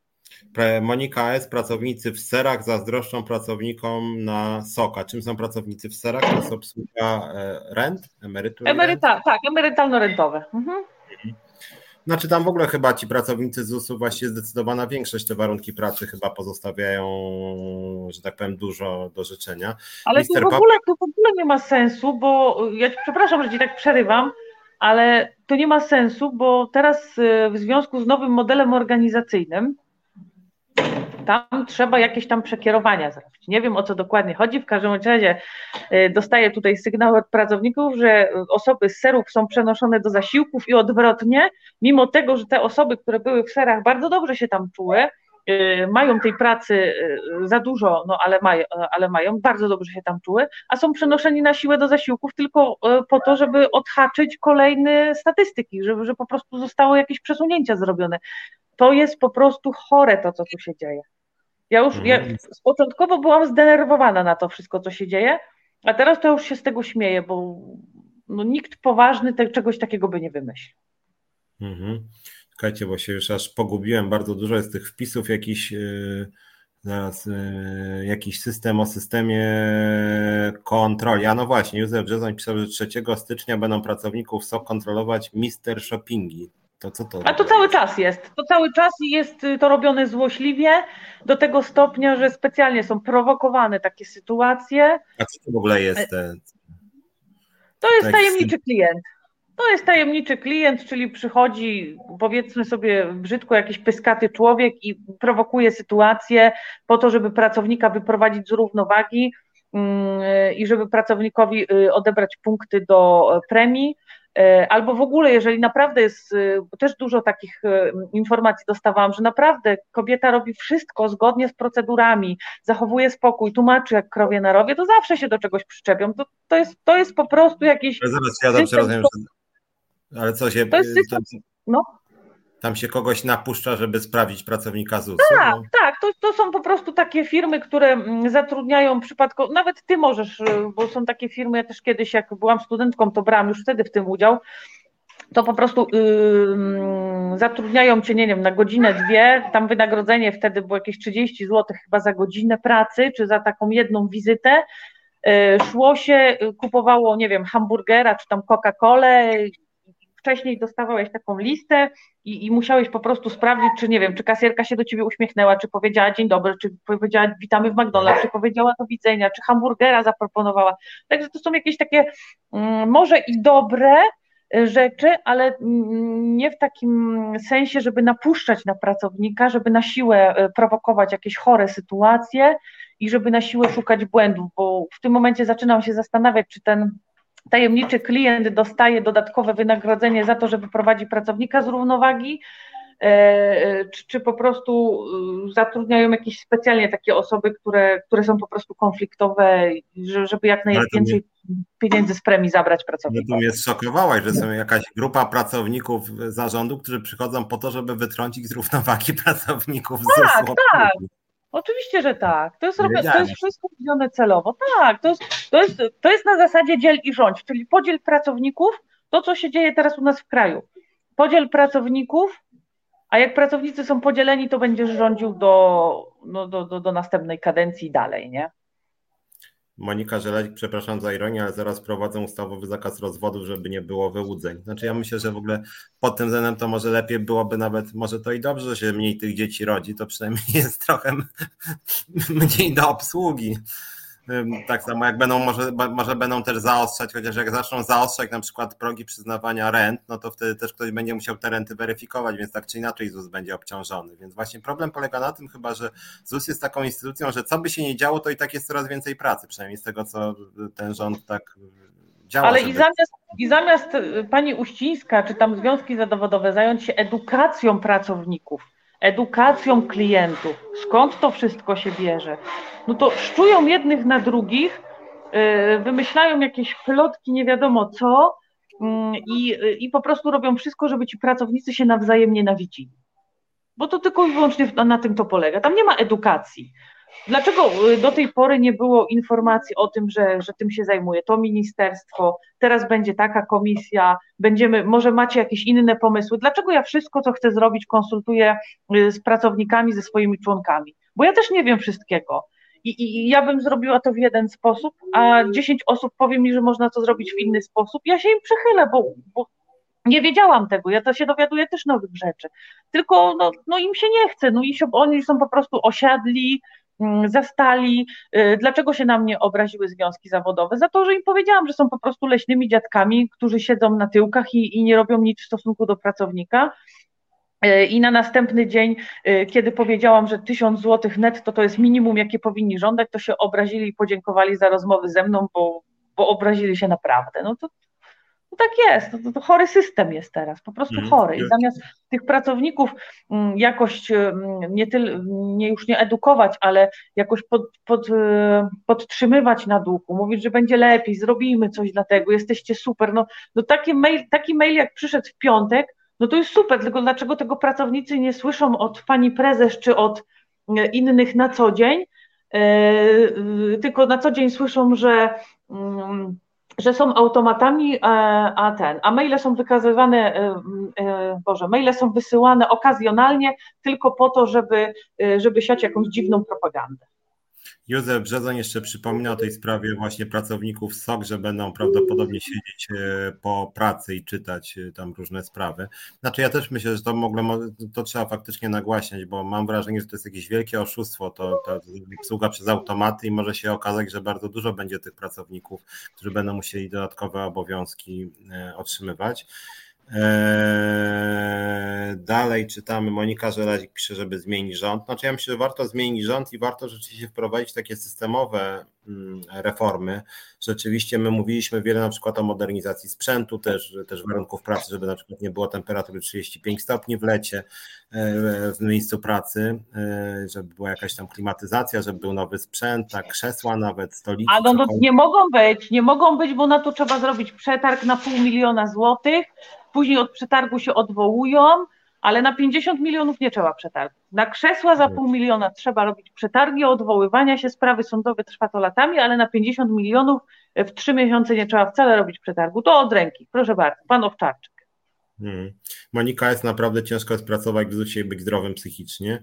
Monika S., pracownicy w serach zazdroszczą pracownikom na S O K. A czym są pracownicy w serach? To jest obsługa rent, emerytur? Emeryta, tak, emerytalno-rentowe. Mhm. Znaczy tam w ogóle chyba ci pracownicy Z U S-u właśnie zdecydowana większość te warunki pracy chyba pozostawiają, że tak powiem, dużo do życzenia. Ale to w, ogóle, to w ogóle nie ma sensu, bo ja przepraszam, że ci tak przerywam, ale to nie ma sensu, bo teraz w związku z nowym modelem organizacyjnym tam trzeba jakieś tam przekierowania zrobić. Nie wiem, o co dokładnie chodzi, w każdym razie dostaję tutaj sygnały od pracowników, że osoby z serów są przenoszone do zasiłków i odwrotnie, mimo tego, że te osoby, które były w serach, bardzo dobrze się tam czuły, mają tej pracy za dużo, no ale mają, ale mają, bardzo dobrze się tam czuły, a są przenoszeni na siłę do zasiłków tylko po to, żeby odhaczyć kolejne statystyki, żeby, że po prostu zostały jakieś przesunięcia zrobione. To jest po prostu chore to, co tu się dzieje. Ja już ja początkowo byłam zdenerwowana na to wszystko, co się dzieje, a teraz to już się z tego śmieję, bo no, nikt poważny te, czegoś takiego by nie wymyślił. Mhm. Słuchajcie, bo się już aż pogubiłem, bardzo dużo jest tych wpisów, jakiś yy, zaraz yy, jakiś system o systemie kontroli. A no właśnie, Józef Brzezoń pisał, że trzeciego stycznia będą pracowników S O K kontrolować mister Shoppingi. To co to? A to cały czas jest. To cały czas jest to robione złośliwie do tego stopnia, że specjalnie są prowokowane takie sytuacje. A co to w ogóle jest? Te... To jest tajemniczy klient. To jest tajemniczy klient, czyli przychodzi, powiedzmy sobie brzydko, jakiś pyskaty człowiek i prowokuje sytuację po to, żeby pracownika wyprowadzić z równowagi i żeby pracownikowi odebrać punkty do premii. Albo w ogóle, jeżeli naprawdę jest, bo też dużo takich informacji dostawałam, że naprawdę kobieta robi wszystko zgodnie z procedurami, zachowuje spokój, tłumaczy jak krowie na rowie, to zawsze się do czegoś przyczepią. To, to, jest, to jest po prostu jakiś... Ale zaraz, ja dobrze rozumiem, że... ale co się... To jest system... no. Tam się kogoś napuszcza, żeby sprawdzić pracownika Z U S-u? Tak, no. tak, to, to są po prostu takie firmy, które zatrudniają przypadkowo, nawet ty możesz, bo są takie firmy, ja też kiedyś jak byłam studentką, to brałam już wtedy w tym udział, to po prostu yy, zatrudniają cię, nie wiem, na godzinę, dwie, tam wynagrodzenie wtedy było jakieś trzydzieści złotych chyba za godzinę pracy, czy za taką jedną wizytę, szło się, kupowało, nie wiem, hamburgera czy tam Coca-Colę, wcześniej dostawałeś taką listę i, i musiałeś po prostu sprawdzić, czy nie wiem, czy kasjerka się do ciebie uśmiechnęła, czy powiedziała dzień dobry, czy powiedziała witamy w McDonald's, czy powiedziała do widzenia, czy hamburgera zaproponowała. Także to są jakieś takie um, może i dobre rzeczy, ale nie w takim sensie, żeby napuszczać na pracownika, żeby na siłę prowokować jakieś chore sytuacje i żeby na siłę szukać błędów, bo w tym momencie zaczynam się zastanawiać, czy ten tajemniczy klient dostaje dodatkowe wynagrodzenie za to, że wyprowadzi pracownika z równowagi, czy, czy po prostu zatrudniają jakieś specjalnie takie osoby, które, które są po prostu konfliktowe, żeby jak najwięcej pieniędzy z premii zabrać pracownikom. No to mnie zszokowałaś, że są jakaś grupa pracowników zarządu, którzy przychodzą po to, żeby wytrącić z równowagi pracowników z Tak, ZUS-u. tak. Oczywiście, że tak. To jest, robione, to jest wszystko robione celowo. Tak, to jest, to, jest, to jest na zasadzie dziel i rządź, czyli podziel pracowników, to co się dzieje teraz u nas w kraju. Podziel pracowników, a jak pracownicy są podzieleni, to będziesz rządził do, no, do, do, do następnej kadencji i dalej, nie? Monika Żelezik, przepraszam za ironię, ale zaraz prowadzą ustawowy zakaz rozwodów, żeby nie było wyłudzeń. Znaczy ja myślę, że w ogóle pod tym względem to może lepiej byłoby nawet, może to i dobrze, że się mniej tych dzieci rodzi, to przynajmniej jest trochę mniej do obsługi. Tak samo jak będą, może, może będą też zaostrzać, chociaż jak zaczną zaostrzać na przykład progi przyznawania rent, no to wtedy też ktoś będzie musiał te renty weryfikować, więc tak czy inaczej ZUS będzie obciążony. Więc właśnie problem polega na tym chyba, że ZUS jest taką instytucją, że co by się nie działo, to i tak jest coraz więcej pracy, przynajmniej z tego, co ten rząd tak działa. Ale żeby... i zamiast, i zamiast pani Uścińska, czy tam związki zawodowe zająć się edukacją pracowników, edukacją klientów, skąd to wszystko się bierze, no to szczują jednych na drugich, wymyślają jakieś plotki, nie wiadomo co i, i po prostu robią wszystko, żeby ci pracownicy się nawzajem nienawidzili. Bo to tylko i wyłącznie na tym to polega. Tam nie ma edukacji. Dlaczego do tej pory nie było informacji o tym, że, że tym się zajmuje to ministerstwo, teraz będzie taka komisja, będziemy, może macie jakieś inne pomysły? Dlaczego ja wszystko, co chcę zrobić, konsultuję z pracownikami, ze swoimi członkami? Bo ja też nie wiem wszystkiego. I, i, i ja bym zrobiła to w jeden sposób, a dziesięć osób powie mi, że można to zrobić w inny sposób. Ja się im przychylę, bo, bo nie wiedziałam tego, ja to się dowiaduję też nowych rzeczy. Tylko no, no im się nie chce, no i się, oni są po prostu osiadli, zastali. Dlaczego się na mnie obraziły związki zawodowe? Za to, że im powiedziałam, że są po prostu leśnymi dziadkami, którzy siedzą na tyłkach i, i nie robią nic w stosunku do pracownika. I na następny dzień, kiedy powiedziałam, że tysiąc złotych netto to jest minimum, jakie powinni żądać, to się obrazili i podziękowali za rozmowy ze mną, bo, bo obrazili się naprawdę. No to, to tak jest, to, to chory system jest teraz, po prostu chory. I zamiast tych pracowników jakoś nie, tyl, nie już nie edukować, ale jakoś pod, pod, podtrzymywać na duchu, mówić, że będzie lepiej, zrobimy coś dla tego, jesteście super. No, no taki mail, taki mail jak przyszedł w piątek, no to jest super, tylko dlaczego tego pracownicy nie słyszą od pani prezes czy od innych na co dzień, tylko na co dzień słyszą, że, że są automatami, a ten, a maile są wykazywane, Boże, maile są wysyłane okazjonalnie tylko po to, żeby, żeby siać jakąś dziwną propagandę. Józef Brzezoń jeszcze przypomina o tej sprawie właśnie pracowników S O K, że będą prawdopodobnie siedzieć po pracy i czytać tam różne sprawy. Znaczy ja też myślę, że to, mogę, to trzeba faktycznie nagłaśniać, bo mam wrażenie, że to jest jakieś wielkie oszustwo, to, to obsługa przez automaty i może się okazać, że bardzo dużo będzie tych pracowników, którzy będą musieli dodatkowe obowiązki otrzymywać. Dalej czytamy, Monika Żelazik pisze, żeby zmienić rząd. Znaczy ja myślę, że warto zmienić rząd i warto rzeczywiście wprowadzić takie systemowe reformy. Rzeczywiście my mówiliśmy wiele na przykład o modernizacji sprzętu, też, też warunków pracy, żeby na przykład nie było temperatury trzydzieści pięć stopni w lecie w miejscu pracy, żeby była jakaś tam klimatyzacja, żeby był nowy sprzęt, tak, krzesła nawet, stoliki. A no, no nie mogą być, nie mogą być, bo na to trzeba zrobić przetarg na pół miliona złotych, później od przetargu się odwołują, ale na pięćdziesiąt milionów nie trzeba przetargu. Na krzesła za pół miliona trzeba robić przetargi, odwoływania się, sprawy sądowe trwa to latami, ale na pięćdziesiąt milionów w trzy miesiące nie trzeba wcale robić przetargu. To od ręki, proszę bardzo, pan Owczarczyk. Hmm. Monika, jest naprawdę ciężko jest pracować w ZUS-ie i być zdrowym psychicznie.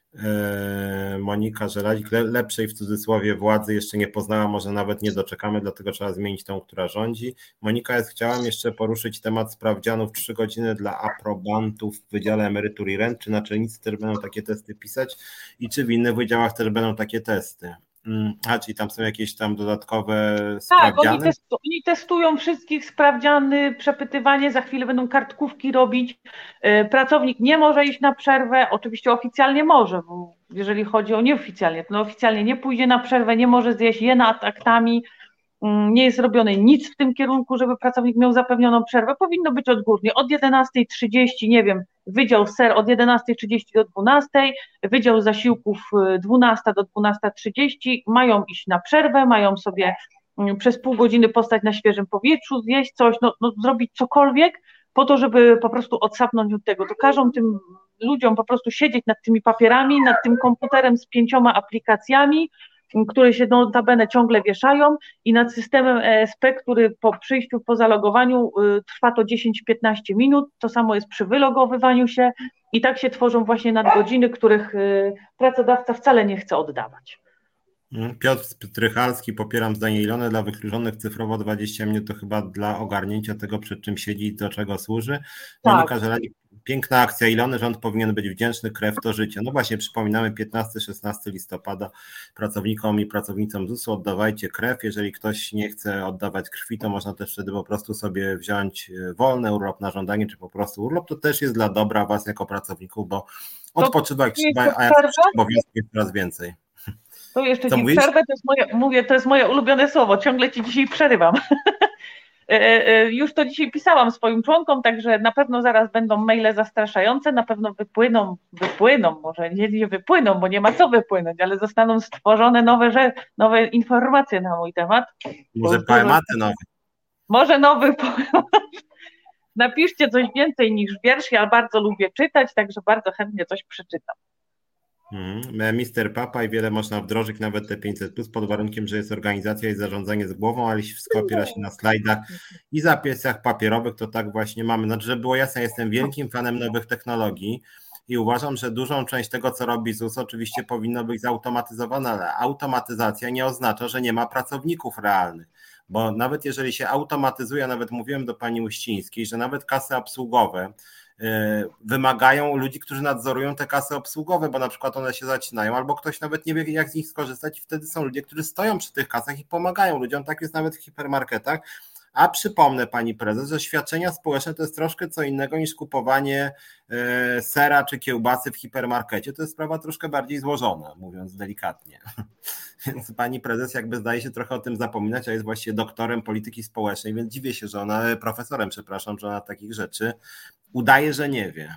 Monika Żelazik, lepszej w cudzysłowie władzy jeszcze nie poznała, może nawet nie doczekamy, dlatego trzeba zmienić tą, która rządzi. Monika, jest, chciałam jeszcze poruszyć temat sprawdzianów trzy godziny dla aprobantów w Wydziale Emerytur i Rent. Czy naczelnicy też będą takie testy pisać i czy w innych wydziałach też będą takie testy? A, czyli tam są jakieś tam dodatkowe sprawdziany? Tak, oni, testu, oni testują wszystkich, sprawdziany, przepytywanie, za chwilę będą kartkówki robić. Pracownik nie może iść na przerwę, oczywiście oficjalnie może, bo jeżeli chodzi o nieoficjalnie, to oficjalnie nie pójdzie na przerwę, nie może zjeść, je nad aktami, nie jest robione nic w tym kierunku, żeby pracownik miał zapewnioną przerwę, powinno być odgórnie, od jedenastej trzydzieści, nie wiem, wydział S E R od jedenastej trzydzieści do dwunastej, wydział zasiłków dwunasta do dwunasta trzydzieści, mają iść na przerwę, mają sobie przez pół godziny postać na świeżym powietrzu, zjeść coś, no, no zrobić cokolwiek po to, żeby po prostu odsapnąć od tego. To każą tym ludziom po prostu siedzieć nad tymi papierami, nad tym komputerem z pięcioma aplikacjami, które się notabene ciągle wieszają i nad systemem E S P, który po przyjściu, po zalogowaniu y, trwa to dziesięć piętnaście minut, to samo jest przy wylogowywaniu się i tak się tworzą właśnie nadgodziny, których y, pracodawca wcale nie chce oddawać. Piotr Strychalski, popieram zdanie Ilony, dla wykluczonych cyfrowo dwadzieścia minut to chyba dla ogarnięcia tego, przed czym siedzi i do czego służy. Tak. Monika Żelazik, piękna akcja Ilony, rząd powinien być wdzięczny, krew to życie. No właśnie, przypominamy piętnastego szesnastego listopada pracownikom i pracownicom Z U S-u oddawajcie krew, jeżeli ktoś nie chce oddawać krwi, to można też wtedy po prostu sobie wziąć wolny urlop na żądanie, czy po prostu urlop, to też jest dla dobra was jako pracowników, bo odpoczywać trzeba, a jak obowiązków jest coraz więcej. To jeszcze ci przerwę, to jest moje, mówię, to jest moje ulubione słowo, ciągle ci dzisiaj przerywam. Już to dzisiaj pisałam swoim członkom, także na pewno zaraz będą maile zastraszające, na pewno wypłyną, wypłyną, może nie, nie wypłyną, bo nie ma co wypłynąć, ale zostaną stworzone nowe, nowe informacje na mój temat. Może poematy nowe. Może nowy poemat. Napiszcie coś więcej niż wiersz, ja bardzo lubię czytać, także bardzo chętnie coś przeczytam. Hmm. mister Papa i wiele można wdrożyć, nawet te pięćset plus, pod warunkiem, że jest organizacja i zarządzanie z głową, ale jeśli wszystko opiera się na slajdach i zapisach papierowych, to tak właśnie mamy. Znaczy, żeby było jasne, jestem wielkim fanem nowych technologii i uważam, że dużą część tego, co robi Z U S, oczywiście powinno być zautomatyzowane, ale automatyzacja nie oznacza, że nie ma pracowników realnych. Bo nawet jeżeli się automatyzuje, nawet mówiłem do pani Uścińskiej, że nawet kasy obsługowe wymagają ludzi, którzy nadzorują te kasy obsługowe, bo na przykład one się zacinają, albo ktoś nawet nie wie, jak z nich skorzystać i wtedy są ludzie, którzy stoją przy tych kasach i pomagają ludziom. Tak jest nawet w hipermarketach. A przypomnę pani prezes, że świadczenia społeczne to jest troszkę co innego niż kupowanie sera czy kiełbasy w hipermarkecie. To jest sprawa troszkę bardziej złożona, mówiąc delikatnie. Więc pani prezes jakby zdaje się trochę o tym zapominać, a jest właściwie doktorem polityki społecznej, więc dziwię się, że ona, profesorem, przepraszam, że ona takich rzeczy udaje, że nie wie.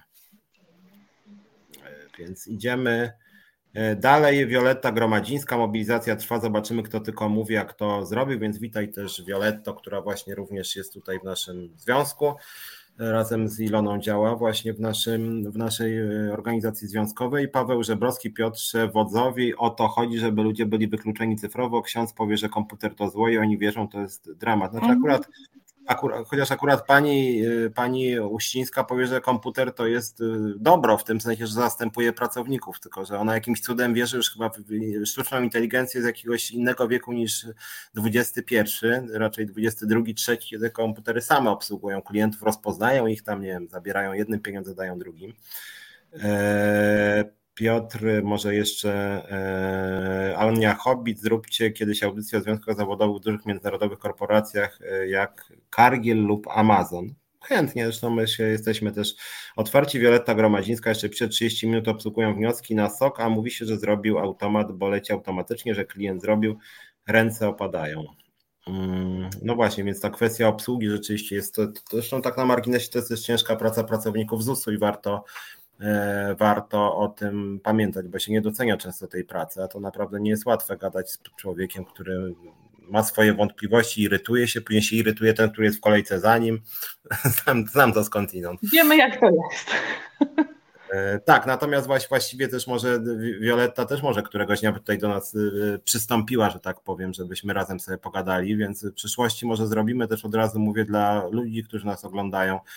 Więc idziemy dalej. Wioletta Gromadzińska, mobilizacja trwa, zobaczymy, kto tylko mówi, a kto zrobił, więc witaj też Violetto, która właśnie również jest tutaj w naszym związku. Razem z Iloną działa właśnie w, naszym, w naszej organizacji związkowej. Paweł Żebrowski, Piotrze Wodzowi, o to chodzi, żeby ludzie byli wykluczeni cyfrowo. Ksiądz powie, że komputer to zło i oni wierzą, to jest dramat. Znaczy akurat Akurat, chociaż akurat pani, pani Uścińska powie, że komputer to jest dobro, w tym sensie, że zastępuje pracowników, tylko że ona jakimś cudem wierzy już chyba w sztuczną inteligencję z jakiegoś innego wieku niż dwudziesty pierwszy, raczej dwudziesty drugi, trzeci, kiedy komputery same obsługują klientów, rozpoznają ich tam, nie wiem, zabierają jednym pieniądze, dają drugim. Eee, Piotr, może jeszcze e, Ania Hobbit, zróbcie kiedyś audycję o związkach zawodowych w dużych międzynarodowych korporacjach e, jak Cargill lub Amazon. Chętnie, zresztą my się jesteśmy też otwarci. Wioletta Gromadzińska jeszcze przed trzydzieści minut obsługują wnioski na S O K, a mówi się, że zrobił automat, bo leci automatycznie, że klient zrobił, ręce opadają. No właśnie, więc ta kwestia obsługi rzeczywiście jest, to, to zresztą tak na marginesie to jest też ciężka praca pracowników Z U S-u i warto warto o tym pamiętać, bo się nie docenia często tej pracy, a to naprawdę nie jest łatwe gadać z człowiekiem, który ma swoje wątpliwości, irytuje się, później się irytuje ten, który jest w kolejce za nim. Znam, znam to skądinąd. Wiemy, jak to jest. Tak, natomiast właściwie też może Wioletta też może któregoś dnia tutaj do nas przystąpiła, że tak powiem, żebyśmy razem sobie pogadali, więc w przyszłości może zrobimy też od razu, mówię, dla ludzi, którzy nas oglądają,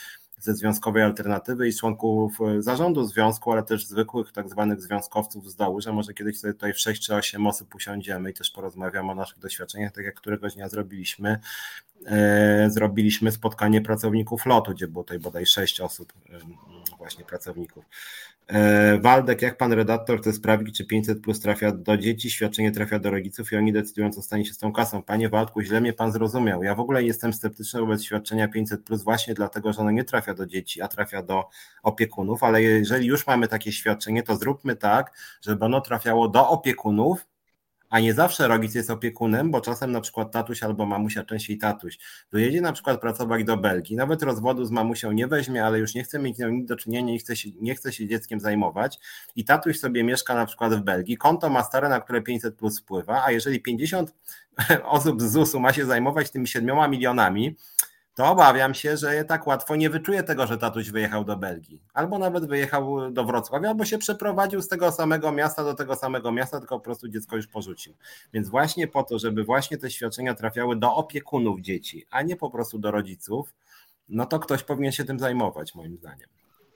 ze Związkowej Alternatywy i z członków zarządu związku, ale też zwykłych tak zwanych związkowców z dołu, że może kiedyś sobie tutaj w sześć czy osiem osób usiądziemy i też porozmawiamy o naszych doświadczeniach, tak jak któregoś dnia zrobiliśmy. E, zrobiliśmy spotkanie pracowników lotu, gdzie było tutaj bodaj sześć osób, e, właśnie pracowników. E, Waldek, jak pan redaktor chce sprawdzić, czy pięćset plus trafia do dzieci, świadczenie trafia do rodziców i oni decydują, co stanie się z tą kasą? Panie Waldku, źle mnie pan zrozumiał. Ja w ogóle jestem sceptyczny wobec świadczenia pięćset plus właśnie dlatego, że ono nie trafia do dzieci, a trafia do opiekunów, ale jeżeli już mamy takie świadczenie, to zróbmy tak, żeby ono trafiało do opiekunów, a nie zawsze rodzic jest opiekunem, bo czasem na przykład tatuś albo mamusia, częściej tatuś, dojedzie na przykład pracować do Belgii, nawet rozwodu z mamusią nie weźmie, ale już nie chce mieć z nią nic do czynienia, nie chce się, nie chce się dzieckiem zajmować i tatuś sobie mieszka na przykład w Belgii, konto ma stare, na które pięćset plus wpływa, a jeżeli pięćdziesiąt osób z zusu ma się zajmować tymi siedmioma milionami, to obawiam się, że tak łatwo nie wyczuje tego, że tatuś wyjechał do Belgii. Albo nawet wyjechał do Wrocławia, albo się przeprowadził z tego samego miasta do tego samego miasta, tylko po prostu dziecko już porzucił. Więc właśnie po to, żeby właśnie te świadczenia trafiały do opiekunów dzieci, a nie po prostu do rodziców, no to ktoś powinien się tym zajmować, moim zdaniem.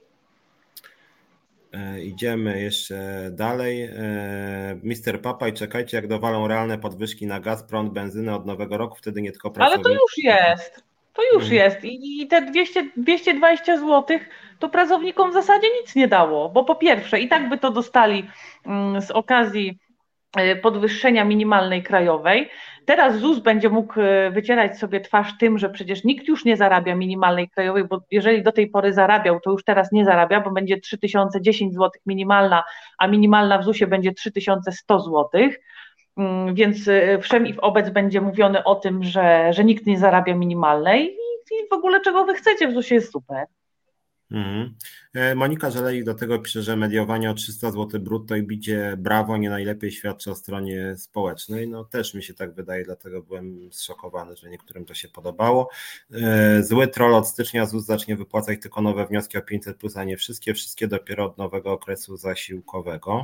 E, idziemy jeszcze dalej. E, mister Papaj, czekajcie, jak dowalą realne podwyżki na gaz, prąd, benzynę od nowego roku, wtedy nie tylko pracownicy. Ale to już jest. To już hmm. jest i te dwieście, dwieście dwadzieścia złotych to pracownikom w zasadzie nic nie dało, bo po pierwsze i tak by to dostali z okazji podwyższenia minimalnej krajowej. Teraz ZUS będzie mógł wycierać sobie twarz tym, że przecież nikt już nie zarabia minimalnej krajowej, bo jeżeli do tej pory zarabiał, to już teraz nie zarabia, bo będzie trzy tysiące dziesięć złotych minimalna, a minimalna w zusie będzie trzy tysiące sto złotych. Więc wszem i wobec będzie mówione o tym, że, że nikt nie zarabia minimalnej i, i w ogóle czego wy chcecie, w zusie jest super. Mhm. Monika Żelejik do tego pisze, że mediowanie o trzysta złotych brutto i bicie brawo nie najlepiej świadczy o stronie społecznej. No też mi się tak wydaje, dlatego byłem zszokowany, że niektórym to się podobało. Zły troll, od stycznia ZUS zacznie wypłacać tylko nowe wnioski o pięćset plus, a nie wszystkie, wszystkie dopiero od nowego okresu zasiłkowego.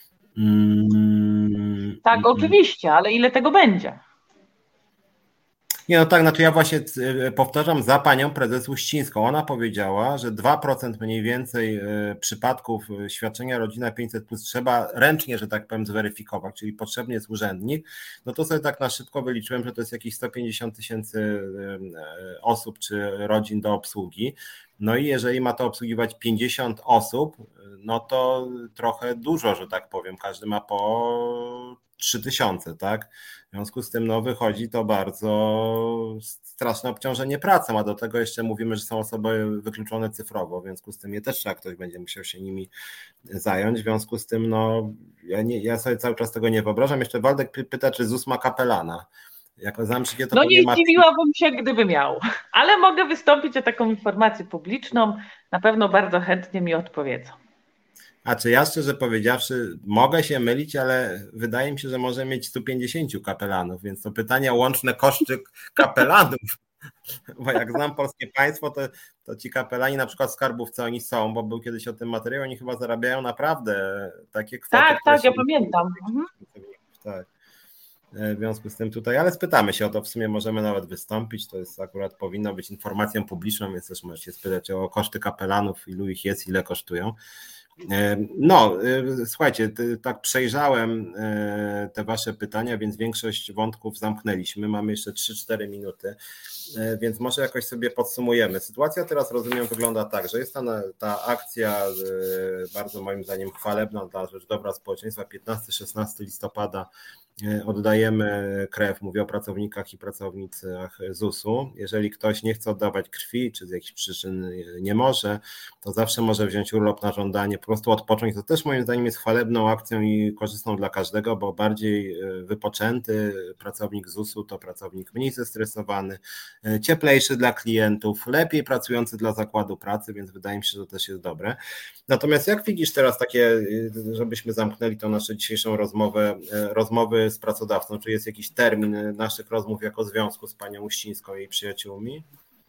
Mm, tak, oczywiście, ale ile tego będzie? Nie, no tak, znaczy ja właśnie powtarzam za panią prezes Uścińską. Ona powiedziała, że dwa procent mniej więcej przypadków świadczenia rodzina pięćset plus trzeba ręcznie, że tak powiem, zweryfikować, czyli potrzebny jest urzędnik. No to sobie tak na szybko wyliczyłem, że to jest jakieś sto pięćdziesiąt tysięcy osób czy rodzin do obsługi. No i jeżeli ma to obsługiwać pięćdziesiąt osób, no to trochę dużo, że tak powiem. Każdy ma po trzy tysiące, tak? W związku z tym no, wychodzi to bardzo straszne obciążenie pracą, a do tego jeszcze mówimy, że są osoby wykluczone cyfrowo, w związku z tym je też trzeba, ktoś będzie musiał się nimi zająć, w związku z tym no, ja, nie, ja sobie cały czas tego nie wyobrażam. Jeszcze Waldek pyta, czy ZUS ma kapelana. Jako zamczykie to no nie ma... zdziwiłabym się, gdyby miał, ale mogę wystąpić o taką informację publiczną, na pewno bardzo chętnie mi odpowiedzą. A czy ja szczerze powiedziawszy mogę się mylić, ale wydaje mi się, że może mieć sto pięćdziesiąt kapelanów, więc to pytanie o łączne koszty kapelanów, bo jak znam polskie państwo, to, to ci kapelani na przykład w skarbówce oni są, bo był kiedyś o tym materiał, oni chyba zarabiają naprawdę takie kwoty. Tak, tak, ja pamiętam. Mhm. Tak. W związku z tym tutaj, ale spytamy się o to, w sumie możemy nawet wystąpić, to jest akurat powinno być informacją publiczną, więc też możecie spytać o koszty kapelanów, ilu ich jest, ile kosztują. No, słuchajcie, tak przejrzałem te wasze pytania, więc większość wątków zamknęliśmy. Mamy jeszcze trzy cztery minuty, więc może jakoś sobie podsumujemy. Sytuacja teraz, rozumiem, wygląda tak, że jest ta, ta akcja bardzo moim zdaniem chwalebna dla rzecz dobra społeczeństwa. piętnastego szesnastego listopada oddajemy krew, mówię o pracownikach i pracownicach zusu. Jeżeli ktoś nie chce oddawać krwi, czy z jakichś przyczyn nie może, to zawsze może wziąć urlop na żądanie, po prostu odpocząć. To też moim zdaniem jest chwalebną akcją i korzystną dla każdego, bo bardziej wypoczęty pracownik zusu to pracownik mniej zestresowany, cieplejszy dla klientów, lepiej pracujący dla zakładu pracy, więc wydaje mi się, że to też jest dobre. Natomiast jak widzisz teraz takie, żebyśmy zamknęli tą naszą dzisiejszą rozmowę, rozmowy z pracodawcą, czy jest jakiś termin naszych rozmów jako związku z panią Uścińską i jej przyjaciółmi?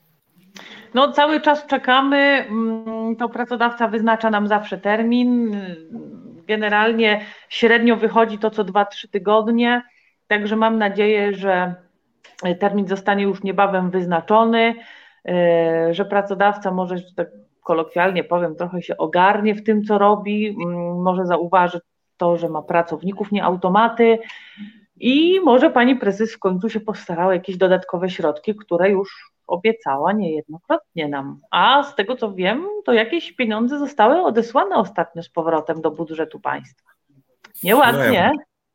No cały czas czekamy, to pracodawca wyznacza nam zawsze termin, generalnie średnio wychodzi to co dwa trzy tygodnie, także mam nadzieję, że termin zostanie już niebawem wyznaczony. że pracodawca może, że tak kolokwialnie powiem, trochę się ogarnie w tym, co robi, może zauważy to, że ma pracowników, nie automaty i może pani prezes w końcu się postarała o jakieś dodatkowe środki, które już obiecała niejednokrotnie nam. A z tego, co wiem, to jakieś pieniądze zostały odesłane ostatnio z powrotem do budżetu państwa. Nieładnie.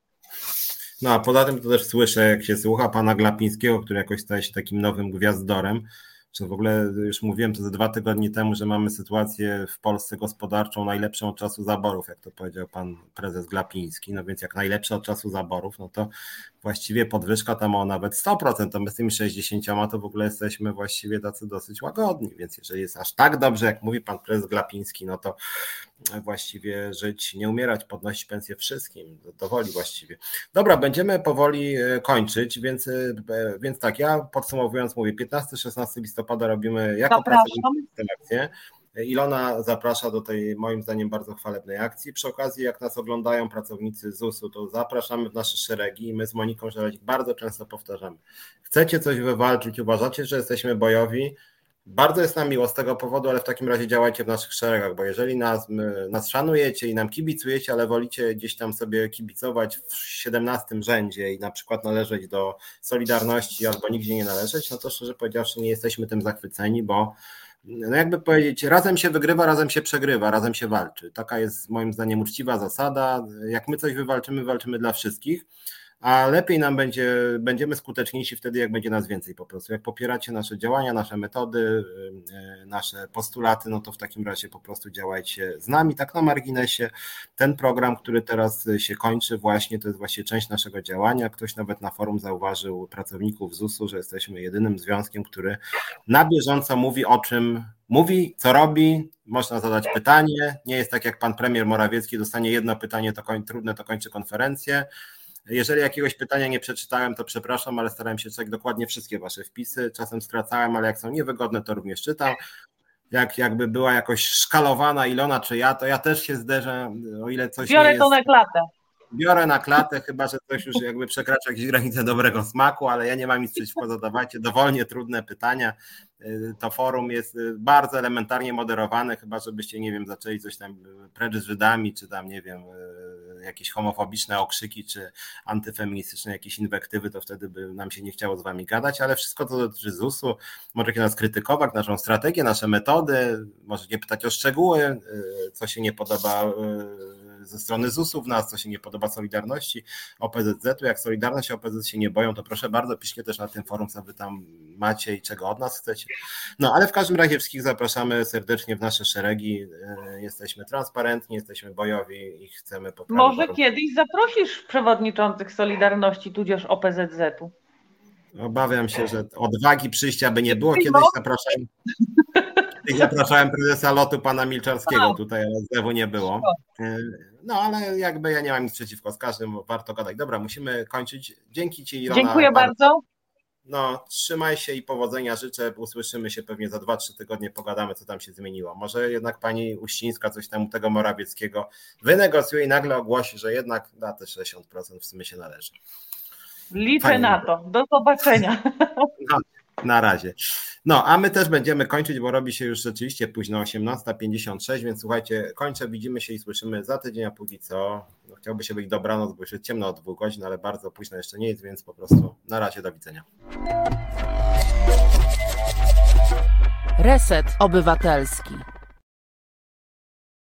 No a poza tym to też słyszę, jak się słucha pana Glapińskiego, który jakoś staje się takim nowym gwiazdorem, że w ogóle już mówiłem to ze dwa tygodnie temu, że mamy sytuację w Polsce gospodarczą najlepszą od czasu zaborów, jak to powiedział pan prezes Glapiński, no więc jak najlepsza od czasu zaborów, no to właściwie podwyżka tam o nawet sto procent, to my z tymi sześćdziesięcioma to w ogóle jesteśmy właściwie tacy dosyć łagodni, więc jeżeli jest aż tak dobrze, jak mówi pan prezes Glapiński, no to właściwie żyć, nie umierać, podnosić pensję wszystkim, do woli właściwie. Dobra, będziemy powoli kończyć, więc, więc tak, ja podsumowując mówię, piętnastego szesnastego listopada robimy jako pracownicy akcję. Ilona zaprasza do tej moim zdaniem bardzo chwalebnej akcji. Przy okazji, jak nas oglądają pracownicy zusu, to zapraszamy w nasze szeregi i my z Moniką Żelazik bardzo często powtarzamy. Chcecie coś wywalczyć, uważacie, że jesteśmy bojowi, bardzo jest nam miło z tego powodu, ale w takim razie działajcie w naszych szeregach, bo jeżeli nas, nas szanujecie i nam kibicujecie, ale wolicie gdzieś tam sobie kibicować w siedemnastym rzędzie i na przykład należeć do Solidarności albo nigdzie nie należeć, no to szczerze powiedziawszy nie jesteśmy tym zachwyceni, bo no jakby powiedzieć, razem się wygrywa, razem się przegrywa, razem się walczy. Taka jest moim zdaniem uczciwa zasada. Jak my coś wywalczymy, walczymy dla wszystkich, a lepiej nam będzie, będziemy skuteczniejsi wtedy, jak będzie nas więcej po prostu. Jak popieracie nasze działania, nasze metody, nasze postulaty, no to w takim razie po prostu działajcie z nami. Tak na marginesie, ten program, który teraz się kończy właśnie, to jest właśnie część naszego działania. Ktoś nawet na forum zauważył pracowników zusu, że jesteśmy jedynym związkiem, który na bieżąco mówi o czym mówi, co robi, można zadać pytanie. Nie jest tak jak pan premier Morawiecki, dostanie jedno pytanie, to koń, trudne, to kończy konferencję. Jeżeli jakiegoś pytania nie przeczytałem, to przepraszam, ale starałem się czytać dokładnie wszystkie wasze wpisy. Czasem skracałem, ale jak są niewygodne, to również czytam. Jak jakby była jakoś szkalowana Ilona czy ja, to ja też się zderzę, o ile coś Biorę nie jest... to na klatę. Biorę na klatę, chyba że coś już jakby przekracza jakieś granice dobrego smaku, ale ja nie mam nic przeciwko, zadawajcie dowolnie trudne pytania. To forum jest bardzo elementarnie moderowane, chyba żebyście, nie wiem, zaczęli coś tam precz z Żydami, czy tam, nie wiem, jakieś homofobiczne okrzyki, czy antyfeministyczne jakieś inwektywy, to wtedy by nam się nie chciało z wami gadać, ale wszystko, co dotyczy zusu, możecie nas krytykować, naszą strategię, nasze metody, możecie pytać o szczegóły, co się nie podoba ze strony zusu w nas, co się nie podoba Solidarności, O P Z Z-u. Jak Solidarność i O P Z Z się nie boją, to proszę bardzo, piszcie też na tym forum, co wy tam macie i czego od nas chcecie. No ale w każdym razie wszystkich zapraszamy serdecznie w nasze szeregi. Jesteśmy transparentni, jesteśmy bojowi i chcemy poprawić. Może warunki. Kiedyś zaprosisz przewodniczących Solidarności tudzież O P Z Z-u. Obawiam się, że odwagi przyjścia by nie było. Kiedyś zapraszałem, kiedyś zapraszałem prezesa lotu pana Milczarskiego, tutaj ale znowu nie było. No ale jakby ja nie mam nic przeciwko, z każdym warto gadać. Dobra, musimy kończyć. Dzięki ci, Ilona. Dziękuję bardzo. No, trzymaj się i powodzenia życzę. Usłyszymy się pewnie za dwa trzy tygodnie, pogadamy, co tam się zmieniło. Może jednak pani Uścińska coś tam u tego Morawieckiego wynegocjuje i nagle ogłosi, że jednak da te sześćdziesiąt procent w sumie się należy. Liczę Fajnie. Na to. Do zobaczenia. No, na razie. No, a my też będziemy kończyć, bo robi się już rzeczywiście późno, osiemnasta pięćdziesiąt sześć, więc słuchajcie, kończę, widzimy się i słyszymy za tydzień, a póki co no, chciałby się być dobranoc, bo już jest ciemno od dwóch godzin, ale bardzo późno jeszcze nie jest, więc po prostu na razie, do widzenia. Reset Obywatelski.